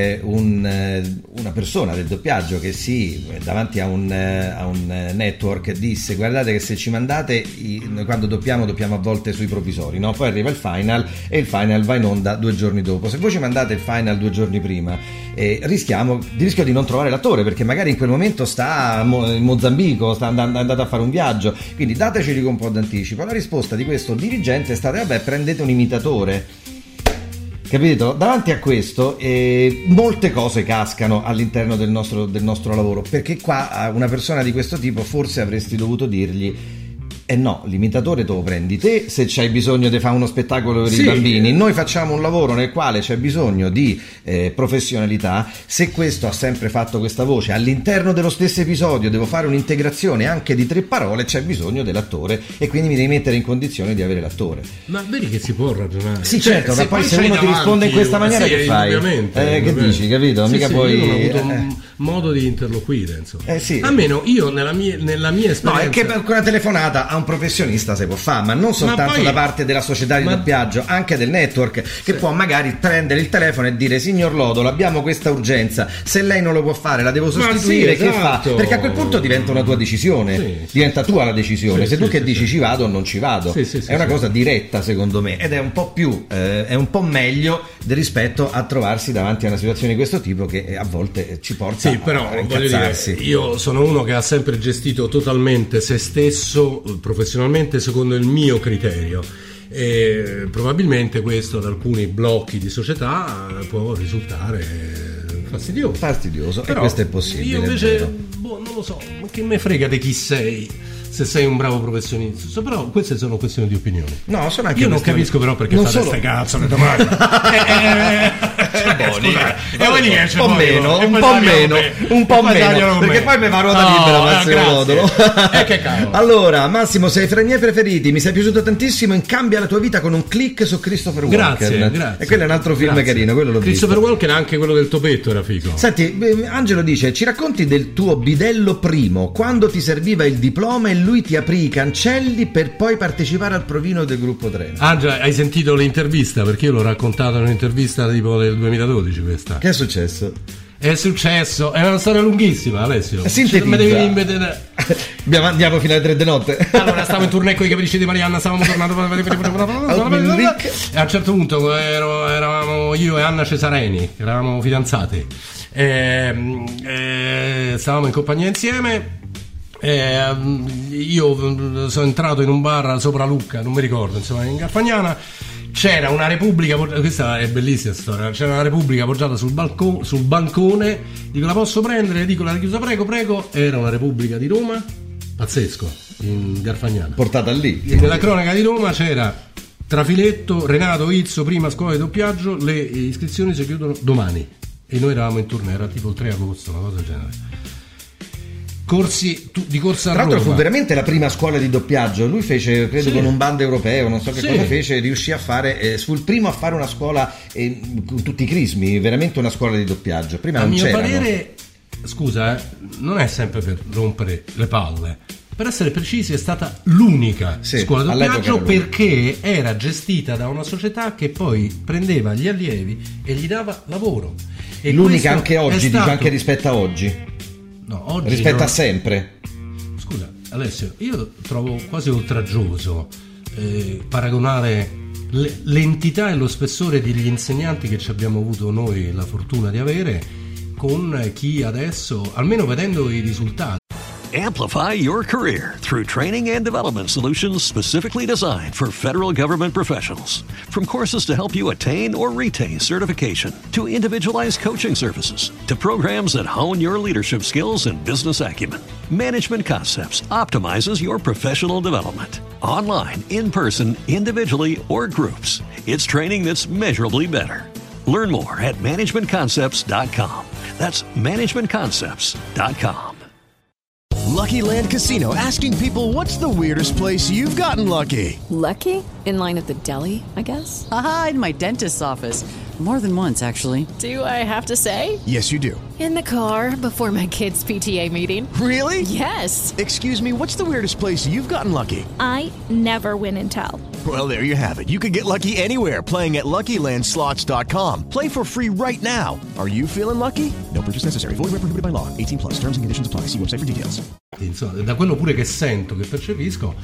una persona del doppiaggio che davanti a un network disse: guardate che se ci mandate quando doppiamo a volte sui provvisori, no? Poi arriva il final e il final va in onda 2 giorni dopo. Se voi ci mandate il final 2 giorni prima, rischio di non trovare l'attore, perché magari in quel momento sta in Mozambico, sta andando a fare un viaggio, quindi dateceli con un po' d'anticipo. La risposta di questo dirigente è stata: vabbè, prendete un imitatore. capito? Davanti a questo molte cose cascano all'interno del nostro lavoro, perché qua a una persona di questo tipo forse avresti dovuto dirgli no, l'imitatore te lo prendi te se c'hai bisogno di fare uno spettacolo per i bambini. Noi facciamo un lavoro nel quale c'è bisogno di professionalità. Se questo ha sempre fatto questa voce, all'interno dello stesso episodio devo fare un'integrazione anche di 3 parole, c'è bisogno dell'attore e quindi mi devi mettere in condizione di avere l'attore. Ma vedi che si può ragionare. Sì, certo, ma poi se uno ti risponde in questa maniera che fai? Che dici, capito? Mica poi io non ho avuto un modo di interloquire, insomma. Sì. Almeno io nella mia esperienza. No, è che per una telefonata a un professionista si può fare, ma non soltanto da parte della società di doppiaggio, anche del network, che può magari prendere il telefono e dire: signor Lodolo, abbiamo questa urgenza, se lei non lo può fare la devo sostituire, che fa? Perché a quel punto diventa una tua decisione, diventa tua la decisione, se tu che dici ci vado o non ci vado, è una cosa diretta secondo me, ed è un po' più è un po' meglio rispetto a trovarsi davanti a una situazione di questo tipo che a volte ci porta a incazzarsi. Io sono uno che ha sempre gestito totalmente se stesso professionalmente secondo il mio criterio, e probabilmente questo ad alcuni blocchi di società può risultare fastidioso, però, e questo è possibile. Io invece non lo so, che me frega di chi sei, se sei un bravo professionista, però queste sono questioni di opinione. No, sono anche io non capisco però perché fate ste cazzo le domande. Un po' meno, perché poi mi va a ruota libera, Massimo Lodolo. Che cavolo. Allora, Massimo, sei fra i miei preferiti, mi sei piaciuto tantissimo in Cambia la tua vita con un click su Christopher Walken. Grazie. E quello è un altro film carino, quello l'ho Christopher visto. Walken, anche quello del topetto era figo. Senti, Angelo dice: ci racconti del tuo bidello primo, quando ti serviva il diploma e lui ti aprì i cancelli per poi partecipare al provino del gruppo Treno. Angela, hai sentito l'intervista? Perché io l'ho raccontata in un'intervista tipo del 2012 questa. Che è successo? È una storia lunghissima, Alessio. Sintetizza. Andiamo fino alle 3 di notte. Allora, stavo in tournée con i Capricci di Marianna, stavamo tornando e a un certo punto eravamo io e Anna Cesareni, eravamo fidanzati, stavamo in compagnia insieme. Io sono entrato in un bar sopra Lucca, non mi ricordo, insomma, in Garfagnana. C'era una Repubblica, questa è bellissima storia, c'era una Repubblica appoggiata sul bancone, dico: la posso prendere? Dico: la chiusa, prego. Era una Repubblica di Roma, pazzesco, in Garfagnana, portata lì. Nella cronaca di Roma c'era trafiletto: Renato Izzo, prima scuola di doppiaggio, le iscrizioni si chiudono domani. E noi eravamo in tournée, era tipo il 3 agosto, una cosa del genere. Corsi di corsa a Roma. Tra l'altro fu veramente la prima scuola di doppiaggio. Lui fece, credo, con un bando europeo, non so che cosa fece, riuscì a fare, fu il primo a fare una scuola con tutti i crismi, veramente una scuola di doppiaggio. Prima non c'erano. A mio parere, scusa, non è sempre per rompere le palle, per essere precisi è stata l'unica scuola di doppiaggio, perché era gestita da una società che poi prendeva gli allievi e gli dava lavoro. E l'unica anche oggi, dico anche rispetto a oggi. No, oggi rispetto a sempre. Scusa Alessio, io trovo quasi oltraggioso paragonare l'entità e lo spessore degli insegnanti che ci abbiamo avuto noi la fortuna di avere con chi adesso, almeno vedendo i risultati. Amplify your career through training and development solutions specifically designed for federal government professionals. From courses to help you attain or retain certification, to individualized coaching services, to programs that hone your leadership skills and business acumen, Management Concepts optimizes your professional development. Online, in person, individually, or groups, it's training that's measurably better. Learn more at managementconcepts.com. That's managementconcepts.com. Lucky Land Casino, asking people, what's the weirdest place you've gotten lucky? Lucky? In line at the deli, I guess? Aha, in my dentist's office. More than once, actually. Do I have to say? Yes, you do. In the car before my kids' PTA meeting. Really? Yes. Excuse me, what's the weirdest place you've gotten lucky? I never win and tell. Well, there you have it. You can get lucky anywhere, playing at LuckyLandSlots.com. Play for free right now. Are you feeling lucky? No purchase necessary. Void where prohibited by law. 18+. Terms and conditions apply. See website for details. Insomma, da quello pure che sento, che percepisco,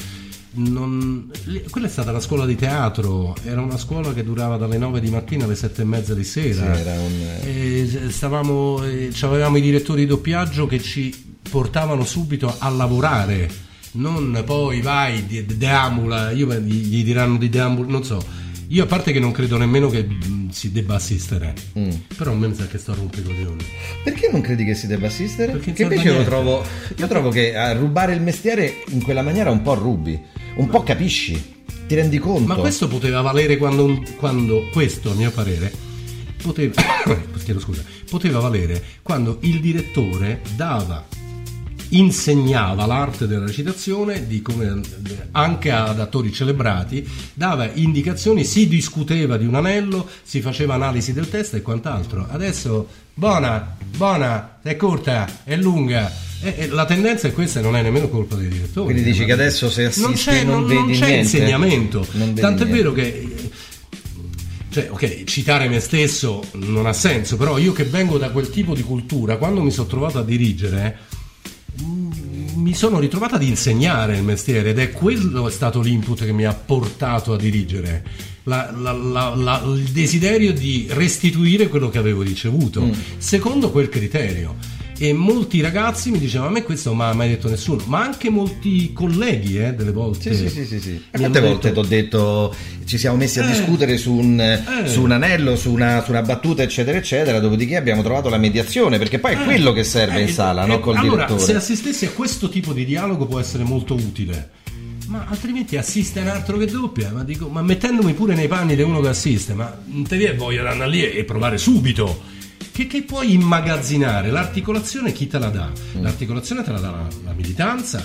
quella è stata la scuola di teatro, era una scuola che durava dalle 9 di mattina alle 7:30 di sera. Avevamo i direttori di doppiaggio che ci portavano subito a lavorare, non poi vai deambula, gli diranno di deambula, non so, Io a parte che non credo nemmeno che si debba assistere, però a me mi sa che sto a rompere i coglioni. Perché non credi che si debba assistere? Perché invece io trovo che a rubare il mestiere in quella maniera un po' rubi, un po' capisci, ti rendi conto. Ma questo poteva valere quando questo, a mio parere, poteva valere quando il direttore insegnava l'arte della recitazione anche ad attori celebrati, dava indicazioni, si discuteva di un anello, si faceva analisi del testo e quant'altro. Adesso buona, è corta, è lunga. La tendenza è questa e non è nemmeno colpa dei direttori. Quindi dici che adesso se assisti non vedi niente. Non c'è insegnamento. Tant'è vero che citare me stesso non ha senso, però io che vengo da quel tipo di cultura, quando mi sono trovato a dirigere mi sono ritrovato ad insegnare il mestiere, ed è stato l'input che mi ha portato a dirigere, il desiderio di restituire quello che avevo ricevuto secondo quel criterio. E molti ragazzi mi dicevano: a me questo non mi ha mai detto nessuno, ma anche molti colleghi delle volte. Sì. Quante volte ti ho detto, ci siamo messi a discutere su un anello, su una battuta, eccetera eccetera, dopodiché abbiamo trovato la mediazione, perché poi è quello che serve in sala, no? Col direttore. Se assistessi a questo tipo di dialogo può essere molto utile, ma altrimenti assiste un altro che doppia. Ma mettendomi pure nei panni di uno che assiste, ma non te viene voglia di andare lì e provare subito. Che puoi immagazzinare? L'articolazione chi te la dà? L'articolazione te la dà la militanza,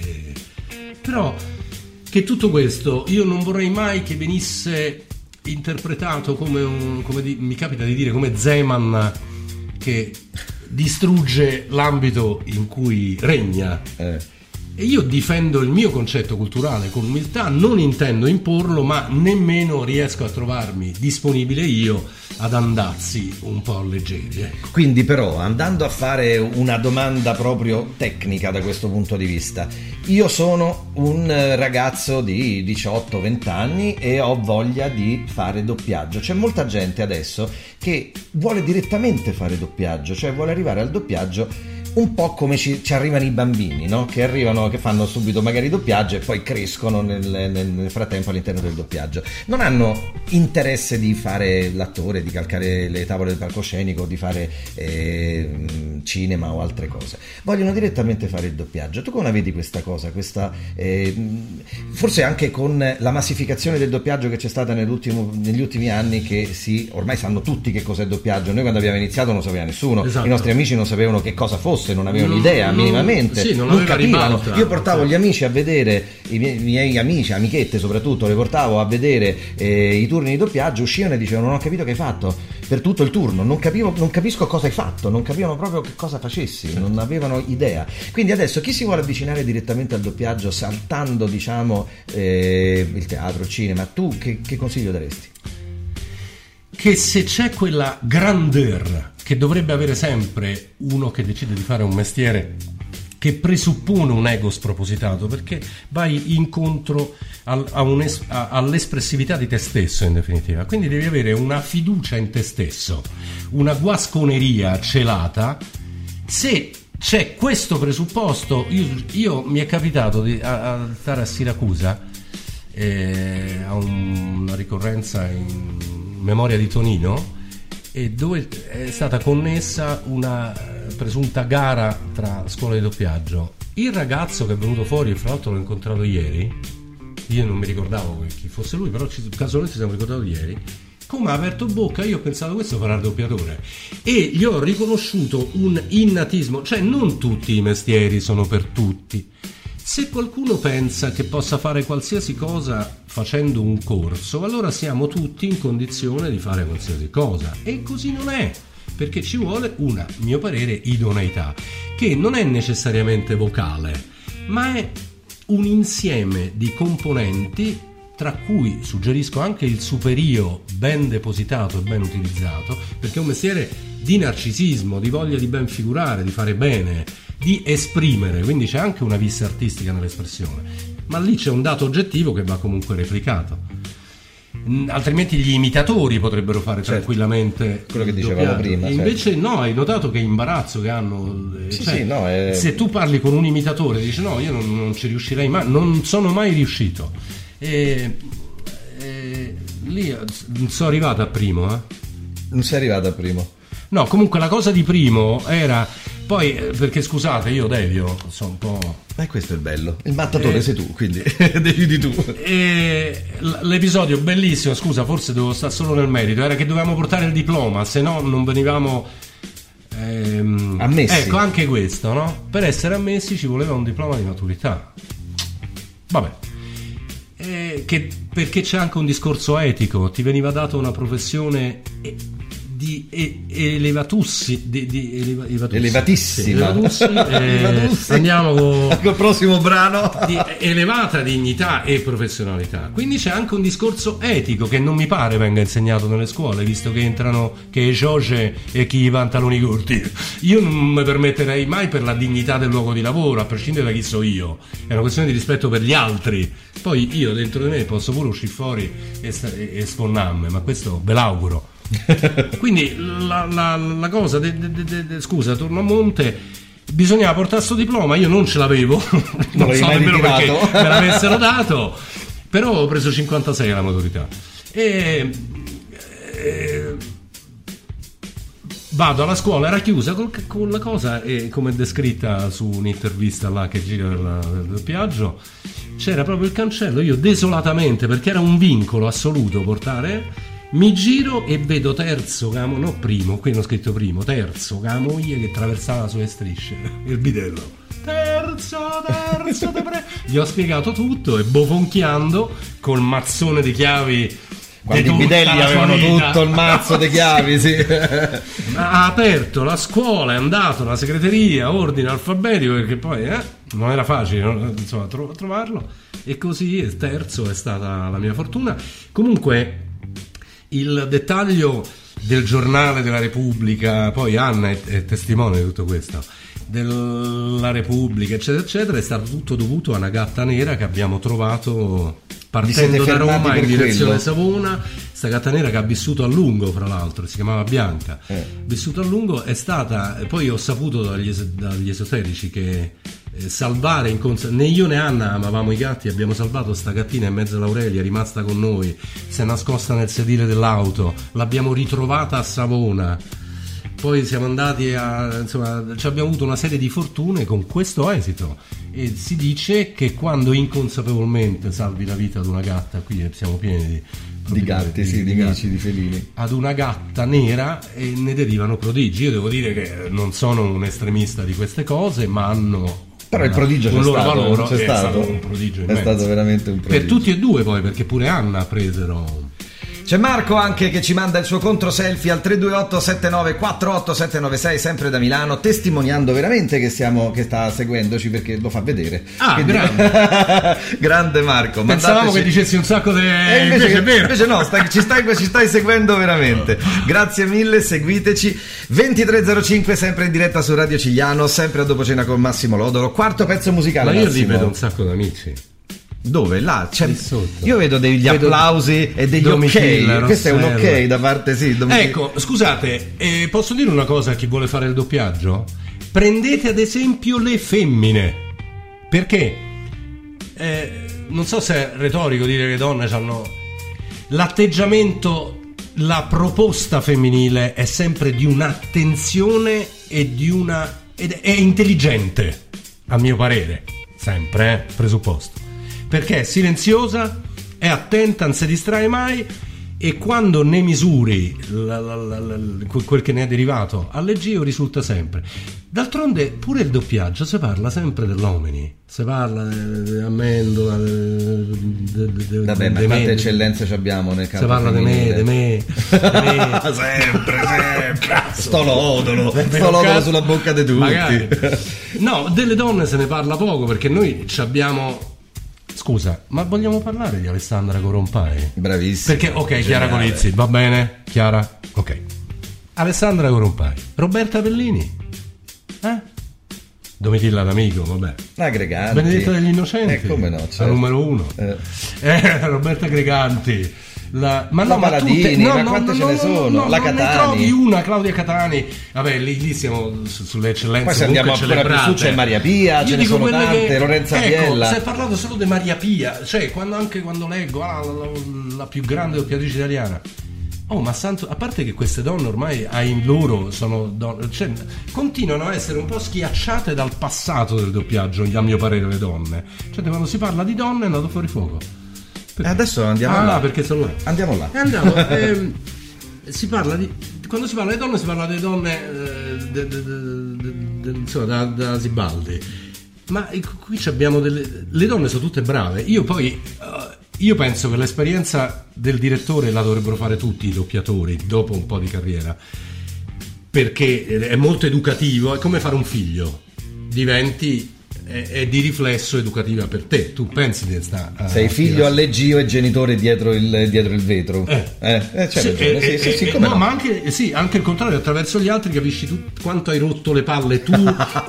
però che tutto questo io non vorrei mai che venisse interpretato come mi capita di dire, come Zeman che distrugge l'ambito in cui regna. E io difendo il mio concetto culturale con umiltà, non intendo imporlo, ma nemmeno riesco a trovarmi disponibile io ad andarsi un po' leggeri. Quindi però, andando a fare una domanda proprio tecnica da questo punto di vista, io sono un ragazzo di 18-20 anni e ho voglia di fare doppiaggio. C'è molta gente adesso che vuole direttamente fare doppiaggio, cioè vuole arrivare al doppiaggio un po' come ci arrivano i bambini, no? Che arrivano, che fanno subito magari doppiaggio e poi crescono nel frattempo all'interno del doppiaggio. Non hanno interesse di fare l'attore, di calcare le tavole del palcoscenico, di fare cinema o altre cose. Vogliono direttamente fare il doppiaggio. Tu come vedi questa cosa? Forse anche con la massificazione del doppiaggio che c'è stata negli ultimi anni, che ormai sanno tutti che cos'è doppiaggio. Noi quando abbiamo iniziato non sapeva nessuno, esatto. I nostri amici non sapevano che cosa fosse, non avevano idea minimamente, non capivano. Io portavo gli amici a vedere, i miei amici, amichette soprattutto, le portavo a vedere i turni di doppiaggio, uscivano e dicevano: non ho capito che hai fatto per tutto il turno, non capisco cosa hai fatto, non capivano proprio che cosa facessi, non avevano idea. Quindi adesso chi si vuole avvicinare direttamente al doppiaggio saltando, diciamo, il teatro, il cinema, tu che consiglio daresti? Che se c'è quella grandeur che dovrebbe avere sempre uno che decide di fare un mestiere che presuppone un ego spropositato, perché vai incontro all'espressività di te stesso, in definitiva. Quindi devi avere una fiducia in te stesso, una guasconeria celata. Se c'è questo presupposto, io mi è capitato di stare a Siracusa a una ricorrenza in memoria di Tonino, e dove è stata connessa una presunta gara tra scuole di doppiaggio. Il ragazzo che è venuto fuori, e fra l'altro l'ho incontrato ieri, io non mi ricordavo chi fosse lui, però casualmente ci siamo ricordati ieri, come ha aperto bocca. Io ho pensato: questo farà il doppiatore, e gli ho riconosciuto un innatismo. Cioè, non tutti i mestieri sono per tutti. Se qualcuno pensa che possa fare qualsiasi cosa facendo un corso, allora siamo tutti in condizione di fare qualsiasi cosa, e così non è, perché ci vuole una, a mio parere, idoneità, che non è necessariamente vocale, ma è un insieme di componenti, tra cui suggerisco anche il superio ben depositato e ben utilizzato, perché è un mestiere di narcisismo, di voglia di ben figurare, di fare bene, di esprimere, quindi c'è anche una vista artistica nell'espressione, ma lì c'è un dato oggettivo che va comunque replicato. Altrimenti gli imitatori potrebbero fare tranquillamente quello che dicevamo prima. Invece no, hai notato che imbarazzo che hanno. Se tu parli con un imitatore, dici: no, io non ci riuscirei mai, non sono mai riuscito. Lì sono arrivato a primo, Non sei arrivato a primo? No, comunque la cosa di primo era poi, perché scusate, io devio, sono un po'... questo è il bello, il mattatore sei tu, quindi decidi tu. L'episodio bellissimo, scusa, forse devo stare solo nel merito, era che dovevamo portare il diploma, se no non venivamo ammessi. Ecco, anche questo, no? Per essere ammessi ci voleva un diploma di maturità. Vabbè. Perché c'è anche un discorso etico, ti veniva data una professione elevatissima. Andiamo col prossimo brano. Di elevata dignità e professionalità. Quindi c'è anche un discorso etico che non mi pare venga insegnato nelle scuole, visto che entrano che Gioce e chi i pantaloni corti. Io non mi permetterei mai, per la dignità del luogo di lavoro, a prescindere da chi so io, è una questione di rispetto per gli altri. Poi io dentro di me posso pure uscire fuori e sfonnarmi, ma questo ve l'auguro. Quindi la cosa scusa, torno a monte, bisognava portare sto diploma, io non ce l'avevo, non so nemmeno perché me l'avessero dato, però ho preso 56 alla maturità e vado alla scuola, era chiusa con la cosa, e come è descritta su un'intervista là che gira del doppiaggio, c'era proprio il cancello. Io desolatamente, perché era un vincolo assoluto portare, mi giro e vedo terzo, no primo, qui non ho scritto primo, terzo, la moglie che attraversava sulle strisce, il bidello, terzo, te prego. Gli ho spiegato tutto e bofonchiando col mazzone di chiavi. Quando i bidelli avevano tutto il mazzo di chiavi, sì. Ha aperto la scuola, è andato alla segreteria, ordine alfabetico, perché poi non era facile, insomma, trovarlo, e così il terzo è stata la mia fortuna. Comunque il dettaglio del giornale della Repubblica, poi Anna è testimone di tutto questo, della Repubblica eccetera eccetera, è stato tutto dovuto a una gatta nera che abbiamo trovato partendo da Roma in direzione Savona. Sta gatta nera che ha vissuto a lungo, fra l'altro, si chiamava Bianca, vissuto a lungo, è stata, poi ho saputo dagli esoterici che salvare né io né Anna amavamo i gatti, abbiamo salvato sta gattina in mezzo all'Aurelia, è rimasta con noi, si è nascosta nel sedile dell'auto, l'abbiamo ritrovata a Savona, poi siamo andati insomma, abbiamo avuto una serie di fortune con questo esito, e si dice che quando inconsapevolmente salvi la vita ad una gatta, qui siamo pieni di gatti, di amici, di felini, ad una gatta nera, e ne derivano prodigi. Io devo dire che non sono un estremista di queste cose, ma hanno però il prodigio c'è stato, valore, c'è stato un prodigio immenso. È stato veramente un prodigio per tutti e due, poi, perché pure Anna presero. C'è Marco anche che ci manda il suo contro selfie al 328 7948 796, sempre da Milano, testimoniando veramente che sta seguendoci, perché lo fa vedere. Quindi... grande Marco. Pensavamo che dicessi un sacco di invece è vero. Invece no, ci stai seguendo veramente. Grazie mille, seguiteci. 2305 sempre in diretta su Radio Cigliano, sempre a dopo cena con Massimo Lodolo. Quarto pezzo musicale. Ma io lì vedo un sacco di amici. Dove? Là c'è. Io vedo degli applausi e degli ok. Questo è un ok da parte, sì. Ecco, scusate, posso dire una cosa a chi vuole fare il doppiaggio? Prendete ad esempio le femmine, perché non so se è retorico dire che le donne hanno l'atteggiamento, la proposta femminile è sempre di un'attenzione ed è intelligente, a mio parere, sempre, presupposto. Perché è silenziosa, è attenta, non si distrae mai, e quando ne misuri quel che ne è derivato al leggio risulta sempre. D'altronde pure il doppiaggio si parla sempre dell'uomini, si parla di Amendola, vabbè, ma quante eccellenze ci abbiamo nel campo, si parla di me sempre sto lodolo sulla bocca di tutti. Magari. No, delle donne se ne parla poco, perché noi ci abbiamo. Scusa, ma vogliamo parlare di Alessandra Coronpai? Bravissima. Perché, ok, Chiara Colizzi, va bene? Chiara? Ok. Alessandra Coronpai. Roberta Bellini? Domitilla D'Amico, vabbè. Greganti. Benedetta degli Innocenti. Come no, certo. La numero 1. Roberta Greganti. ma Paladini, ma quante ce ne sono? La Catani. Ne trovi una, Claudia Catani, vabbè, lì siamo sulle eccellenze. Poi se andiamo ancora più su c'è Maria Pia, ce ne sono tante, Lorenza Biella. Si è parlato solo di Maria Pia, cioè quando leggo la più grande doppiatrice italiana. Oh, ma santo, a parte che queste donne ormai in loro sono donne, cioè, continuano a essere un po' schiacciate dal passato del doppiaggio, a mio parere, le donne. Cioè, quando si parla di donne è andato fuori fuoco. Adesso andiamo là. Perché sono là. Andiamo là. Si parla di, quando si parla di donne, si parla di donne insomma, da Sibaldi. Ma qui abbiamo le donne sono tutte brave. Io penso che l'esperienza del direttore la dovrebbero fare tutti i doppiatori dopo un po' di carriera, perché è molto educativo, è come fare un figlio, diventi è di riflesso educativa per te. Tu pensi di sei figlio alleggio e genitore dietro il vetro. No, ma anche il contrario, attraverso gli altri capisci quanto hai rotto le palle tu,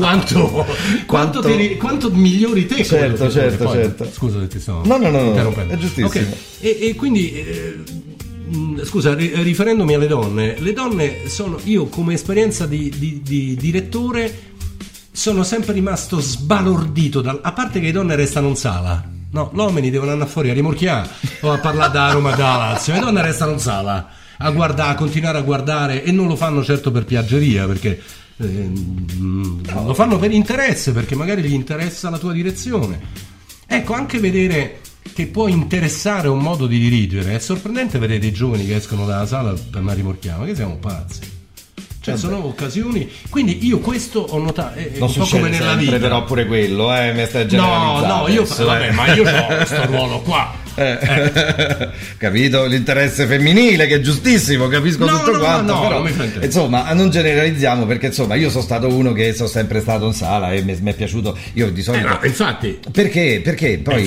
quanto migliori te. Certo. Scusa se ti sto interrompendo. È giustissimo. Okay. E quindi scusa, riferendomi alle donne, le donne sono, io come esperienza di direttore sono sempre rimasto sbalordito a parte che le donne restano in sala, no, gli uomini devono andare fuori a rimorchiare o a parlare da Roma, da Lazio, le donne restano in sala a continuare a guardare, e non lo fanno certo per piaggeria, perché lo fanno per interesse, perché magari gli interessa la tua direzione. Ecco, anche vedere che può interessare un modo di dirigere, è sorprendente vedere dei giovani che escono dalla sala per andare a rimorchiare, ma che siamo pazzi. Cioè, sono occasioni, quindi io questo ho notato, non un po' come nella sempre, vita, però pure quello mi stai generalizzando. Ma io ho questo ruolo qua. Capito? L'interesse femminile, che è giustissimo, capisco tutto quanto, però insomma non generalizziamo, perché insomma io sono stato uno che sono sempre stato in sala e mi è piaciuto, io di solito infatti perché poi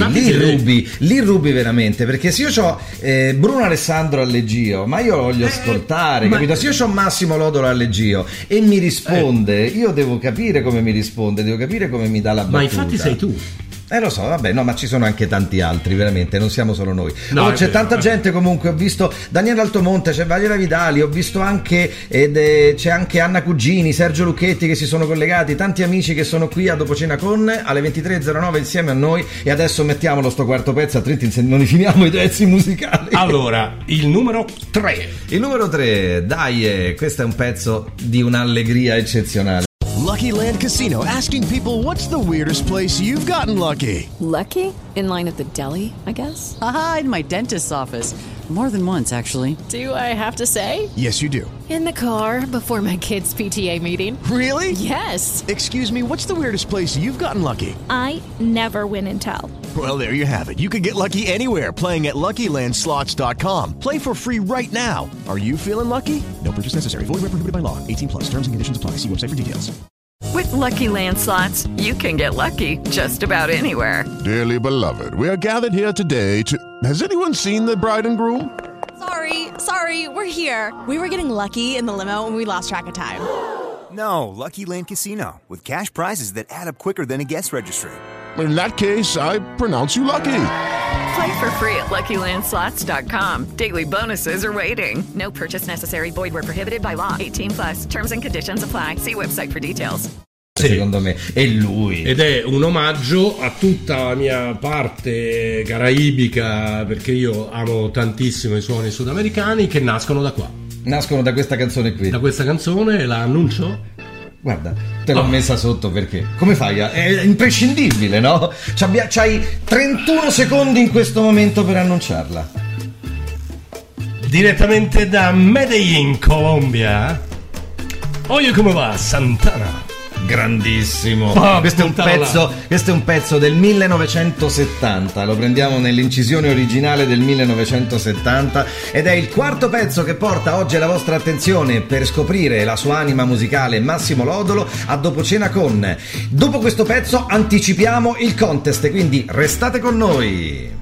lì rubi veramente, perché se io c'ho Bruno Alessandro Alleggio, ma io lo voglio ascoltare, capito? Se io c'ho Massimo Lodolo Alleggio e mi risponde, io devo capire come mi risponde, devo capire come mi dà la battuta. Ma infatti sei tu. Lo so, vabbè, no, ma ci sono anche tanti altri, veramente, non siamo solo noi. C'è tanta gente, comunque, ho visto Daniele Altomonte, c'è Valeria Vidali, ho visto anche c'è anche Anna Cugini, Sergio Lucchetti che si sono collegati, tanti amici che sono qui a Dopo Cena con alle 23.09 insieme a noi, e adesso mettiamolo sto quarto pezzo, altrimenti non finiamo i pezzi musicali. Allora, il numero 3. Il numero 3, dai, questo è un pezzo di un'allegria eccezionale. Lucky Land Casino, asking people, what's the weirdest place you've gotten lucky? Lucky? In line at the deli, I guess? Aha, in my dentist's office. More than once, actually. Do I have to say? Yes, you do. In the car before my kids' PTA meeting. Really? Yes. Excuse me, what's the weirdest place you've gotten lucky? I never win and tell. Well, there you have it. You can get lucky anywhere, playing at LuckyLandSlots.com. Play for free right now. Are you feeling lucky? No purchase necessary. Void where prohibited by law. 18+. Terms and conditions apply. See website for details. With Lucky Land Slots, you can get lucky just about anywhere. Dearly beloved, we are gathered here today to... Has anyone seen the bride and groom? Sorry, we're here. We were getting lucky in the limo and we lost track of time. No, Lucky Land Casino, with cash prizes that add up quicker than a guest registry. In that case, I pronounce you lucky. Play for free at LuckyLandSlots.com. Daily bonuses are waiting. No purchase necessary. Void where prohibited by law. 18+. Terms and conditions apply. See website for details. Secondo me è lui, ed è un omaggio a tutta la mia parte caraibica, perché io amo tantissimo i suoni sudamericani che nascono da qua, nascono da questa canzone qui, da questa canzone. La annuncio? Guarda, te l'ho messa sotto perché come fai? È imprescindibile, no? C'hai 31 secondi in questo momento per annunciarla. Direttamente da Medellín, Colombia. Oye come va, Santana. Grandissimo. Questo è un pezzo del 1970, lo prendiamo nell'incisione originale del 1970 ed è il quarto pezzo che porta oggi alla vostra attenzione per scoprire la sua anima musicale, Massimo Lodolo, a Dopo Cena con. Dopo questo pezzo anticipiamo il contest, quindi restate con noi.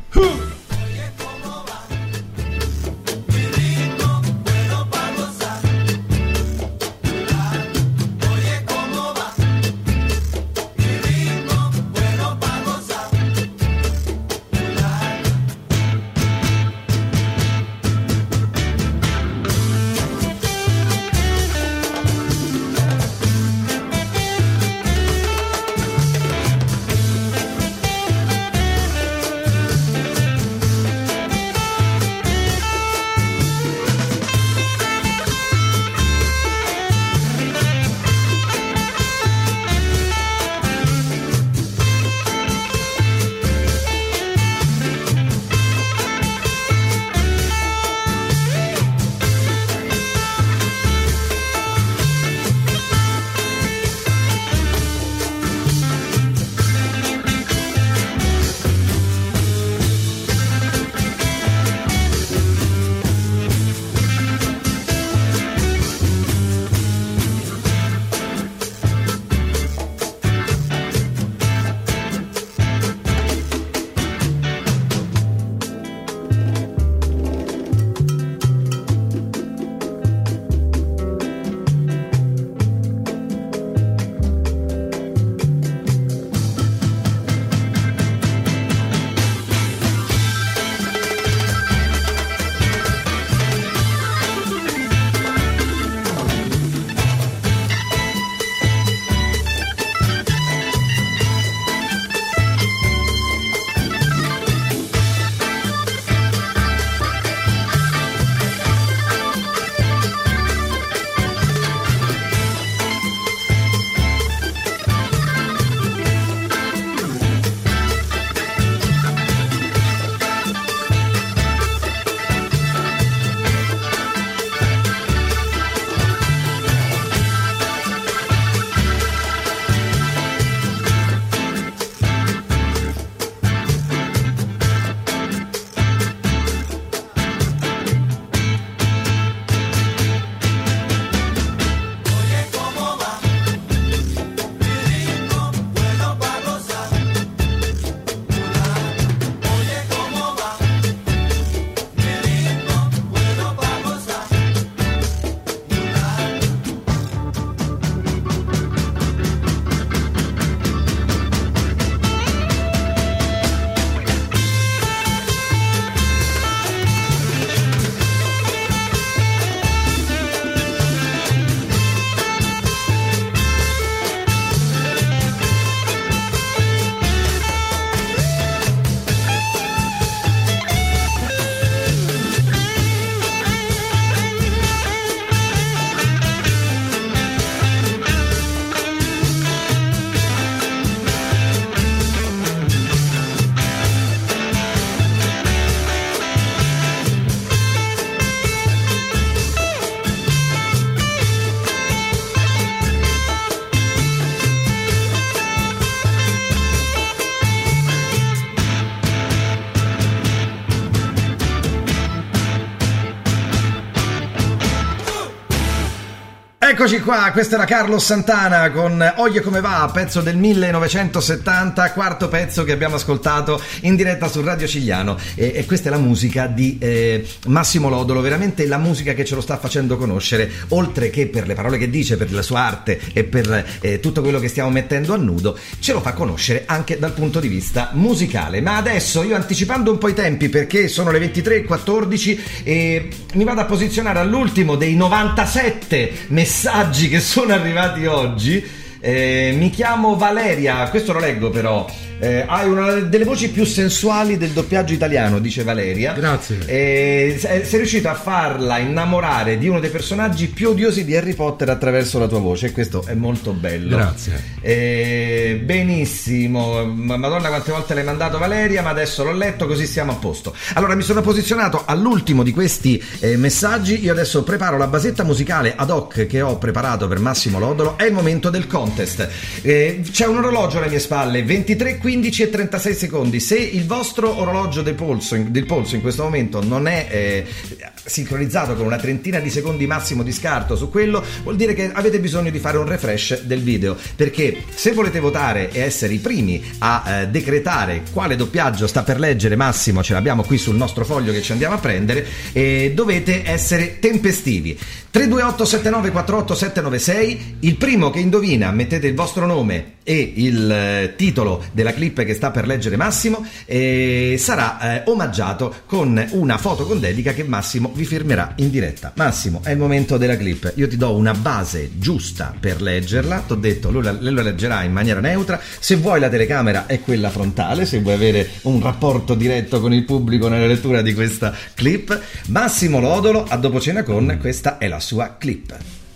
Eccoci qua, questa era Carlos Santana con Oye come va, pezzo del 1970, quarto pezzo che abbiamo ascoltato in diretta su Radio Cigliano, e questa è la musica di Massimo Lodolo, veramente la musica che ce lo sta facendo conoscere, oltre che per le parole che dice, per la sua arte e per tutto quello che stiamo mettendo a nudo, ce lo fa conoscere anche dal punto di vista musicale. Ma adesso io, anticipando un po' i tempi perché sono le 23:14, mi vado a posizionare all'ultimo dei 97 messaggi che sono arrivati oggi. Mi chiamo Valeria, questo lo leggo però. Hai una delle voci più sensuali del doppiaggio italiano, dice Valeria. Grazie. Sei riuscito a farla innamorare di uno dei personaggi più odiosi di Harry Potter attraverso la tua voce, e questo è molto bello. Grazie. Benissimo, Madonna quante volte l'hai mandato Valeria, ma adesso l'ho letto, così siamo a posto. Allora mi sono posizionato all'ultimo di questi messaggi. Io adesso preparo la basetta musicale ad hoc che ho preparato per Massimo Lodolo. È il momento del contest. C'è un orologio alle mie spalle, 23, 15 e 36 secondi. Se il vostro orologio del polso in questo momento non è sincronizzato con una trentina di secondi massimo di scarto su quello, vuol dire che avete bisogno di fare un refresh del video, perché se volete votare e essere i primi a decretare quale doppiaggio sta per leggere Massimo, ce l'abbiamo qui sul nostro foglio che ci andiamo a prendere, dovete essere tempestivi. 328 79 48 796. Il primo che indovina, mettete il vostro nome e il titolo della clip che sta per leggere Massimo, sarà omaggiato con una foto con dedica che Massimo vi firmerà in diretta. Massimo, è il momento della clip. Io ti do una base giusta per leggerla. T'ho detto, lui la leggerà in maniera neutra. Se vuoi la telecamera è quella frontale, se vuoi avere un rapporto diretto con il pubblico nella lettura di questa clip. Massimo Lodolo a Dopo Cena con, questa è la sua clip.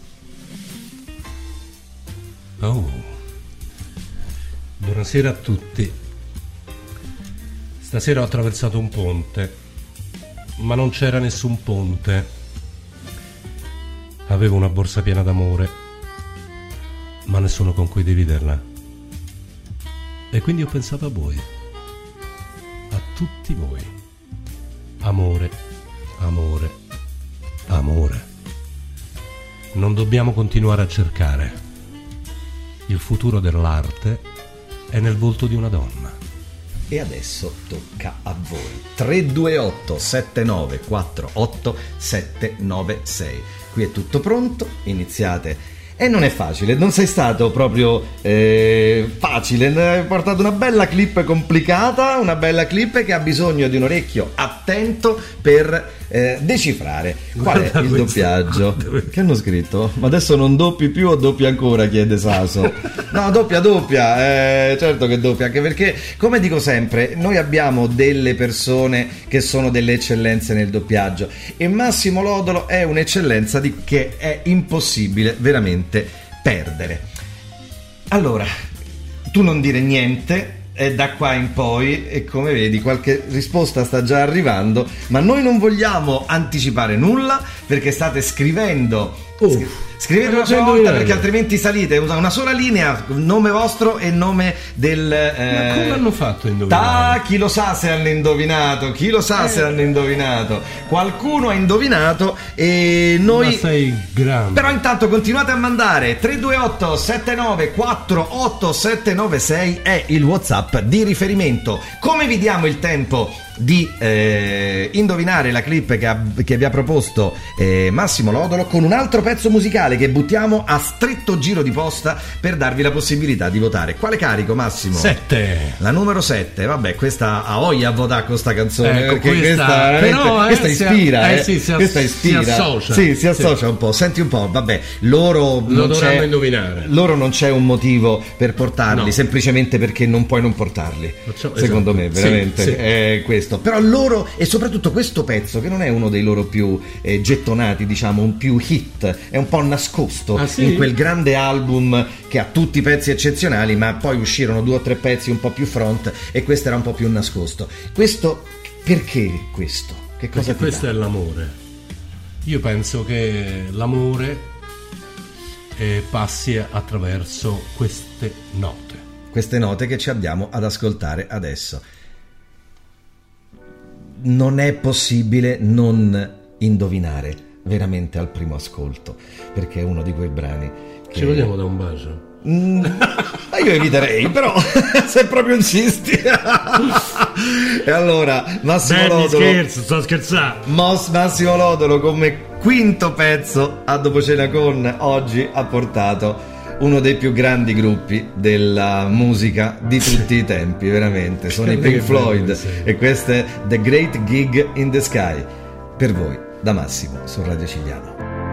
Buonasera a tutti. Stasera ho attraversato un ponte, ma non c'era nessun ponte. Avevo una borsa piena d'amore, ma nessuno con cui dividerla. E quindi ho pensato a voi, a tutti voi. Amore, amore, amore. Non dobbiamo continuare a cercare. Il futuro dell'arte è nel volto di una donna. E adesso tocca a voi. 328 7948 796. Qui è tutto pronto, iniziate. E non è facile, non sei stato proprio facile, hai portato una bella clip complicata, una bella clip che ha bisogno di un orecchio attento per decifrare qual è il doppiaggio. Che hanno scritto? Ma adesso non doppi più o doppi ancora? Chiede Saso. No, doppia, certo che doppia, anche perché, come dico sempre, noi abbiamo delle persone che sono delle eccellenze nel doppiaggio, e Massimo Lodolo è un'eccellenza che è impossibile veramente perdere. Allora, tu non dire niente, e da qua in poi, e come vedi qualche risposta sta già arrivando, ma noi non vogliamo anticipare nulla perché state scrivendo. Scrivete una sola volta, perché altrimenti salite una sola linea, nome vostro e nome del ma come hanno fatto a indovinare? Chi lo sa se hanno indovinato, se hanno indovinato. Qualcuno ha indovinato e noi, ma sei grande. Però intanto continuate a mandare. 328 7948 796 è il WhatsApp di riferimento. Come vi diamo il tempo di indovinare la clip che vi ha proposto Massimo Lodolo, con un altro pezzo musicale che buttiamo a stretto giro di posta per darvi la possibilità di votare. Quale carico, Massimo? 7. La numero 7. Vabbè, questa a voglia a votare con sta canzone, ecco, perché questa ispira, questa ispira. Si associa un po'. Senti un po', vabbè, loro lo dovranno indovinare. Loro non c'è un motivo per portarli, semplicemente perché non puoi non portarli. Secondo me, veramente è questo. Però loro, e soprattutto questo pezzo, che non è uno dei loro più gettonati, diciamo, un più hit, è un po' nascosto in quel grande album che ha tutti i pezzi eccezionali, ma poi uscirono 2 o 3 pezzi un po' più front e questo era un po' più nascosto. Questo, perché questo? Che cosa? Perché questo è l'amore. Io penso che l'amore passi attraverso queste note che ci andiamo ad ascoltare adesso. Non è possibile non indovinare veramente al primo ascolto, perché è uno di quei brani che... Ci vogliamo da un bacio? Ma io eviterei, però se proprio insisti. E allora Massimo Lodolo, scherzo, sto scherzando. Massimo Lodolo come quinto pezzo a Dopo Cena Con oggi ha portato uno dei più grandi gruppi della musica di tutti i tempi, veramente. Sono i Pink Floyd, e questo è The Great Gig in the Sky, per voi da Massimo su Radio Cigliano.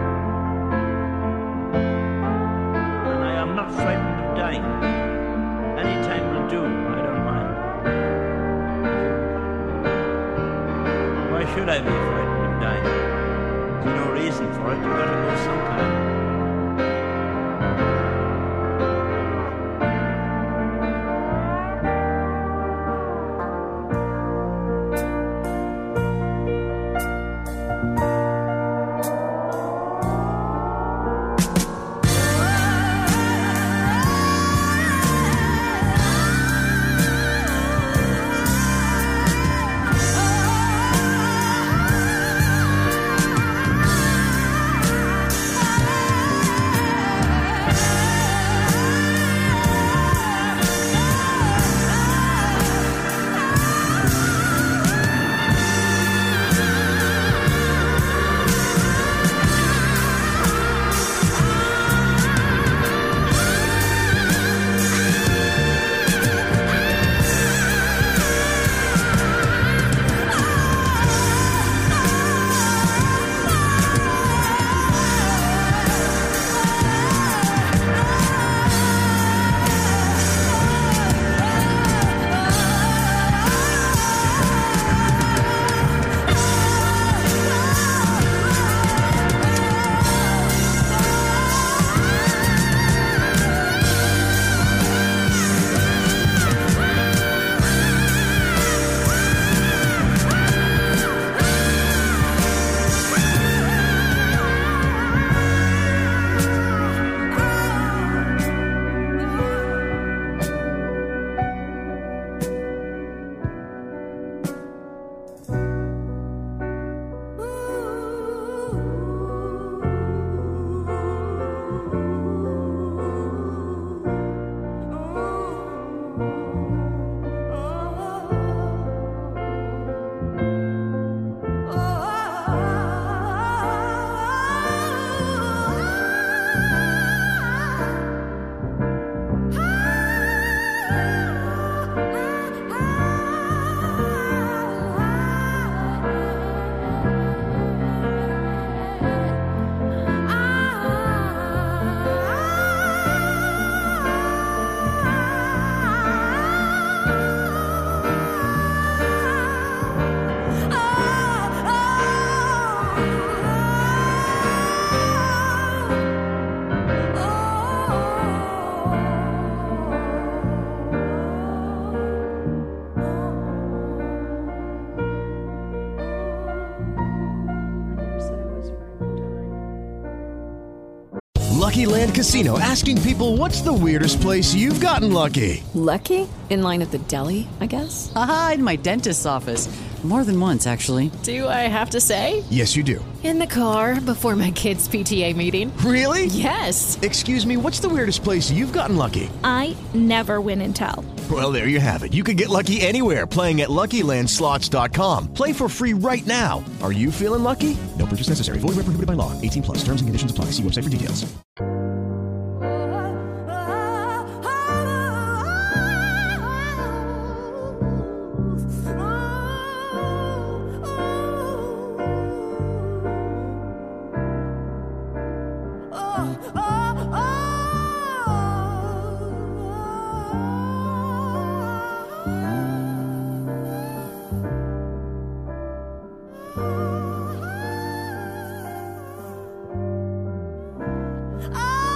Should I be frightened of dying? There's no reason for it. You gotta go sometime. Lucky Land Casino, asking people, what's the weirdest place you've gotten lucky? Lucky? In line at the deli, I guess? Aha, in my dentist's office. More than once, actually. Do I have to say? Yes, you do. In the car before my kids' PTA meeting. Really? Yes. Excuse me, what's the weirdest place you've gotten lucky? I never win and tell. Well, there you have it. You can get lucky anywhere, playing at LuckyLandSlots.com. Play for free right now. Are you feeling lucky? No purchase necessary. Void where prohibited by law. 18 plus. Terms and conditions apply. See website for details. Oh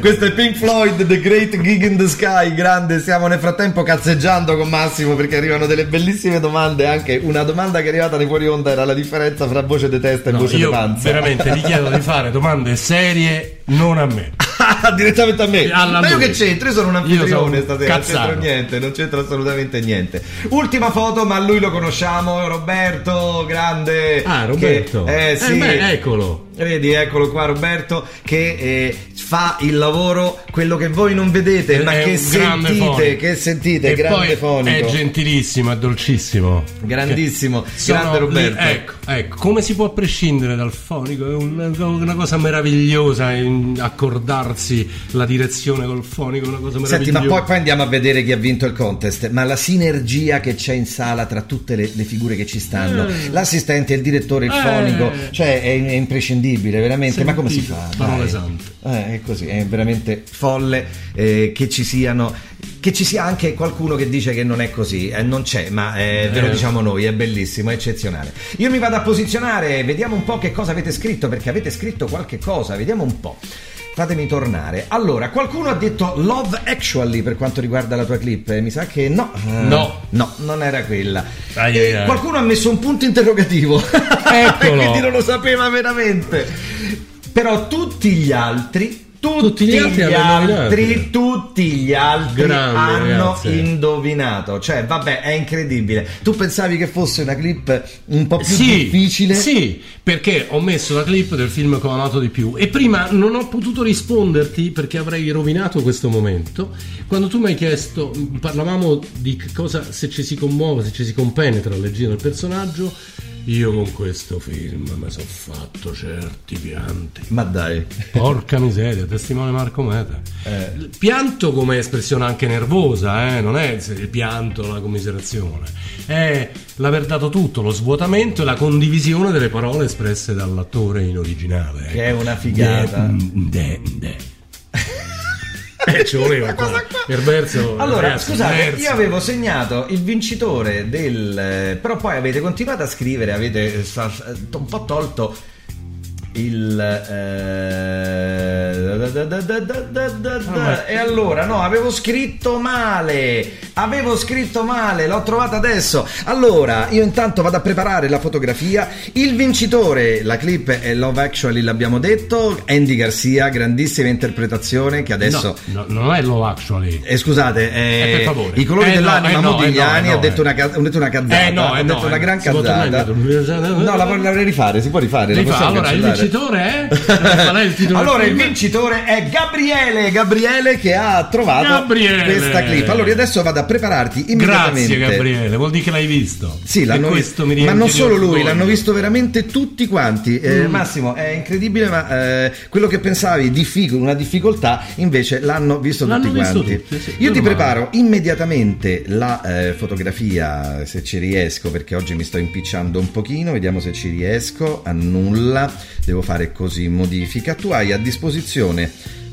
Questo è Pink Floyd, The Great Gig in the Sky, grande. Stiamo nel frattempo cazzeggiando con Massimo perché arrivano delle bellissime domande. Anche una domanda che è arrivata di fuori onda era la differenza fra voce di testa e voce di panza. Veramente ti chiedo di fare domande serie, non a me. Direttamente a me. Ma io che c'entro? Io sono un anfitrione stasera, Cazzano. non c'entro niente, non c'entra assolutamente niente. Ultima foto, ma lui lo conosciamo, Roberto, grande. Ah, Roberto. Sì. Eccolo. Vedi, eccolo qua Roberto che fa il lavoro, quello che voi non vedete, ma che sentite, e grande poi fonico. È gentilissimo, è dolcissimo. Grandissimo, grande Roberto. Ecco, come si può prescindere dal fonico? È una cosa meravigliosa accordarsi la direzione col fonico, è una cosa meravigliosa. Senti, ma poi andiamo a vedere chi ha vinto il contest, ma la sinergia che c'è in sala tra tutte le figure che ci stanno, l'assistente, il direttore, il fonico, cioè è imprescindibile. Veramente, ma come si fa? Parole sante. È così, è veramente folle che ci sia anche qualcuno che dice che non è così, non c'è, ma ve lo diciamo noi, è bellissimo, è eccezionale. Io mi vado a posizionare, vediamo un po' che cosa avete scritto, perché avete scritto qualche cosa, vediamo un po'. Fatemi tornare. Allora, qualcuno ha detto Love Actually per quanto riguarda la tua clip. Mi sa che no, non era quella. Qualcuno ha messo un punto interrogativo. Eccolo. Quindi non lo sapeva veramente. Però tutti gli altri Grande, hanno ragazzi. indovinato. Cioè, vabbè, è incredibile. Tu pensavi che fosse una clip un po' più difficile? Sì, perché ho messo la clip del film che ho amato di più e prima non ho potuto risponderti perché avrei rovinato questo momento. Quando tu mi hai chiesto, parlavamo di cosa, se ci si commuove, se ci si compenetra leggendo il personaggio. Io con questo film mi sono fatto certi pianti. Ma dai. Porca miseria, testimone Marco Meta. Pianto come espressione anche nervosa, non è il pianto, la commiserazione. È l'aver dato tutto, lo svuotamento e la condivisione delle parole espresse dall'attore in originale. Che è una figata. Ci voleva qua. Allora, ragazzi, scusate, io avevo segnato il vincitore del. Però poi avete continuato a scrivere, avete un po' tolto il e allora no, avevo scritto male, l'ho trovata adesso. Allora io intanto vado a preparare la fotografia. Il vincitore, la clip è Love Actually, l'abbiamo detto, Andy Garcia, grandissima interpretazione che adesso no, non è Love Actually, scusate, per favore. I colori dell'anima Modigliani, ho detto una cazzata, ho detto una gran cazzata. No, la vorrei rifare, si può rifare. Allora il vincitore è? Allora il vincitore è Gabriele che ha trovato questa clip. Allora io adesso vado a prepararti immediatamente. Grazie Gabriele, vuol dire che l'hai visto. Sì, l'hanno visto, ma non solo lui, l'hanno visto veramente tutti quanti. Massimo, è incredibile, ma quello che pensavi una difficoltà invece l'hanno visto tutti quanti. Io ti preparo immediatamente la fotografia, se ci riesco, perché oggi mi sto impicciando un pochino. Vediamo se ci riesco. Annulla, devo fare così, modifica. Tu hai a disposizione,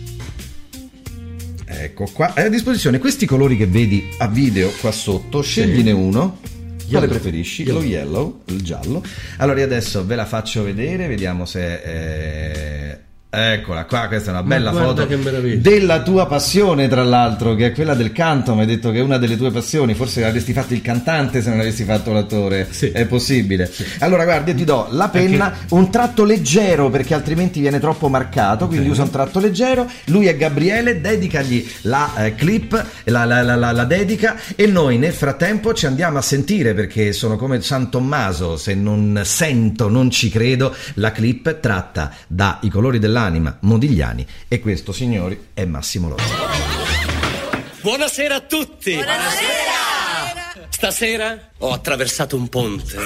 ecco qua, hai a disposizione questi colori che vedi a video qua sotto. Scegliene uno. Quale preferisci? Lo yellow, il giallo. Allora io adesso ve la faccio vedere, vediamo se eccola qua, questa è una bella foto della tua passione, tra l'altro, che è quella del canto. Mi hai detto che è una delle tue passioni, forse avresti fatto il cantante se non avessi fatto l'attore. Sì. È possibile. Sì. Allora guarda, io ti do la penna, un tratto leggero perché altrimenti viene troppo marcato, quindi usa un tratto leggero. Lui è Gabriele, dedicagli la clip, la dedica, e noi nel frattempo ci andiamo a sentire, perché sono come San Tommaso, se non sento non ci credo, la clip tratta da I colori dell'anima Modigliani, e questo, signori, è Massimo Lotti. Buonasera a tutti. Buonasera. Stasera ho attraversato un ponte.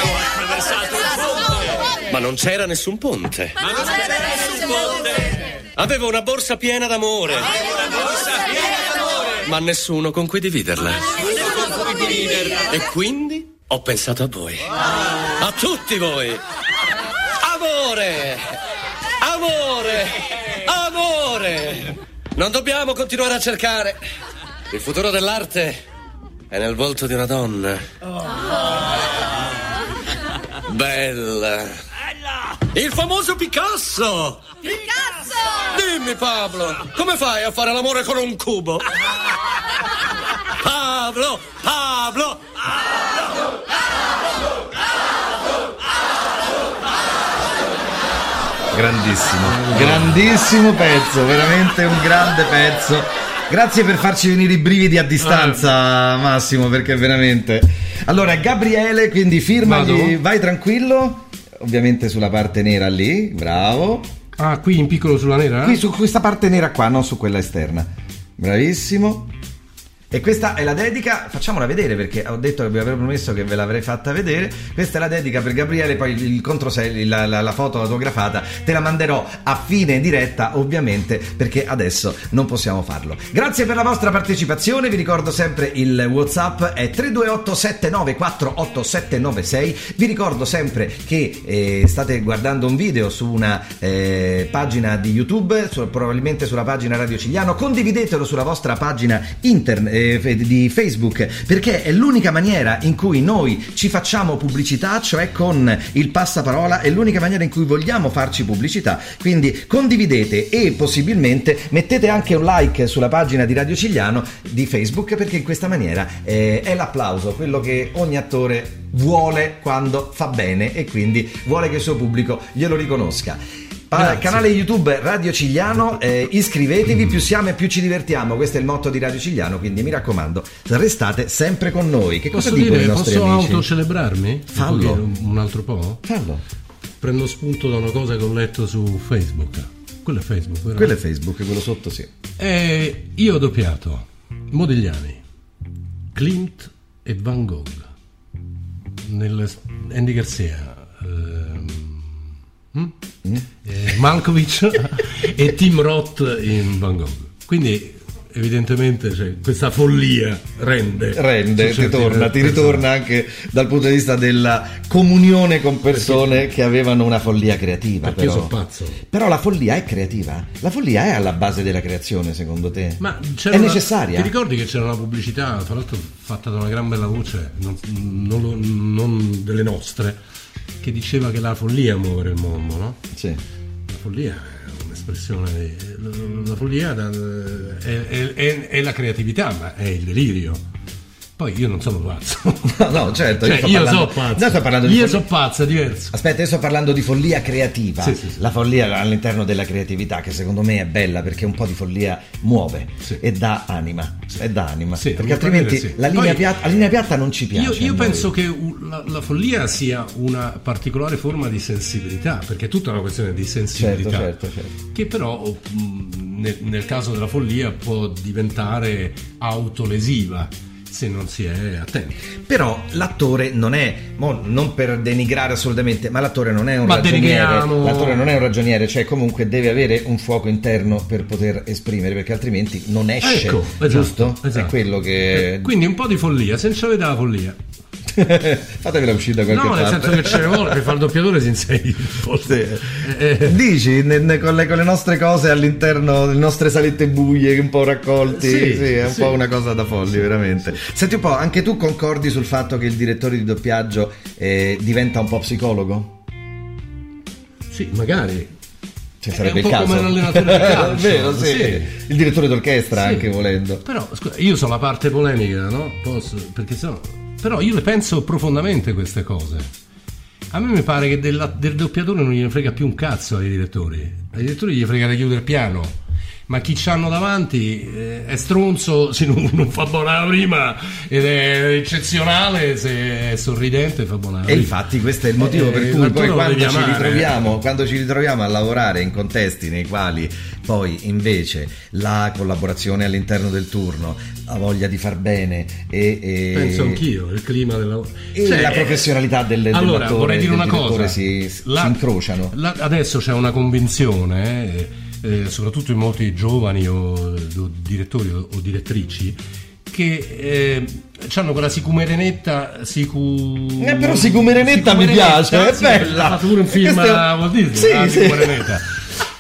Ma non c'era nessun ponte. Avevo una borsa piena d'amore. Ma nessuno con cui dividerla. E quindi ho pensato a voi. A tutti voi. Amore! Non dobbiamo continuare a cercare. Il futuro dell'arte è nel volto di una donna. Bella. Il famoso Picasso. Dimmi, Pablo, come fai a fare l'amore con un cubo? Pablo! Grandissimo pezzo, veramente un grande pezzo. Grazie per farci venire i brividi a distanza, Massimo, perché veramente... Allora, Gabriele, quindi firmagli, vai tranquillo, ovviamente sulla parte nera lì, bravo. Ah, qui in piccolo sulla nera? Qui su questa parte nera qua, non su quella esterna. Bravissimo. E questa è la dedica, facciamola vedere perché ho detto che vi avevo promesso che ve l'avrei fatta vedere. Questa è la dedica per Gabriele, poi il controsegno, la foto autografata te la manderò a fine diretta, ovviamente, perché adesso non possiamo farlo. Grazie per la vostra partecipazione, vi ricordo sempre il WhatsApp è 328 79 8796. Vi ricordo sempre che state guardando un video su una pagina di YouTube, probabilmente sulla pagina Radio Cigliano. Condividetelo sulla vostra pagina internet di Facebook, perché è l'unica maniera in cui noi ci facciamo pubblicità, cioè con il passaparola, è l'unica maniera in cui vogliamo farci pubblicità. Quindi condividete e possibilmente mettete anche un like sulla pagina di Radio Cigliano di Facebook, perché in questa maniera è l'applauso, quello che ogni attore vuole quando fa bene e quindi vuole che il suo pubblico glielo riconosca. Canale YouTube Radio Cigliano, iscrivetevi, più siamo e più ci divertiamo, questo è il motto di Radio Cigliano, quindi mi raccomando, restate sempre con noi. Che cosa dicono i nostri amici? Posso autocelebrarmi? Fallo. Un altro po'? Fallo. Prendo spunto da una cosa che ho letto su Facebook. Quello è Facebook, vero? Quello è Facebook, quello sotto sì. Io ho doppiato Modigliani, Klimt e Van Gogh nel Andy Garcia, Malkovich e Tim Roth in Van Gogh. Quindi evidentemente questa follia rende ti ritorna anche dal punto di vista della comunione con persone che avevano una follia creativa. Perché io sono pazzo. Però la follia è creativa, la follia è alla base della creazione, secondo te? Ma è necessaria? Ti ricordi che c'era una pubblicità, tra l'altro fatta da una gran bella voce, non delle nostre, che diceva che la follia muove il mondo, no? Sì. La follia è un'espressione, la follia è la creatività, ma è il delirio. Poi io non sono pazzo. No, certo. Io sono pazzo. Io sono pazzo, è diverso. Aspetta, io sto parlando di follia creativa. Sì. La follia all'interno della creatività, che secondo me è bella perché un po' di follia muove e dà anima. Sì, perché altrimenti la linea piatta non ci piace. Io penso che la follia sia una particolare forma di sensibilità, perché è tutta una questione di sensibilità. Certo. Che però nel caso della follia può diventare autolesiva se non si è attenti. Però l'attore non è, non per denigrare assolutamente, ma l'attore non è un ragioniere. L'attore non è un ragioniere, cioè comunque deve avere un fuoco interno per poter esprimere, perché altrimenti non esce. Giusto? Esatto. È quello che... Quindi un po' di follia, se non avete la follia. Fatevela uscire da qualche parte. No, nel senso che ce ne vuole per fare il doppiatore si insegna. Dici con le nostre cose all'interno delle nostre salette buie un po' raccolti, è un po' una cosa da folli, veramente. Senti un po', anche tu concordi sul fatto che il direttore di doppiaggio diventa un po' psicologo? Sì, magari. Sarebbe è un il po' caso. come l'allenatore di calcio. È vero, sì. Il direttore d'orchestra, anche volendo. Però scusa, io sono la parte polemica, no? Però io le penso profondamente queste cose. A me mi pare che del doppiatore non gliene frega più un cazzo ai direttori. Ai direttori gli frega di chiudere il piano. Ma chi c'hanno davanti è stronzo se non fa buona prima, ed è eccezionale se è sorridente fa buona prima. E infatti questo è il motivo per cui poi quando ci ritroviamo a lavorare in contesti nei quali poi invece la collaborazione all'interno del turno, la voglia di far bene penso anch'io, il clima del lavoro e la professionalità dell'attore, vorrei dire una cosa, si incrociano. Adesso c'è una convinzione soprattutto in molti giovani o direttori o direttrici che hanno quella sicumerenetta però sicumerenetta mi piace, è bella. Ha fatto pure un film a Walt Disney, sicumerenetta.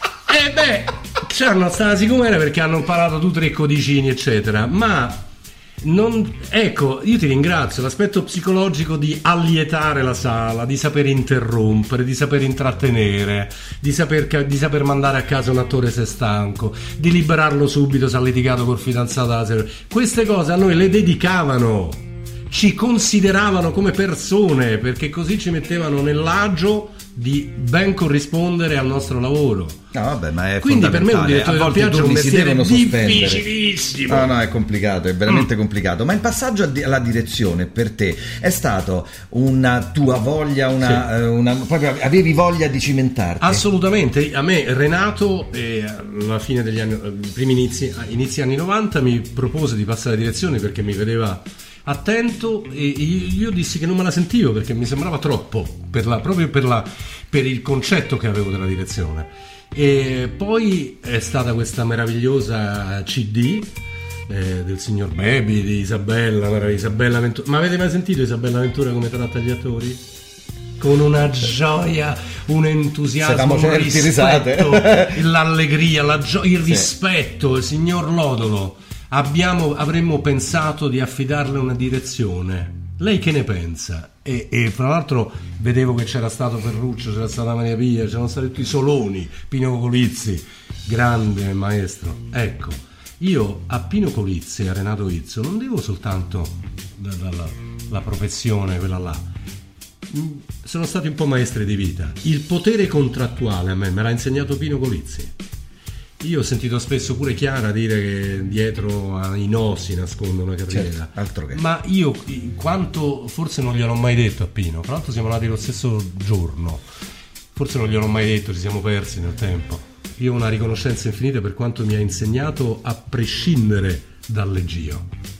C'hanno sta sicumera perché hanno imparato tutti i codicini eccetera, ma Ecco, io ti ringrazio, l'aspetto psicologico di allietare la sala, di saper interrompere, di saper intrattenere, di saper mandare a casa un attore se è stanco, di liberarlo subito se ha litigato col fidanzato. Queste cose a noi le dedicavano, ci consideravano come persone, perché così ci mettevano nell'agio di ben corrispondere al nostro lavoro. No, vabbè, ma è quindi per me un direttore del doppiaggio è un mestiere difficilissimo. No, è complicato, è veramente complicato. Ma il passaggio alla direzione per te è stato una tua voglia, proprio avevi voglia di cimentarti? Assolutamente. A me Renato, alla fine degli anni, primi inizi anni 90, mi propose di passare la direzione perché mi vedeva attento, e io dissi che non me la sentivo perché mi sembrava troppo per il concetto che avevo della direzione. E poi è stata questa meravigliosa CD del signor Baby, di Isabella Ventura. Ma avete mai sentito Isabella Ventura come tratta gli attori? Con una gioia, un entusiasmo, un rispetto, l'allegria, il rispetto. Il signor Lodolo, avremmo pensato di affidarle una direzione. Lei che ne pensa? E fra l'altro vedevo che c'era stato Ferruccio, c'era stata Maria Pia, c'erano stati tutti i Soloni, Pino Colizzi, grande maestro. Ecco, io a Pino Colizzi e a Renato Izzo non devo soltanto la professione, quella là. Sono stati un po' maestri di vita. Il potere contrattuale a me l'ha insegnato Pino Colizzi. Io ho sentito spesso pure Chiara dire che dietro ai no si nasconde una carriera. Certo, altro che. Ma io quanto forse non gliel'ho mai detto a Pino. Tra l'altro siamo nati lo stesso giorno. Forse non gliel'ho mai detto, ci siamo persi nel tempo. Io ho una riconoscenza infinita per quanto mi ha insegnato a prescindere dall'eggio.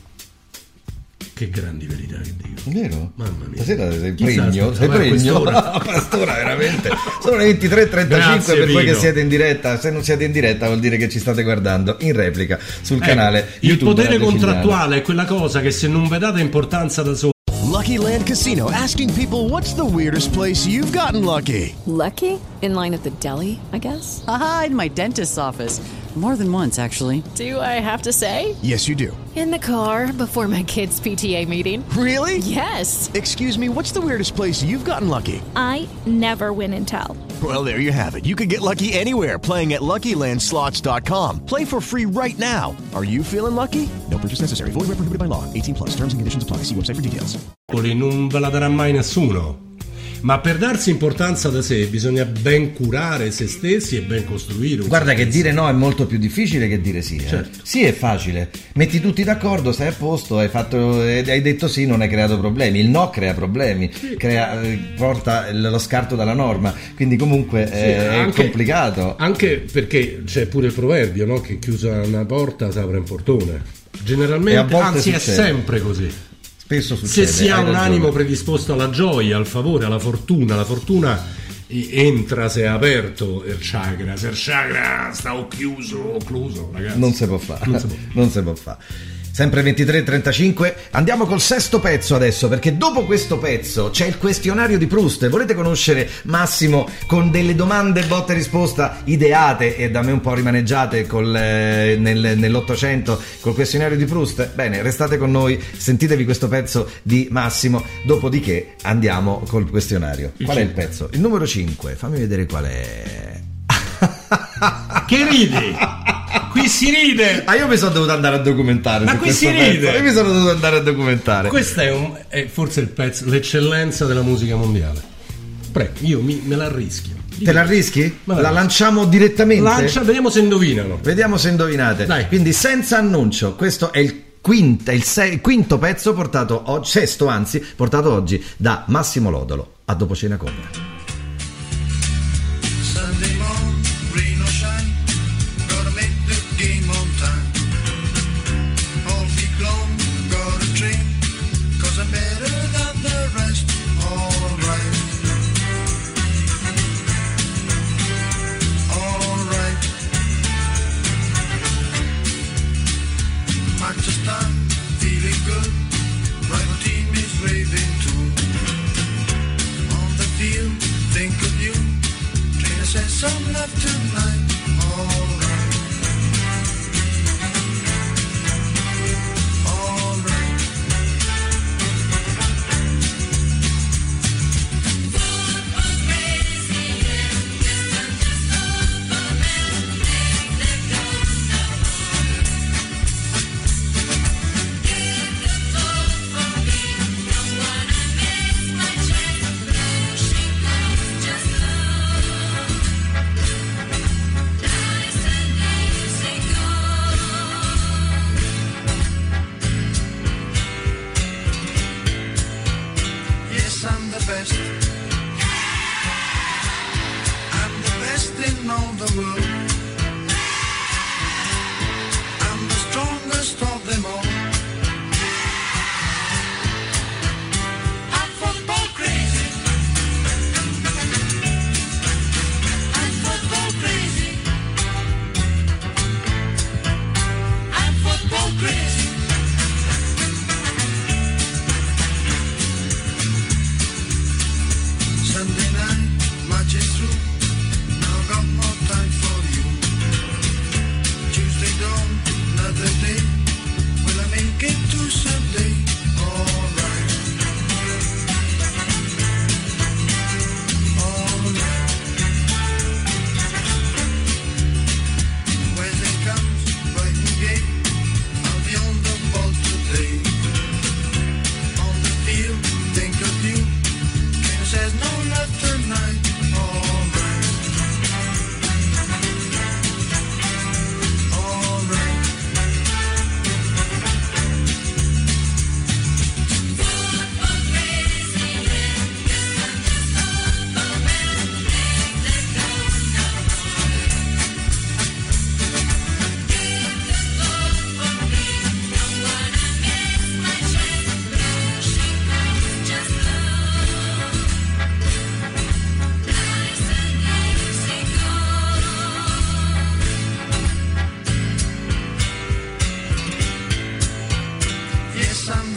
Che grandi verità che dico. Vero? Mamma mia. Stasera sei pregno. Pastora, veramente. Sono le 23:35 per voi che siete in diretta. Se non siete in diretta vuol dire che ci state guardando in replica sul canale YouTube. Il potere contrattuale è quella cosa che se non vi date importanza da solo. Lucky Land Casino, asking people, what's the weirdest place you've gotten lucky? Lucky? In line at the deli, I guess? Aha, in my dentist's office. More than once, actually. Do I have to say? Yes, you do. In the car before my kids' PTA meeting. Really? Yes. Excuse me, what's the weirdest place you've gotten lucky? I never win and tell. Well, there you have it. You can get lucky anywhere, playing at LuckyLandSlots.com. Play for free right now. Are you feeling lucky? No purchase necessary. Void where prohibited by law. 18+. Terms and conditions apply. See website for details. Non ve la darà mai nessuno. Ma per darsi importanza da sé bisogna ben curare se stessi e ben costruire. Guarda che dire no è molto più difficile che dire sì. Certo. Sì è facile, metti tutti d'accordo, sei a posto, hai detto sì, non hai creato problemi. Il no crea problemi, sì. Porta lo scarto dalla norma, quindi comunque è complicato. Anche perché c'è pure il proverbio, no? Che chiusa una porta si apre un portone. Generalmente, anzi è sempre così. Succede, se si ha un animo predisposto alla gioia, al favore, alla fortuna, la fortuna entra se è aperto. Il chakra, se il chakra sta chiuso, ragazzi. Non si può fare. Sempre 23:35. Andiamo col sesto pezzo adesso, perché dopo questo pezzo c'è il questionario di Proust. Volete conoscere Massimo con delle domande botta e risposta ideate e da me un po' rimaneggiate nell'Ottocento col questionario di Proust? Bene, restate con noi, sentitevi questo pezzo di Massimo, dopodiché andiamo col questionario. Qual è il pezzo? Il numero 5, fammi vedere qual è. Che ridi? Qui si ride. Io mi sono dovuto andare a documentare. Ma qui si ride. Io mi sono dovuto andare a documentare. Questo è forse il pezzo, l'eccellenza della musica mondiale. Prego, io me la rischio. Te la rischi? La lanciamo direttamente? Vediamo se indovinano. Vediamo se indovinate. Dai. Quindi senza annuncio, questo è il quinto pezzo sesto portato oggi da Massimo Lodolo. A dopo cena con. Some love tonight, all right.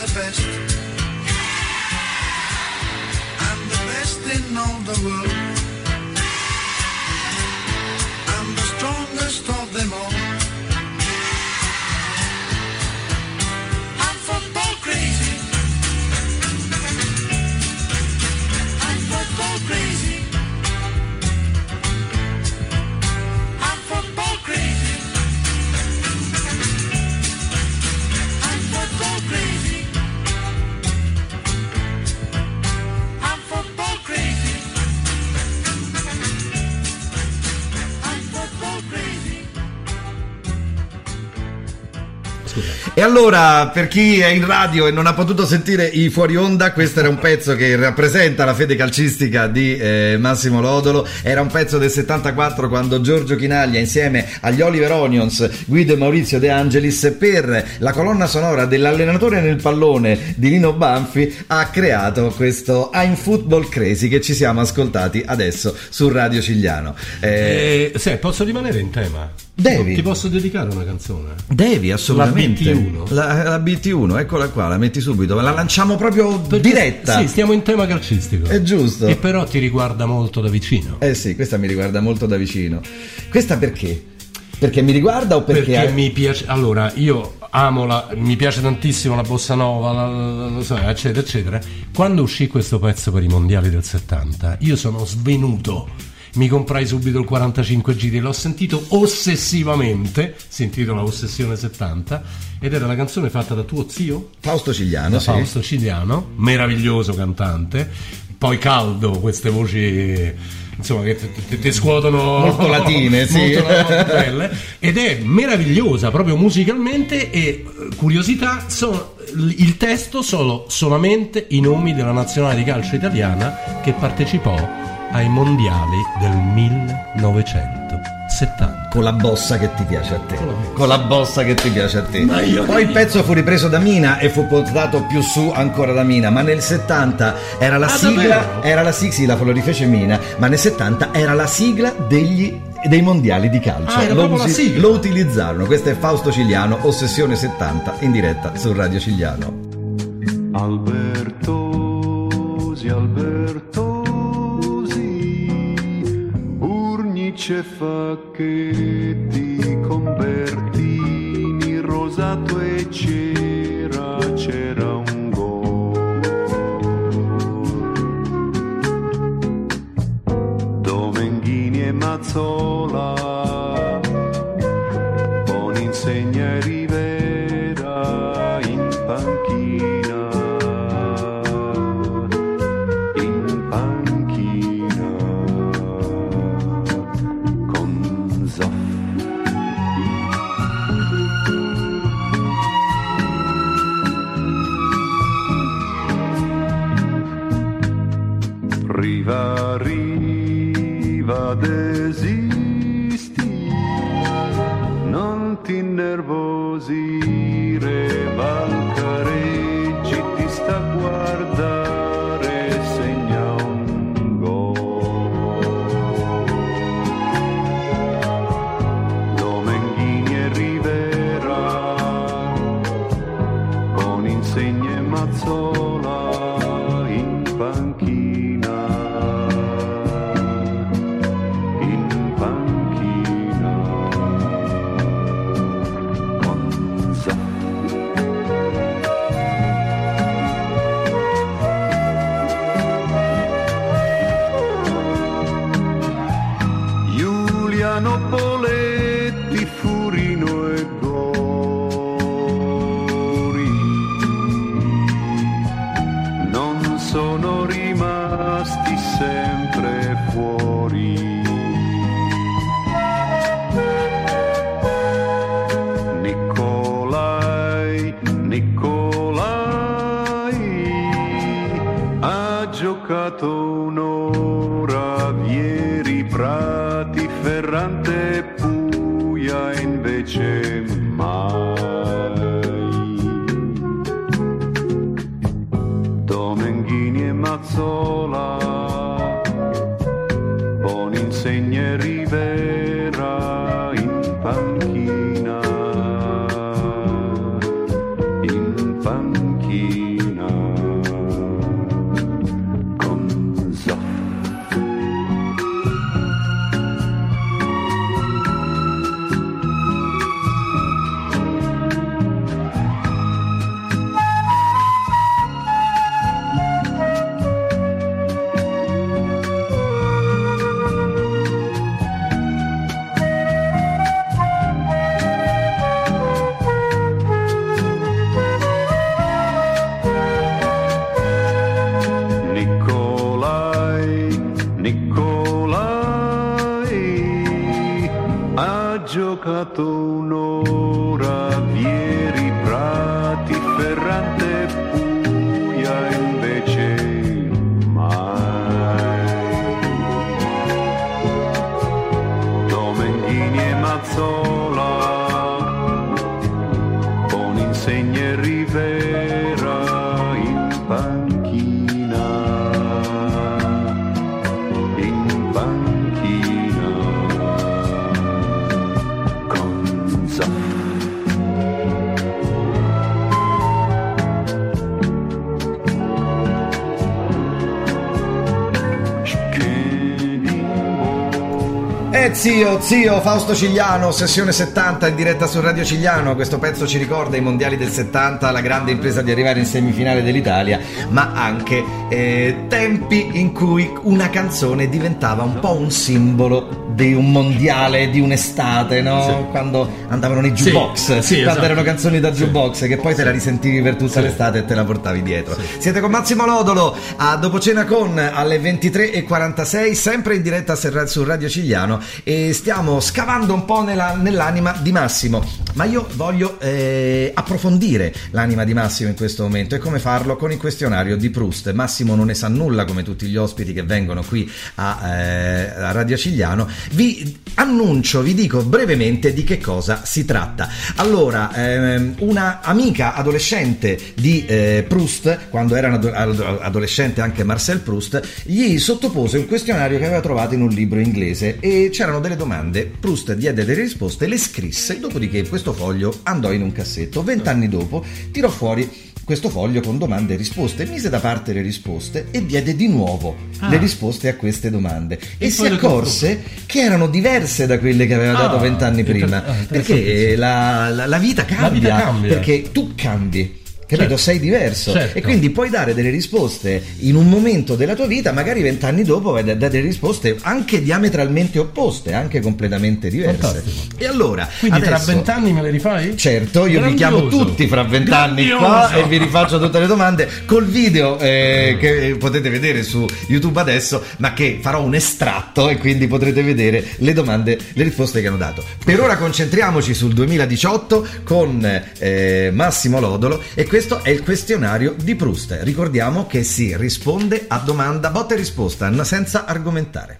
the best. I'm the best in all the world. I'm the strongest of them all. I'm football crazy. I'm football crazy. I'm football crazy. I'm football crazy. I'm football crazy. I'm football crazy. E allora, per chi è in radio e non ha potuto sentire i fuori onda, questo era un pezzo che rappresenta la fede calcistica di Massimo Lodolo. Era un pezzo del 74, quando Giorgio Chinaglia insieme agli Oliver Onions, Guido e Maurizio De Angelis, per la colonna sonora dell'Allenatore nel pallone di Lino Banfi, ha creato questo I'm Football Crazy che ci siamo ascoltati adesso su Radio Cigliano. Posso rimanere in tema? Devi. Ti posso dedicare una canzone? Devi, assolutamente. La BT1. La BT1, eccola qua, la metti subito, la lanciamo proprio diretta. Sì, stiamo in tema calcistico. È giusto. E però ti riguarda molto da vicino. Sì, questa mi riguarda molto da vicino. Questa perché? Perché mi riguarda o perché mi piace? Allora, io amo mi piace tantissimo la bossa nova, eccetera, eccetera. Quando uscì questo pezzo per i mondiali del 70, io sono svenuto. Mi comprai subito il 45 giri, l'ho sentito ossessivamente, si intitola Ossessione 70, ed era la canzone fatta da tuo zio? Fausto Cigliano, sì. Fausto Cigliano, meraviglioso cantante, poi caldo, queste voci insomma che ti scuotono molto latine, sì. molto belle, ed è meravigliosa proprio musicalmente. E curiosità, il testo sono solamente i nomi della nazionale di calcio italiana che partecipò ai mondiali del 1970. Con la bossa che ti piace a te. Con la bossa che ti piace a te. Poi il pezzo fu ripreso da Mina e fu portato più su ancora da Mina, ma nel 70 era la sigla, davvero? Era la sigla, lo rifece Mina, ma nel 70 era la sigla dei mondiali di calcio. Lo utilizzarono. Questo è Fausto Cigliano, Ossessione 70, in diretta su Radio Cigliano. Albertosi, facchetti con Bertini, rosato e c'era un gol. Domenghini e Mazzola, Boninsegna e Rivera in panchina. Riva, desisti, non ti innervosire, Valcareggi ti sta a guardare, segna un gol. Domenghini e Rivera, con Insegna e Mazzola in panchina. Poletti, Furino e Gori non sono rimasti sempre fuori. Nicolai ha giocato un'ora, Vieri, Prati, Ferrante, Puia, invece mai. Domenghini e Mazzola, Boninsegna e Rivera in panchina. In panchina. panchina con Zoff. Giocato un'ora, Vieri, Prati, Ferrante, Puglia, invece mai. Domenghini e Mazzola, con Insegne e Rivera in panchina, in panchina. Zio Fausto Cigliano, sessione 70 in diretta su Radio Cigliano. Questo pezzo ci ricorda i mondiali del 70, la grande impresa di arrivare in semifinale dell'Italia, ma anche tempi in cui una canzone diventava un po' un simbolo di un mondiale, di un'estate, no? Sì. Quando andavano nei jukebox, quando esatto. Erano canzoni da jukebox, che poi te la risentivi per tutta l'estate e te la portavi dietro. Siete con Massimo Lodolo a Dopo Cena con alle 23:46, sempre in diretta su Radio Cigliano, e stiamo scavando un po' nell'anima di Massimo, ma io voglio approfondire l'anima di Massimo in questo momento, e come farlo? Con il questionario di Proust. Massimo non ne sa nulla, come tutti gli ospiti che vengono qui a Radio Cigliano. Vi dico brevemente di che cosa si tratta. Allora, una amica adolescente di Proust, quando era adolescente anche Marcel Proust, gli sottopose un questionario che aveva trovato in un libro inglese, e c'erano delle domande. Proust diede delle risposte, le scrisse, dopodiché questo foglio andò in un cassetto. 20 anni dopo tirò fuori questo foglio con domande e risposte, mise da parte le risposte e diede di nuovo le risposte a queste domande, e si accorse che erano diverse da quelle che aveva dato 20 anni prima, perché la vita cambia, perché tu cambi. Capito? Certo. Sei diverso, certo. E quindi puoi dare delle risposte in un momento della tua vita, magari 20 anni dopo vai a dare delle risposte anche diametralmente opposte, anche completamente diverse. Fantastico. E allora, quindi adesso, tra 20 anni me le rifai? Certo, io vi chiamo tutti fra 20 anni qua e vi rifaccio tutte le domande col video che potete vedere su YouTube adesso, ma che farò un estratto e quindi potrete vedere le domande, le risposte che hanno dato. Per ora concentriamoci sul 2018 con Massimo Lodolo, e questo è il questionario di Proust. Ricordiamo che si risponde a domanda, botta e risposta, senza argomentare.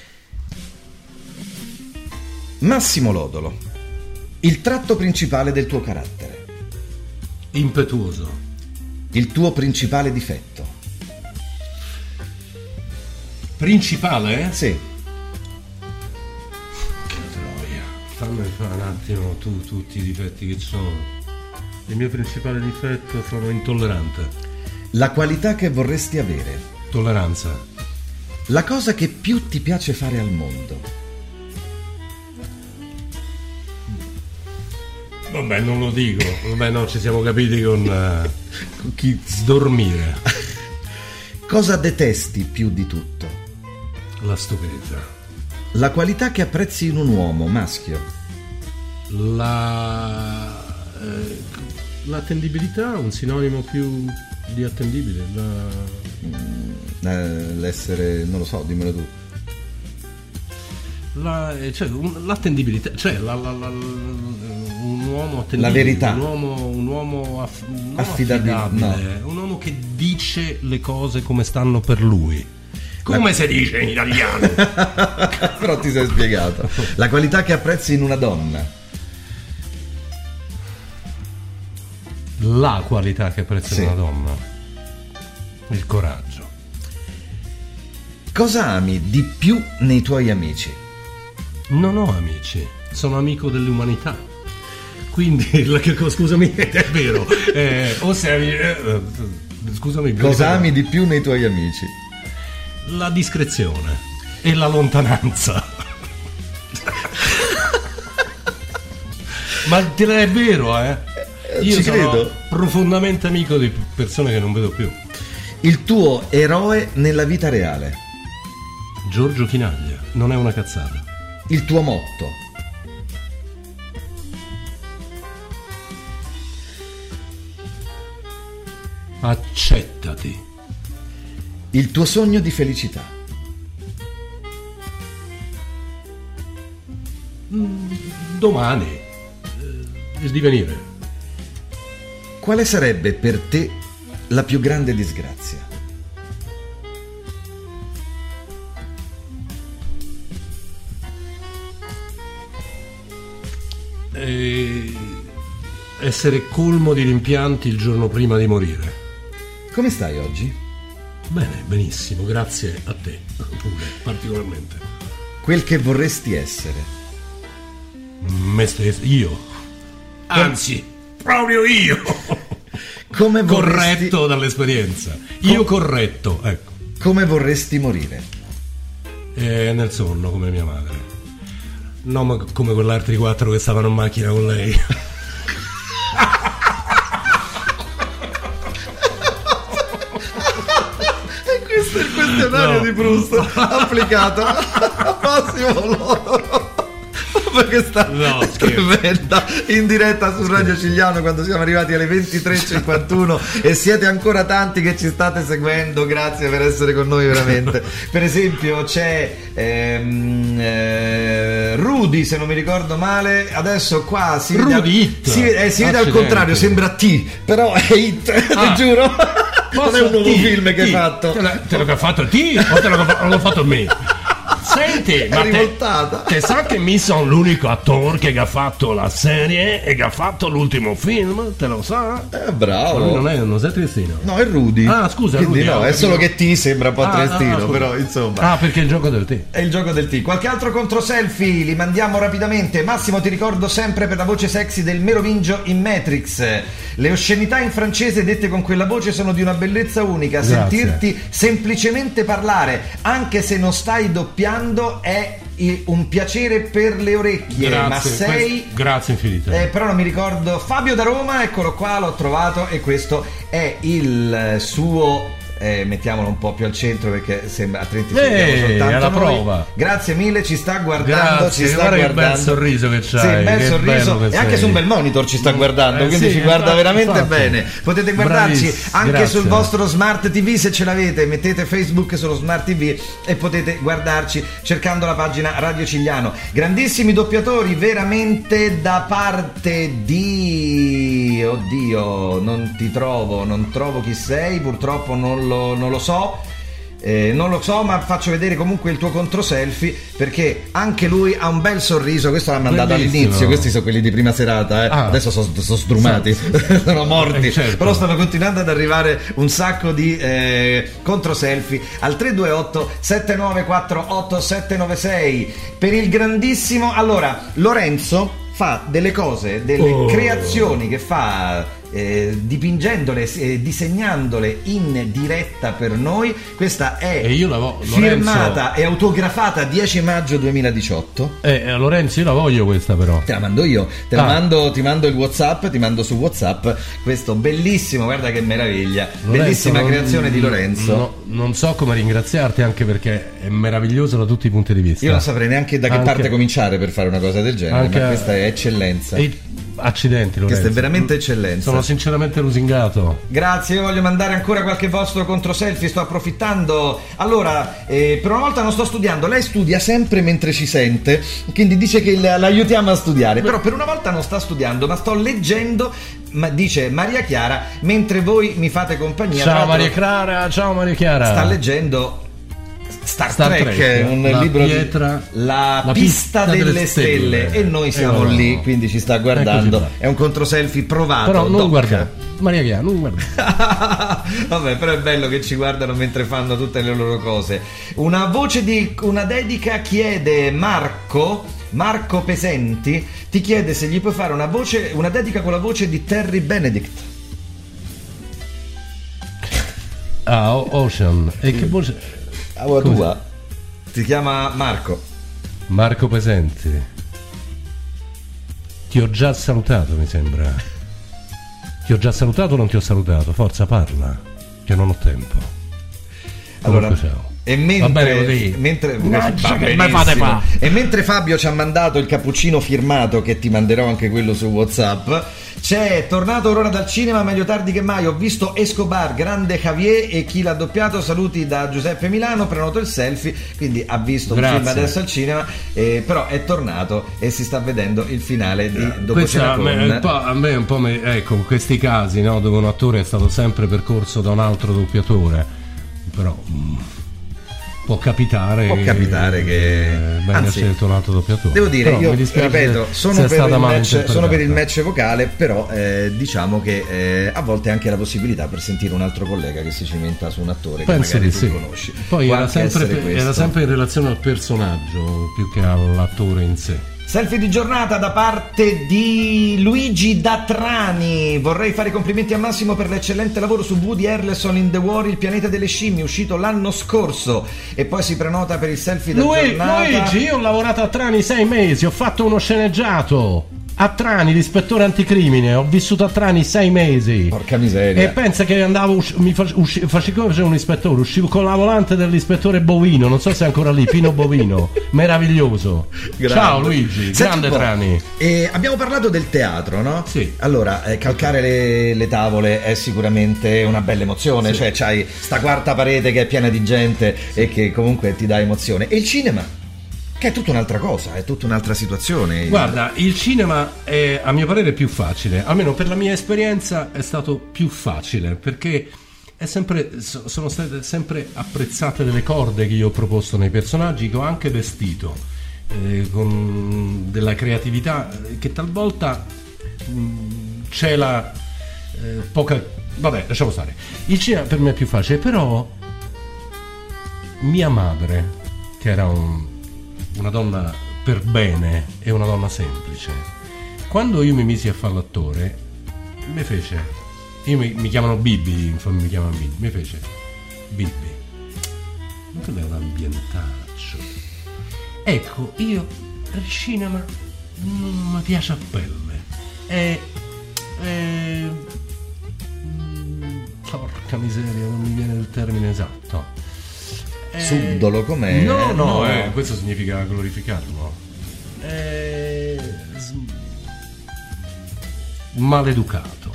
Massimo Lodolo, il tratto principale del tuo carattere? Impetuoso. Il tuo principale difetto? Principale? Sì. Che troia. Fammi fare un attimo tutti i difetti che sono. Il mio principale difetto, sono intollerante. La qualità che vorresti avere? Tolleranza. La cosa che più ti piace fare al mondo? Vabbè, non lo dico. Vabbè, no, ci siamo capiti con chi dormire. Cosa detesti più di tutto? La stupidità. La qualità che apprezzi in un uomo maschio? L'attendibilità, un sinonimo più di attendibile. L'essere, non lo so, dimmelo tu. L'attendibilità, cioè un uomo attendibile, la verità, un uomo affidabile, no. Un uomo che dice le cose come stanno per lui. Come si dice in italiano? Però ti sei spiegato. La qualità che apprezzi in una donna? La qualità che apprezzo in una donna? Il coraggio. Cosa ami di più nei tuoi amici? Non ho amici, sono amico dell'umanità. Quindi, scusami, è vero. O sei scusami. Cosa ami di più nei tuoi amici? La discrezione e la lontananza. Ma è vero, Io sono profondamente amico di persone che non vedo più. Il tuo eroe nella vita reale? Giorgio Chinaglia, non è una cazzata. Il tuo motto? Accettati. Il tuo sogno di felicità? Domani. Il divenire. Quale sarebbe per te la più grande disgrazia? Essere colmo di rimpianti il giorno prima di morire. Come stai oggi? Bene, benissimo, grazie a te pure, particolarmente. Quel che vorresti essere? Me stesso, io. Anzi, proprio io. Come vorresti... Corretto dall'esperienza. Io corretto, ecco. Come vorresti morire? Nel sonno, come mia madre. No, ma come quell'altri 4 che stavano in macchina con lei. Questo è il questionario di Proust applicato a Massimo Loro. Perché sta tremenda in diretta su Radio Cigliano quando siamo arrivati alle 23:51 e siete ancora tanti che ci state seguendo, grazie per essere con noi veramente. Per esempio c'è Rudy, se non mi ricordo male, adesso qua si vede al contrario, sembra T, però è It, ti giuro. Non è un nuovo film che hai fatto. Te l'ho fatto T o te l'ho fatto me? Senti, ma te sa che mi sono l'unico attore che ha fatto la serie e che ha fatto l'ultimo film? Te lo sa? Bravo. Non sei Tristino? No, è Rudy. Ah, scusa, quindi Rudy. No, è solo che T sembra un po' Tristino, però insomma. Perché è il gioco del T. È il gioco del T. Qualche altro controselfie li mandiamo rapidamente. Massimo, ti ricordo sempre per la voce sexy del Merovingio in Matrix. Le oscenità in francese dette con quella voce sono di una bellezza unica. Grazie. Sentirti semplicemente parlare, anche se non stai doppiando, è un piacere per le orecchie. Grazie, ma sei grazie infinite. però non mi ricordo. Fabio da Roma, eccolo qua, l'ho trovato e questo è il suo mettiamolo un po' più al centro perché sembra altrimenti sentiamo soltanto alla noi. Prova. Grazie mille, ci sta guardando. Grazie, ci sta guarda guardando. che bel sorriso che c'hai. Sì, bel che sorriso e anche su un bel monitor ci sta guardando, quindi ci guarda veramente bene. Potete guardarci anche sul vostro Smart TV se ce l'avete, mettete Facebook sullo Smart TV e potete guardarci cercando la pagina Radio Cigliano. Grandissimi doppiatori, veramente, da parte di non trovo chi sei, purtroppo non lo so. Non lo so, ma faccio vedere comunque il tuo controselfie perché anche lui ha un bel sorriso. Questo l'ha mandato all'inizio, questi sono quelli di prima serata, Adesso sono strumati, sono morti, certo. Però stanno continuando ad arrivare un sacco di controselfie al 328 7948 796 per il grandissimo. Allora, Lorenzo fa delle cose, delle creazioni che fa dipingendole, disegnandole in diretta per noi. Questa è firmata e autografata 10 maggio 2018. Lorenzo, io la voglio questa, però te la mando io, ti mando il WhatsApp, ti mando su WhatsApp questo bellissimo, guarda che meraviglia, Lorenzo, bellissima creazione di Lorenzo. Non so come ringraziarti, anche perché è meraviglioso da tutti i punti di vista. Io non saprei neanche da che parte cominciare per fare una cosa del genere, ma questa è eccellenza. Accidenti, Lorenzo. Questa è veramente eccellenza. Sono sinceramente lusingato. Grazie, io voglio mandare ancora qualche vostro controselfie, sto approfittando. Allora, per una volta non sto studiando, lei studia sempre mentre ci sente, quindi dice che l'aiutiamo a studiare, però per una volta non sta studiando, ma sto leggendo, dice Maria Chiara, mentre voi mi fate compagnia. Ciao Maria Chiara, ciao Maria Chiara. Sta leggendo Star Trek, un libro la pista delle stelle e noi siamo lì, quindi ci sta guardando. È un controselfie provato. Però non guarda Maria Chiara, non guarda. Vabbè, però è bello che ci guardano mentre fanno tutte le loro cose. Una voce di una dedica chiede Marco Marco Pesenti ti chiede se gli puoi fare una dedica con la voce di Terry Benedict. Ocean. E che voce? Tua. Si chiama Marco Pesenti. Ti ho già salutato, mi sembra. Ti ho già salutato o non ti ho salutato? Forza, parla, che non ho tempo. Allora, ciao. E mentre Fabio ci ha mandato il cappuccino firmato, che ti manderò anche quello su WhatsApp, c'è tornato Aurora dal cinema, meglio tardi che mai, ho visto Escobar, grande Javier e chi l'ha doppiato, saluti da Giuseppe Milano, prenoto il selfie, quindi ha visto un film adesso al cinema, però è tornato e si sta vedendo il finale di Dopo Cena Con. A me un po' ecco, questi casi, no, dove un attore è stato sempre percorso da un altro doppiatore, però può capitare che venga scelto un altro doppiatore. Devo dire, io ripeto, sono per il match vocale, però diciamo che a volte anche la possibilità per sentire un altro collega che si cimenta su un attore che magari tu conosci. Poi era sempre in relazione al personaggio più che all'attore in sé. Selfie di giornata da parte di Luigi Datrani. Vorrei fare i complimenti a Massimo per l'eccellente lavoro su Woody Harrelson in The War, il pianeta delle scimmie, uscito l'anno scorso, e poi si prenota per il selfie di giornata. Luigi, io ho lavorato a Trani 6 mesi, ho fatto uno sceneggiato a Trani, l'ispettore anticrimine, ho vissuto a Trani 6 mesi. Porca miseria. E pensa che andavo, facevo un ispettore, uscivo con la volante dell'ispettore Bovino, non so se è ancora lì, Pino Bovino, meraviglioso. Grande. Ciao Luigi, grande Trani. Abbiamo parlato del teatro, no? Sì. Allora, calcare le tavole è sicuramente una bella emozione, cioè c'hai sta quarta parete che è piena di gente e che comunque ti dà emozione. E il cinema? Che è tutta un'altra cosa, è tutta un'altra situazione. Guarda, il cinema è, a mio parere, più facile, almeno per la mia esperienza è stato più facile, perché sono state sempre apprezzate delle corde che io ho proposto nei personaggi, che ho anche vestito con della creatività che talvolta c'è la poca. Vabbè, lasciamo stare. Il cinema per me è più facile, però mia madre, che era una donna per bene e una donna semplice, quando io mi misi a fare l'attore, mi fece, mi chiamano Bibi, mi chiamano Bibi, mi fece Bibi, ma che è un ambientaccio. Ecco, io il cinema non mi piace a pelle, porca miseria, non mi viene il termine esatto. Subdolo com'è? No, questo significa glorificarlo. Maleducato.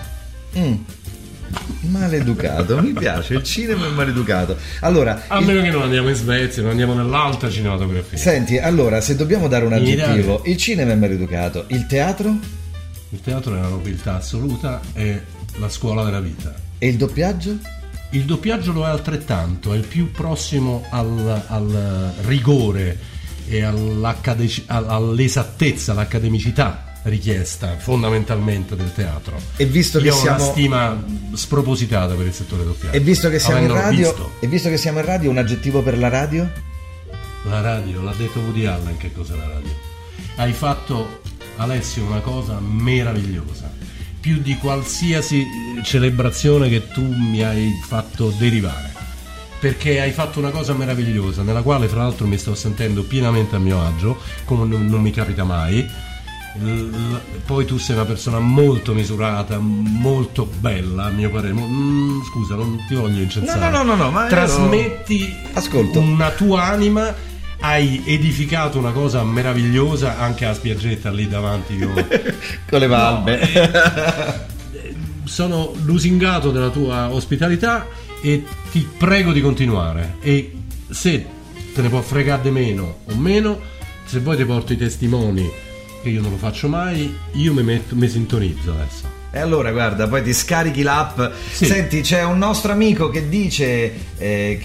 Maleducato, mi piace, il cinema è maleducato. Allora, a meno che non andiamo in Svezia, non andiamo nell'alta cinematografia. Senti, allora, se dobbiamo dare un aggettivo, il cinema è maleducato, il teatro? Il teatro è una nobiltà assoluta, è la scuola della vita. E il doppiaggio? Il doppiaggio lo è altrettanto, è il più prossimo al rigore e all'esattezza, all'accademicità richiesta fondamentalmente del teatro. E visto io che ho una stima spropositata per il settore doppiaggio. E visto che siamo in radio, un aggettivo per la radio? La radio, l'ha detto Woody Allen, che cos'è la radio? Hai fatto, Alessio, una cosa meravigliosa, più di qualsiasi celebrazione che tu mi hai fatto derivare, perché hai fatto una cosa meravigliosa nella quale fra l'altro mi sto sentendo pienamente a mio agio, come non mi capita mai. Poi tu sei una persona molto misurata, molto bella, a mio parere. Scusa, non ti voglio incensare. No, ma trasmetti una tua anima. Hai edificato una cosa meravigliosa anche a spiaggetta lì davanti con le valve. Sono lusingato della tua ospitalità e ti prego di continuare, e se te ne può fregare di meno o meno, se vuoi ti porto i testimoni, che io non lo faccio mai, io mi sintonizzo adesso. E allora guarda, poi ti scarichi l'app. Sì. Senti, c'è un nostro amico che dice che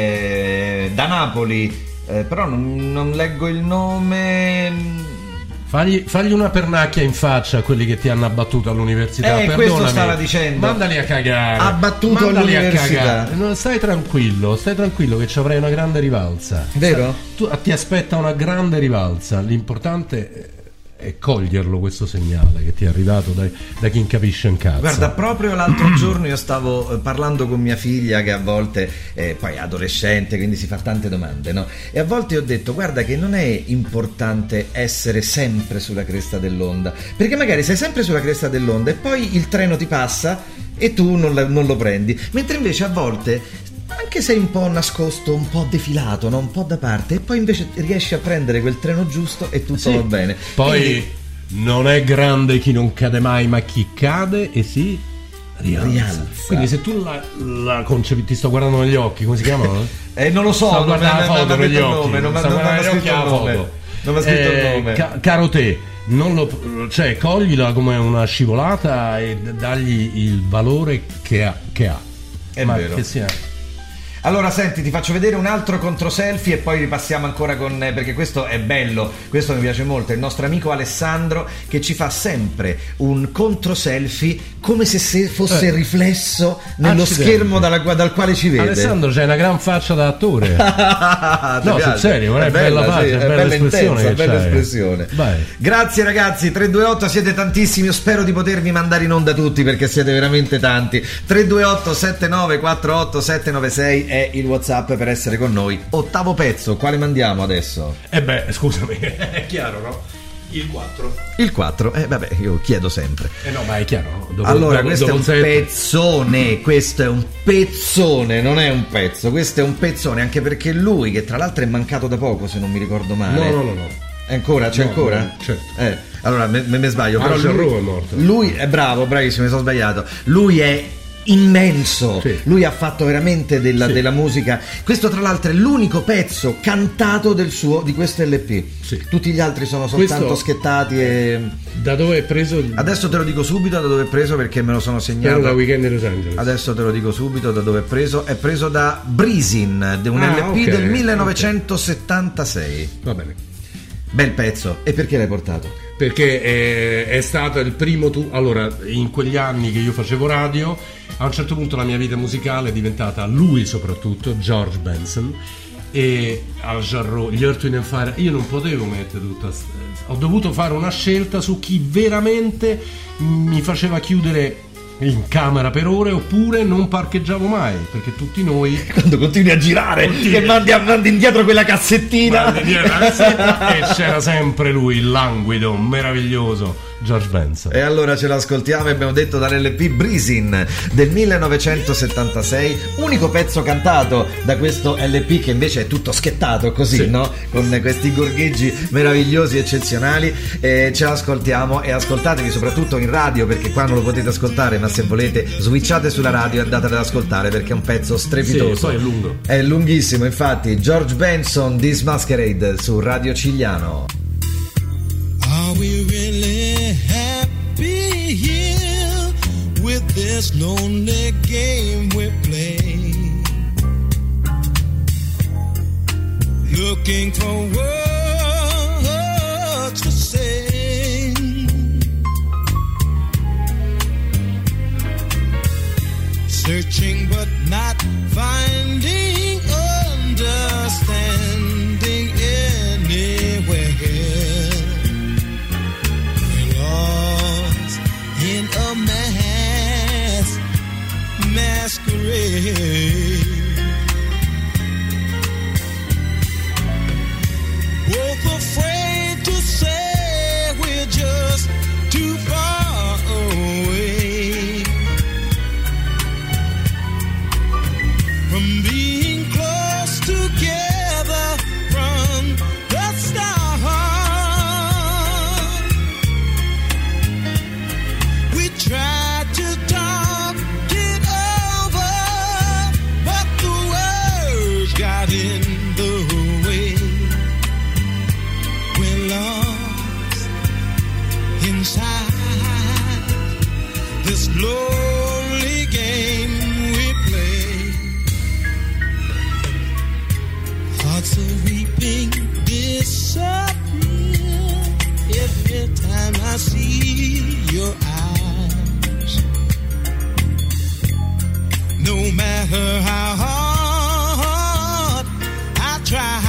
è da Napoli, però non leggo il nome. Fagli una pernacchia in faccia a quelli che ti hanno abbattuto all'università. Perdonami, questo stava dicendo. Mandali a cagare. Abbattuto all'università. No, stai tranquillo che ci avrai una grande rivalsa. Vero? Ti aspetta una grande rivalsa. L'importante è coglierlo, questo segnale che ti è arrivato da chi capisce un cazzo. Guarda, proprio l'altro giorno io stavo parlando con mia figlia, che a volte poi è adolescente, quindi si fa tante domande, no? E a volte ho detto: guarda che non è importante essere sempre sulla cresta dell'onda, perché magari sei sempre sulla cresta dell'onda e poi il treno ti passa e tu non lo prendi, mentre invece a volte anche sei un po' nascosto, un po' defilato, no? Un po' da parte, e poi invece riesci a prendere quel treno giusto e tutto va bene. Poi non è grande chi non cade mai, ma chi cade e si rialza. Quindi se tu la concepi, ti sto guardando negli occhi, come si chiamano? Non lo so, non mi ha scritto il nome. Caro te, coglila come una scivolata e dagli il valore che ha. È vero. Che sia. Allora senti, ti faccio vedere un altro controselfie e poi ripassiamo ancora perché questo è bello, questo mi piace molto. Il nostro amico Alessandro che ci fa sempre un controselfie come se fosse riflesso nello schermo dal quale ci vede. Alessandro, c'hai una gran faccia da attore. No, sul serio, è bella faccia, è bella espressione, intensa, bella espressione. Vai. Grazie ragazzi, 328, siete tantissimi, io spero di potervi mandare in onda tutti perché siete veramente tanti. 328 7948 796 è il WhatsApp per essere con noi. Ottavo pezzo, quale mandiamo adesso? Scusami, è chiaro, no? Il 4. Il 4, vabbè, io chiedo sempre. No, ma è chiaro. Questo è un pezzone, questo è un pezzone, non è un pezzo, questo è un pezzone, anche perché lui, che tra l'altro è mancato da poco, se non mi ricordo male. No. Ancora? C'è ancora? No, certo. Allora, me sbaglio. Però Jarreau è morto. Lui è bravissimo, mi sono sbagliato. Lui è immenso, sì. Lui ha fatto veramente della musica. Questo tra l'altro è l'unico pezzo cantato di questo LP, sì. Tutti gli altri sono soltanto schettati. Da dove è preso? Adesso te lo dico subito da dove è preso, perché me lo sono segnato. Da Weekend in Los Angeles. Adesso te lo dico subito da dove è preso da Breezin, un LP del 1976. Va bene. Bel pezzo. E perché l'hai portato? Perché è stato il primo allora, in quegli anni che io facevo radio, a un certo punto la mia vita musicale è diventata lui, soprattutto George Benson, e al Jarreau, gli Earth, Wind & Fire. Io non potevo mettere ho dovuto fare una scelta su chi veramente mi faceva chiudere in camera per ore, oppure non parcheggiavo mai, perché tutti noi, quando continui a girare che mandi indietro quella cassettina, e c'era sempre lui, il languido, meraviglioso George Benson. E allora ce l'ascoltiamo, e abbiamo detto dall'LP Breezin del 1976, unico pezzo cantato da questo LP, che invece è tutto schettato così, sì. No? Con questi gorgheggi meravigliosi, eccezionali. Ce l'ascoltiamo, e ascoltatevi soprattutto in radio, perché qua non lo potete ascoltare, ma se volete switchate sulla radio e andate ad ascoltare, perché è un pezzo strepitoso. Sì, poi è lungo, è lunghissimo. Infatti George Benson, This Masquerade su Radio Cigliano. Are we really happy here with this lonely game we play? Looking for words to say, searching but not finding understanding anywhere. In a masquerade, both afraid to say we're just too far away from being close together from the start. We tried to talk it over, but the words got in the way. We're lost inside this lonely game we play. Hearts are weeping, disappear. I see your eyes. No matter how hard I try,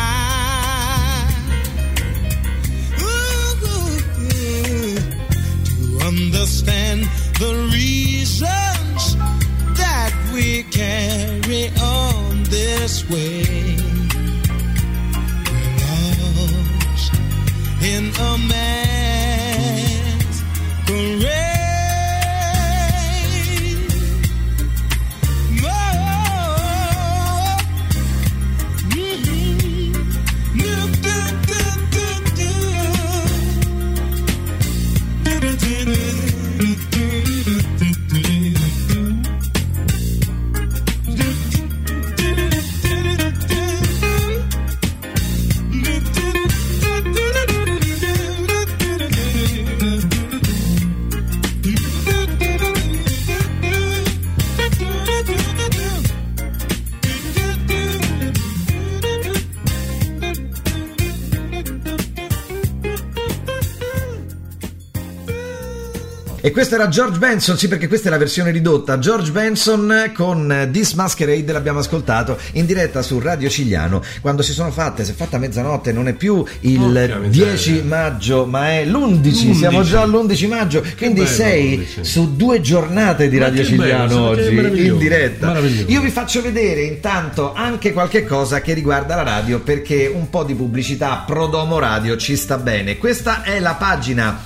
to understand the reasons that we carry on this way. We're lost in a man's parade. E questo era George Benson, sì, perché questa è la versione ridotta. George Benson con This Masquerade l'abbiamo ascoltato in diretta su Radio Cigliano quando si è fatta mezzanotte, non è più il 10 maggio ma è l'11, siamo già all'11 maggio, quindi sei su 2 giornate di Radio Cigliano oggi in diretta. Io vi faccio vedere intanto anche qualche cosa che riguarda la radio, perché un po' di pubblicità pro domo radio ci sta bene. Questa è la pagina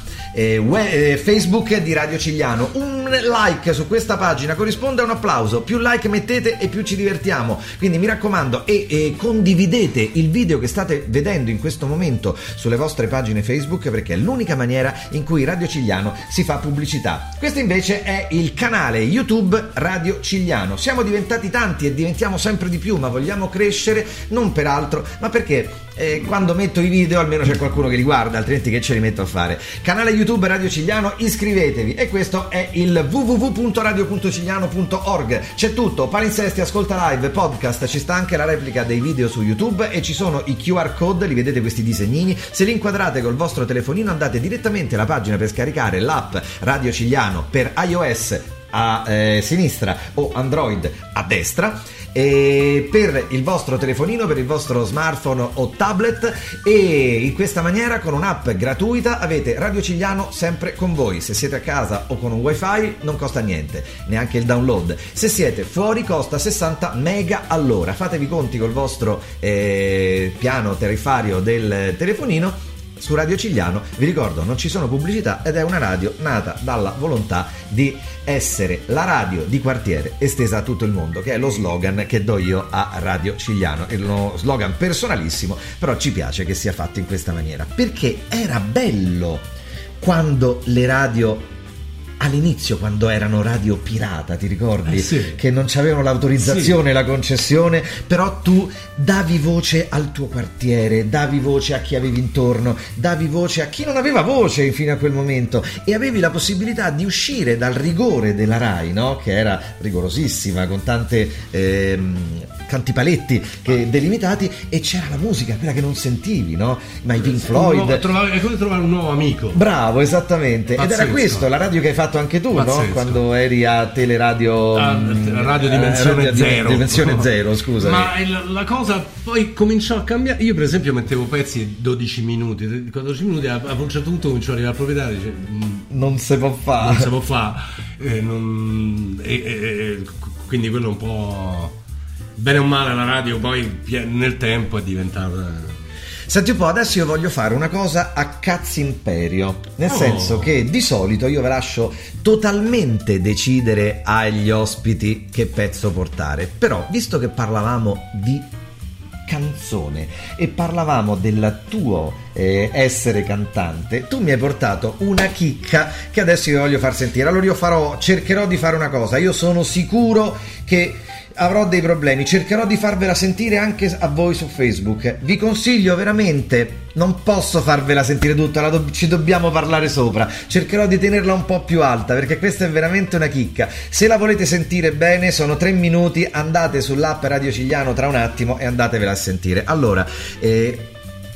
Facebook di Radio Cigliano. Un like su questa pagina corrisponde a un applauso. Più like mettete e più ci divertiamo, quindi mi raccomando, e condividete il video che state vedendo in questo momento sulle vostre pagine Facebook, perché è l'unica maniera in cui Radio Cigliano si fa pubblicità. Questo invece è il canale YouTube Radio Cigliano. Siamo diventati tanti e diventiamo sempre di più, ma vogliamo crescere non per altro, ma perché quando metto i video almeno c'è qualcuno che li guarda, altrimenti che ce li metto a fare? Canale YouTube Radio Cigliano, iscrivetevi. E questo è il www.radio.cigliano.org. c'è tutto: palinsesti, ascolta live, podcast, ci sta anche la replica dei video su YouTube e ci sono i QR code, li vedete questi disegnini, se li inquadrate col vostro telefonino andate direttamente alla pagina per scaricare l'app Radio Cigliano per iOS a sinistra o Android a destra, e per il vostro telefonino, per il vostro smartphone o tablet, e in questa maniera con un'app gratuita avete Radio Cigliano sempre con voi. Se siete a casa o con un wifi non costa niente, neanche il download. Se siete fuori costa 60 mega all'ora. Fatevi i conti col vostro piano tariffario del telefonino. Su Radio Cigliano, vi ricordo, non ci sono pubblicità ed è una radio nata dalla volontà di essere la radio di quartiere estesa a tutto il mondo, che è lo slogan che do io a Radio Cigliano. È uno slogan personalissimo, però ci piace che sia fatto in questa maniera, perché era bello quando le radio all'inizio, quando erano radio pirata, ti ricordi? Sì. Che non c'avevano l'autorizzazione, sì, la concessione, però tu davi voce al tuo quartiere, davi voce a chi avevi intorno, davi voce a chi non aveva voce fino a quel momento, e avevi la possibilità di uscire dal rigore della Rai, no? Che era rigorosissima, con tanti paletti delimitati, e c'era la musica, quella che non sentivi, no? Ma i Pink Floyd, è come trovare un nuovo amico. Bravo, esattamente. Pazzesco. Ed era questo, la radio che hai fatto anche tu, no? Quando eri a Teleradio Radio Dimensione Zero. Dimensione Zero, scusa. Ma la cosa poi cominciò a cambiare. Io per esempio mettevo pezzi 12 minuti, 14 minuti, a un certo punto cominciò ad arrivare al proprietario e dice, non si può fare. Non si può fare. Quindi quello un po', bene o male, la radio poi nel tempo è diventata... Senti un po', adesso io voglio fare una cosa a cazzo imperio, nel senso che di solito io ve lascio totalmente decidere agli ospiti che pezzo portare, però visto che parlavamo di canzone e parlavamo del tuo essere cantante, tu mi hai portato una chicca che adesso io voglio far sentire. Allora io cercherò di fare una cosa, io sono sicuro che avrò dei problemi, cercherò di farvela sentire anche a voi su Facebook. Vi consiglio veramente, non posso farvela sentire tutta, ci dobbiamo parlare sopra, cercherò di tenerla un po' più alta perché questa è veramente una chicca. Se la volete sentire bene, sono 3 minuti, andate sull'app Radio Cigliano tra un attimo e andatevela a sentire. Allora,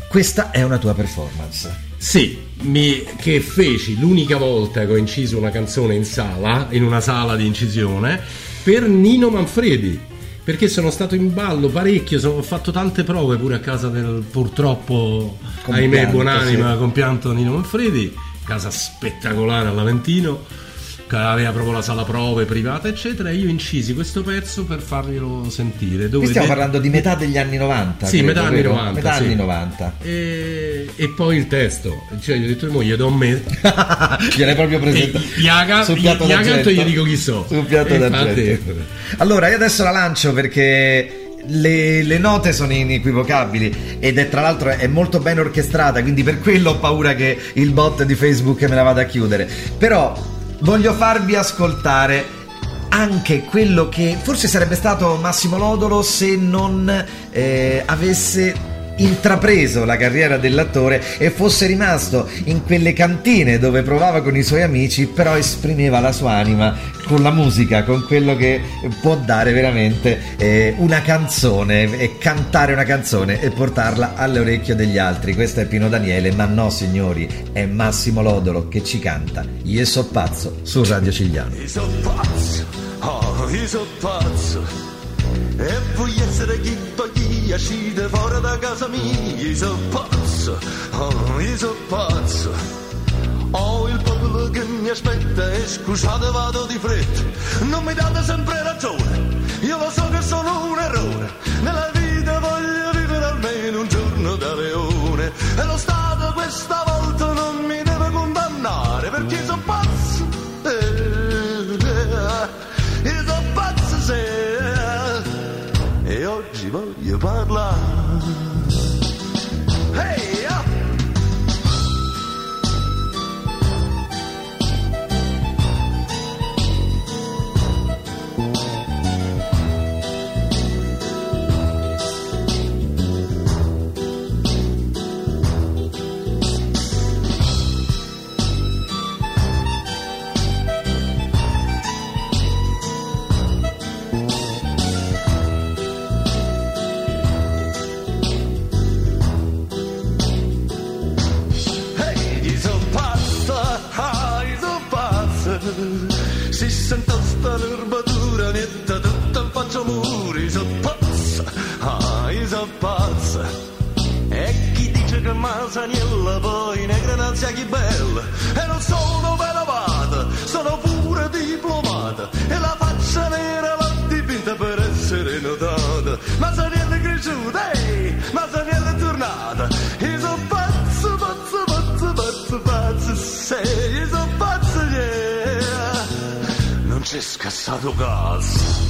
questa è una tua performance. Sì, che feci l'unica volta che ho inciso una canzone in una sala di incisione per Nino Manfredi, perché sono stato in ballo parecchio, ho fatto tante prove pure a casa del purtroppo ahimè buonanima compianto Nino Manfredi, casa spettacolare all'Aventino, che aveva proprio la sala prove privata eccetera, e io incisi questo pezzo per farglielo sentire. Qui stiamo parlando di metà degli anni 90. Sì, credo, metà anni 90. E poi il testo, cioè gli ho detto io do a me gliel'hai proprio presentato gli canto e gli dico chi so sul piatto d'argento. Allora io adesso la lancio perché le note sono inequivocabili ed è tra l'altro è molto ben orchestrata, quindi per quello ho paura che il bot di Facebook me la vada a chiudere, però voglio farvi ascoltare anche quello che forse sarebbe stato Massimo Lodolo se non avesse intrapreso la carriera dell'attore e fosse rimasto in quelle cantine dove provava con i suoi amici, però esprimeva la sua anima con la musica, con quello che può dare veramente una canzone, e cantare una canzone e portarla alle orecchie degli altri. Questo è Pino Daniele, ma no signori, è Massimo Lodolo che ci canta Io so pazzo su Radio Cigliano. Io so pazzo, io so pazzo, e voglio essere chi toglia uscite fuori da casa mia. Io so pazzo, io so pazzo, ho il popolo che mi aspetta e scusate vado di fretta, non mi date sempre ragione, io lo so che sono un errore, nella vita voglio vivere almeno un giorno da leone, e lo Stato questa volta non mi deve condannare perché io so pazzo, io so pazzo se. E oggi voglio parlare. Hey, up! Si sente sta l'erbatura, niente tutto in faccia muri, so pazza, io so pazza. E chi dice che Masaniella poi ne granazia chi bella, e non sono belavata, sono pure diplomata, e la faccia nera l'ho dipinta per essere notata. Masaniella è cresciuta, Masaniella è tornata, io so pazzo, pazzo, pazzo, pazzo, pazzo, sei, io so pazzo, yeah. Non c'è scassato gas.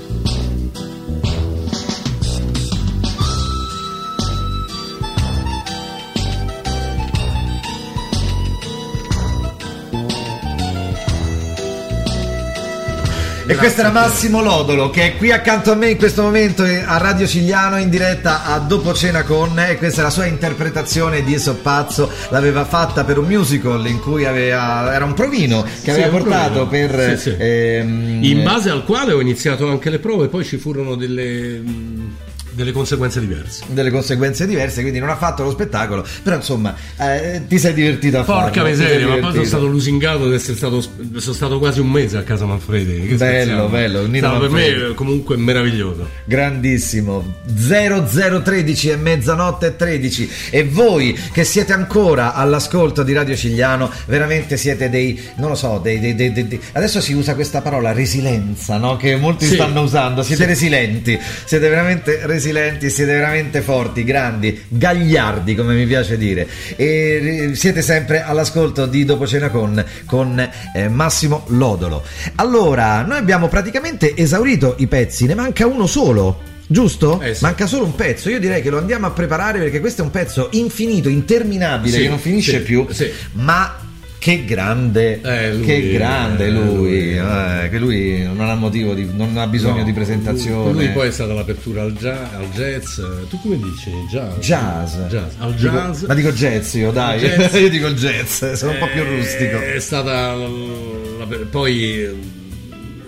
E questo era Massimo Lodolo che è qui accanto a me in questo momento a Radio Cigliano in diretta a Dopo Cena Con, e questa è la sua interpretazione di Io so pazzo. L'aveva fatta per un musical in cui era un provino che aveva portato per sì. In base al quale ho iniziato anche le prove, poi ci furono delle conseguenze diverse, quindi non ha fatto lo spettacolo, però insomma ti sei divertito a farlo. Porca miseria, ma poi sono stato lusingato di essere sono stato quasi un mese a casa Manfredi. Che bello Nino per me comunque meraviglioso, grandissimo. 0013 è mezzanotte e 13 e voi che siete ancora all'ascolto di Radio Cigliano veramente siete dei, non lo so, dei adesso si usa questa parola resilienza, no? Che molti stanno usando, siete resilienti, siete veramente resilienti, siete veramente forti, grandi, gagliardi come mi piace dire, e siete sempre all'ascolto di Dopo Cena con Massimo Lodolo. Allora, noi abbiamo praticamente esaurito i pezzi, ne manca uno solo, giusto? Sì. Manca solo un pezzo, io direi che lo andiamo a preparare perché questo è un pezzo infinito, interminabile, che non finisce più, ma che grande lui, che lui non ha motivo non ha bisogno di presentazione. Lui poi è stata l'apertura al jazz. Tu come dici? Jazz. Al jazz. Ma dico jazz io, dai. Jazz. Io dico jazz, sono un po' più rustico. È stata poi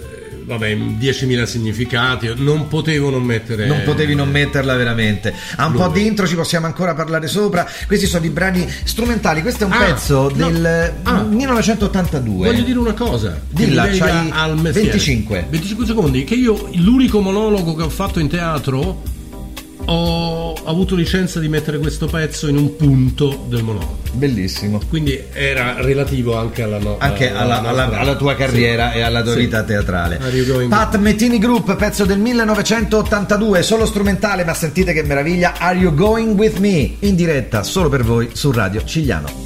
vabbè, 10.000 significati, non potevo non mettere. Non potevi non metterla veramente. Ha un lui. po' di intro, ci possiamo ancora parlare sopra. Questi sono i brani strumentali. Questo è un pezzo del 1982. Voglio dire una cosa. Dilla, c'hai al mestiere. 25 secondi. Che io l'unico monologo che ho fatto in teatro ho avuto licenza di mettere questo pezzo in un punto del monologo. Bellissimo. Quindi era relativo anche alla tua carriera, sì, e alla tua vita teatrale. Pat Metheny Group, pezzo del 1982, solo strumentale, ma sentite che meraviglia. Are You Going With Me? In diretta solo per voi su Radio Cigliano.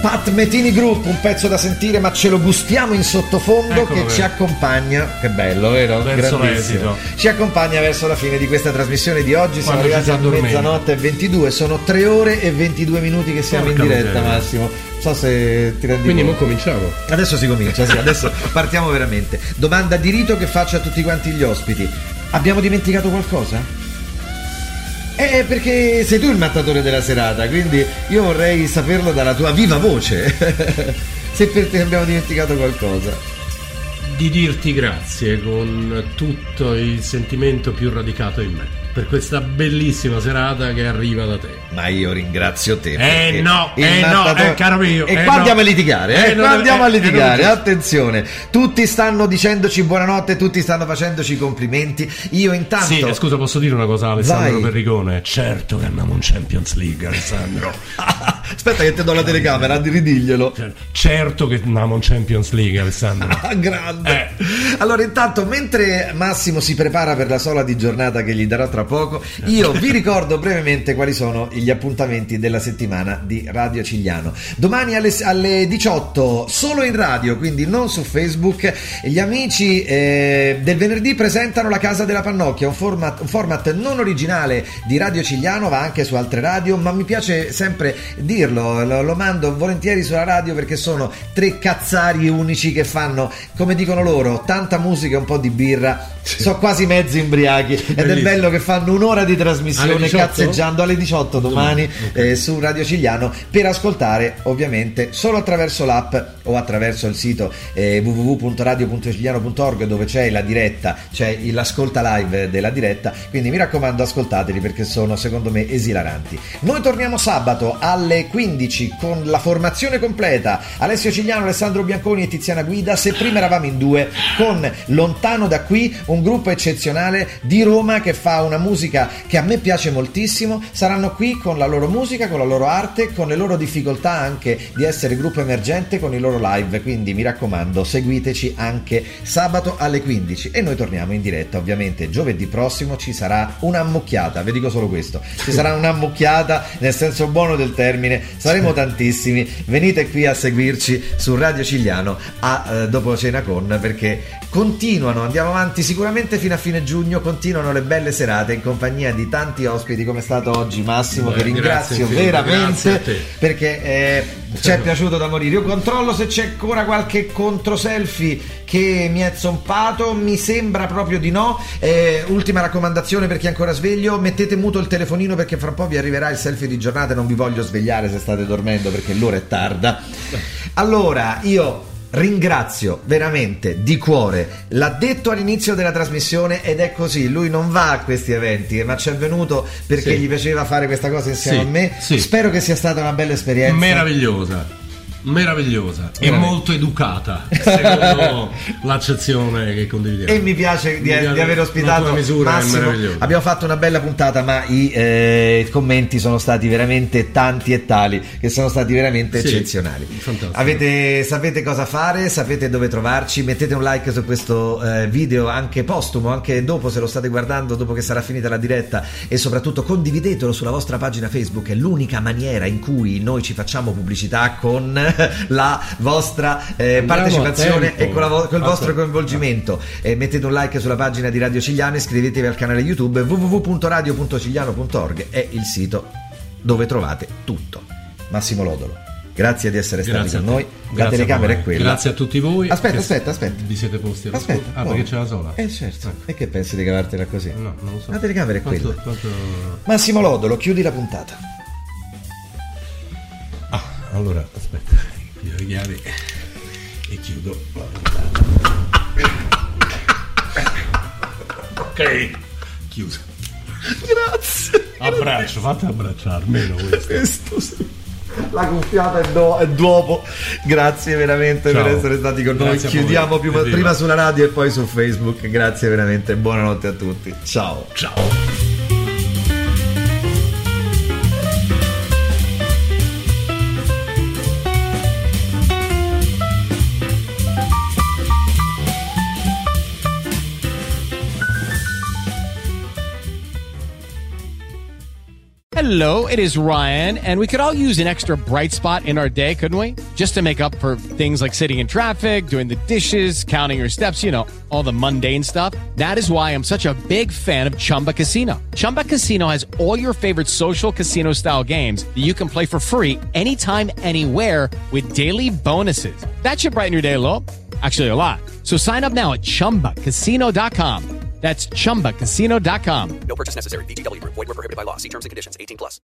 Pat Metini Group, un pezzo da sentire ma ce lo gustiamo in sottofondo. Eccolo, che ci accompagna, che bello, vero? Verso grandissimo, ci accompagna verso la fine di questa trasmissione di oggi. Siamo arrivati a mezzanotte e 22, sono 3 ore e 22 minuti che siamo in diretta, Massimo. Non so se ti rendi Quindi conto. cominciamo. Adesso si comincia, sì, adesso partiamo veramente. Domanda di rito che faccio a tutti quanti gli ospiti: abbiamo dimenticato qualcosa? Perché sei tu il mattatore della serata, quindi io vorrei saperlo dalla tua viva voce. Se per te abbiamo dimenticato qualcosa. Di dirti grazie con tutto il sentimento più radicato in me per questa bellissima serata che arriva da te. Ma io ringrazio te. Caro mio. E qua andiamo a litigare, andiamo a litigare. Attenzione, tutti stanno dicendoci buonanotte, tutti stanno facendoci complimenti. Io intanto. Sì, scusa, posso dire una cosa, Alessandro Perricone? Certo che andiamo in Champions League, Alessandro. Aspetta che ti do la telecamera, ridiglielo. Certo che andiamo in Champions League, Alessandro. Grande. Allora, intanto, mentre Massimo si prepara per la sola di giornata che gli darò tra poco, io vi ricordo brevemente quali sono gli appuntamenti della settimana di Radio Cigliano. Domani alle 18 solo in radio, quindi non su Facebook, gli amici del venerdì presentano La Casa della Pannocchia, un format non originale di Radio Cigliano, va anche su altre radio, ma mi piace sempre dirlo, lo mando volentieri sulla radio perché sono 3 cazzari unici che fanno, come dicono loro, tanta musica e un po' di birra, sono quasi mezzi imbriachi ed è bello che fanno un'ora di trasmissione cazzeggiando alle 18 domani su Radio Cigliano, per ascoltare ovviamente solo attraverso l'app o attraverso il sito www.radio.cigliano.org, dove c'è la diretta, c'è l'ascolta live della diretta, quindi mi raccomando ascoltateli perché sono secondo me esilaranti. Noi torniamo sabato alle 15 con la formazione completa: Alessio Cigliano, Alessandro Bianconi e Tiziana Guida. Se prima eravamo in 2 con Lontano da qui, un gruppo eccezionale di Roma che fa una musica che a me piace moltissimo, saranno qui con la loro musica, con la loro arte, con le loro difficoltà anche di essere gruppo emergente, con i loro live, quindi mi raccomando seguiteci anche sabato alle 15 e noi torniamo in diretta ovviamente giovedì prossimo. Ci sarà un'ammucchiata, vi dico solo questo, ci sarà un'ammucchiata nel senso buono del termine, saremo tantissimi, venite qui a seguirci su Radio Cigliano a dopo cena con, perché andiamo avanti sicuramente fino a fine giugno, continuano le belle serate in compagnia di tanti ospiti come è stato oggi Massimo, che ringrazio veramente perché ci è piaciuto da morire. Io controllo se c'è ancora qualche contro selfie che mi è zompato, mi sembra proprio di no. Ultima raccomandazione per chi è ancora sveglio: mettete muto il telefonino perché fra un po' vi arriverà il selfie di giornata, non vi voglio svegliare se state dormendo perché l'ora è tarda. Allora io ringrazio veramente di cuore, l'ha detto all'inizio della trasmissione ed è così, lui non va a questi eventi ma ci è venuto perché gli piaceva fare questa cosa insieme a me. Spero che sia stata una bella esperienza, meravigliosa e molto educata secondo l'accezione che condividiamo, e mi piace di aver ospitato Massimo. Abbiamo fatto una bella puntata ma i commenti sono stati veramente tanti e tali che sono stati veramente eccezionali. Sapete cosa fare, sapete dove trovarci, mettete un like su questo video anche postumo, anche dopo, se lo state guardando dopo che sarà finita la diretta, e soprattutto condividetelo sulla vostra pagina Facebook, è l'unica maniera in cui noi ci facciamo pubblicità con la vostra partecipazione e con il vostro coinvolgimento. Mettete un like sulla pagina di Radio Cigliano, iscrivetevi al canale YouTube, www.radio.cigliano.org è il sito dove trovate tutto. Massimo Lodolo, grazie di essere stati con noi. La telecamera è quella. Grazie a tutti voi. Aspetta. Vi siete posti alla scuola? Perché c'è la sola? Certo. E che pensi di cavartela così? No, non lo so. La telecamera è quella. Massimo Lodolo, chiudi la puntata. Allora, aspetta, piglio le chiavi e chiudo la puntata. Ok, chiusa. Grazie. Abbraccio, fate abbracciare, almeno questo. La gonfiata è dopo. Grazie veramente per essere stati con noi. Chiudiamo prima sulla radio e poi su Facebook. Grazie veramente, buonanotte a tutti. Ciao. Hello, it is Ryan, and we could all use an extra bright spot in our day, couldn't we? Just to make up for things like sitting in traffic, doing the dishes, counting your steps, all the mundane stuff. That is why I'm such a big fan of Chumba Casino. Chumba Casino has all your favorite social casino-style games that you can play for free anytime, anywhere with daily bonuses. That should brighten your day a little. Actually, a lot. So sign up now at ChumbaCasino.com. That's ChumbaCasino.com. No purchase necessary. VGW Group. Void where prohibited by law. See terms and conditions. 18+.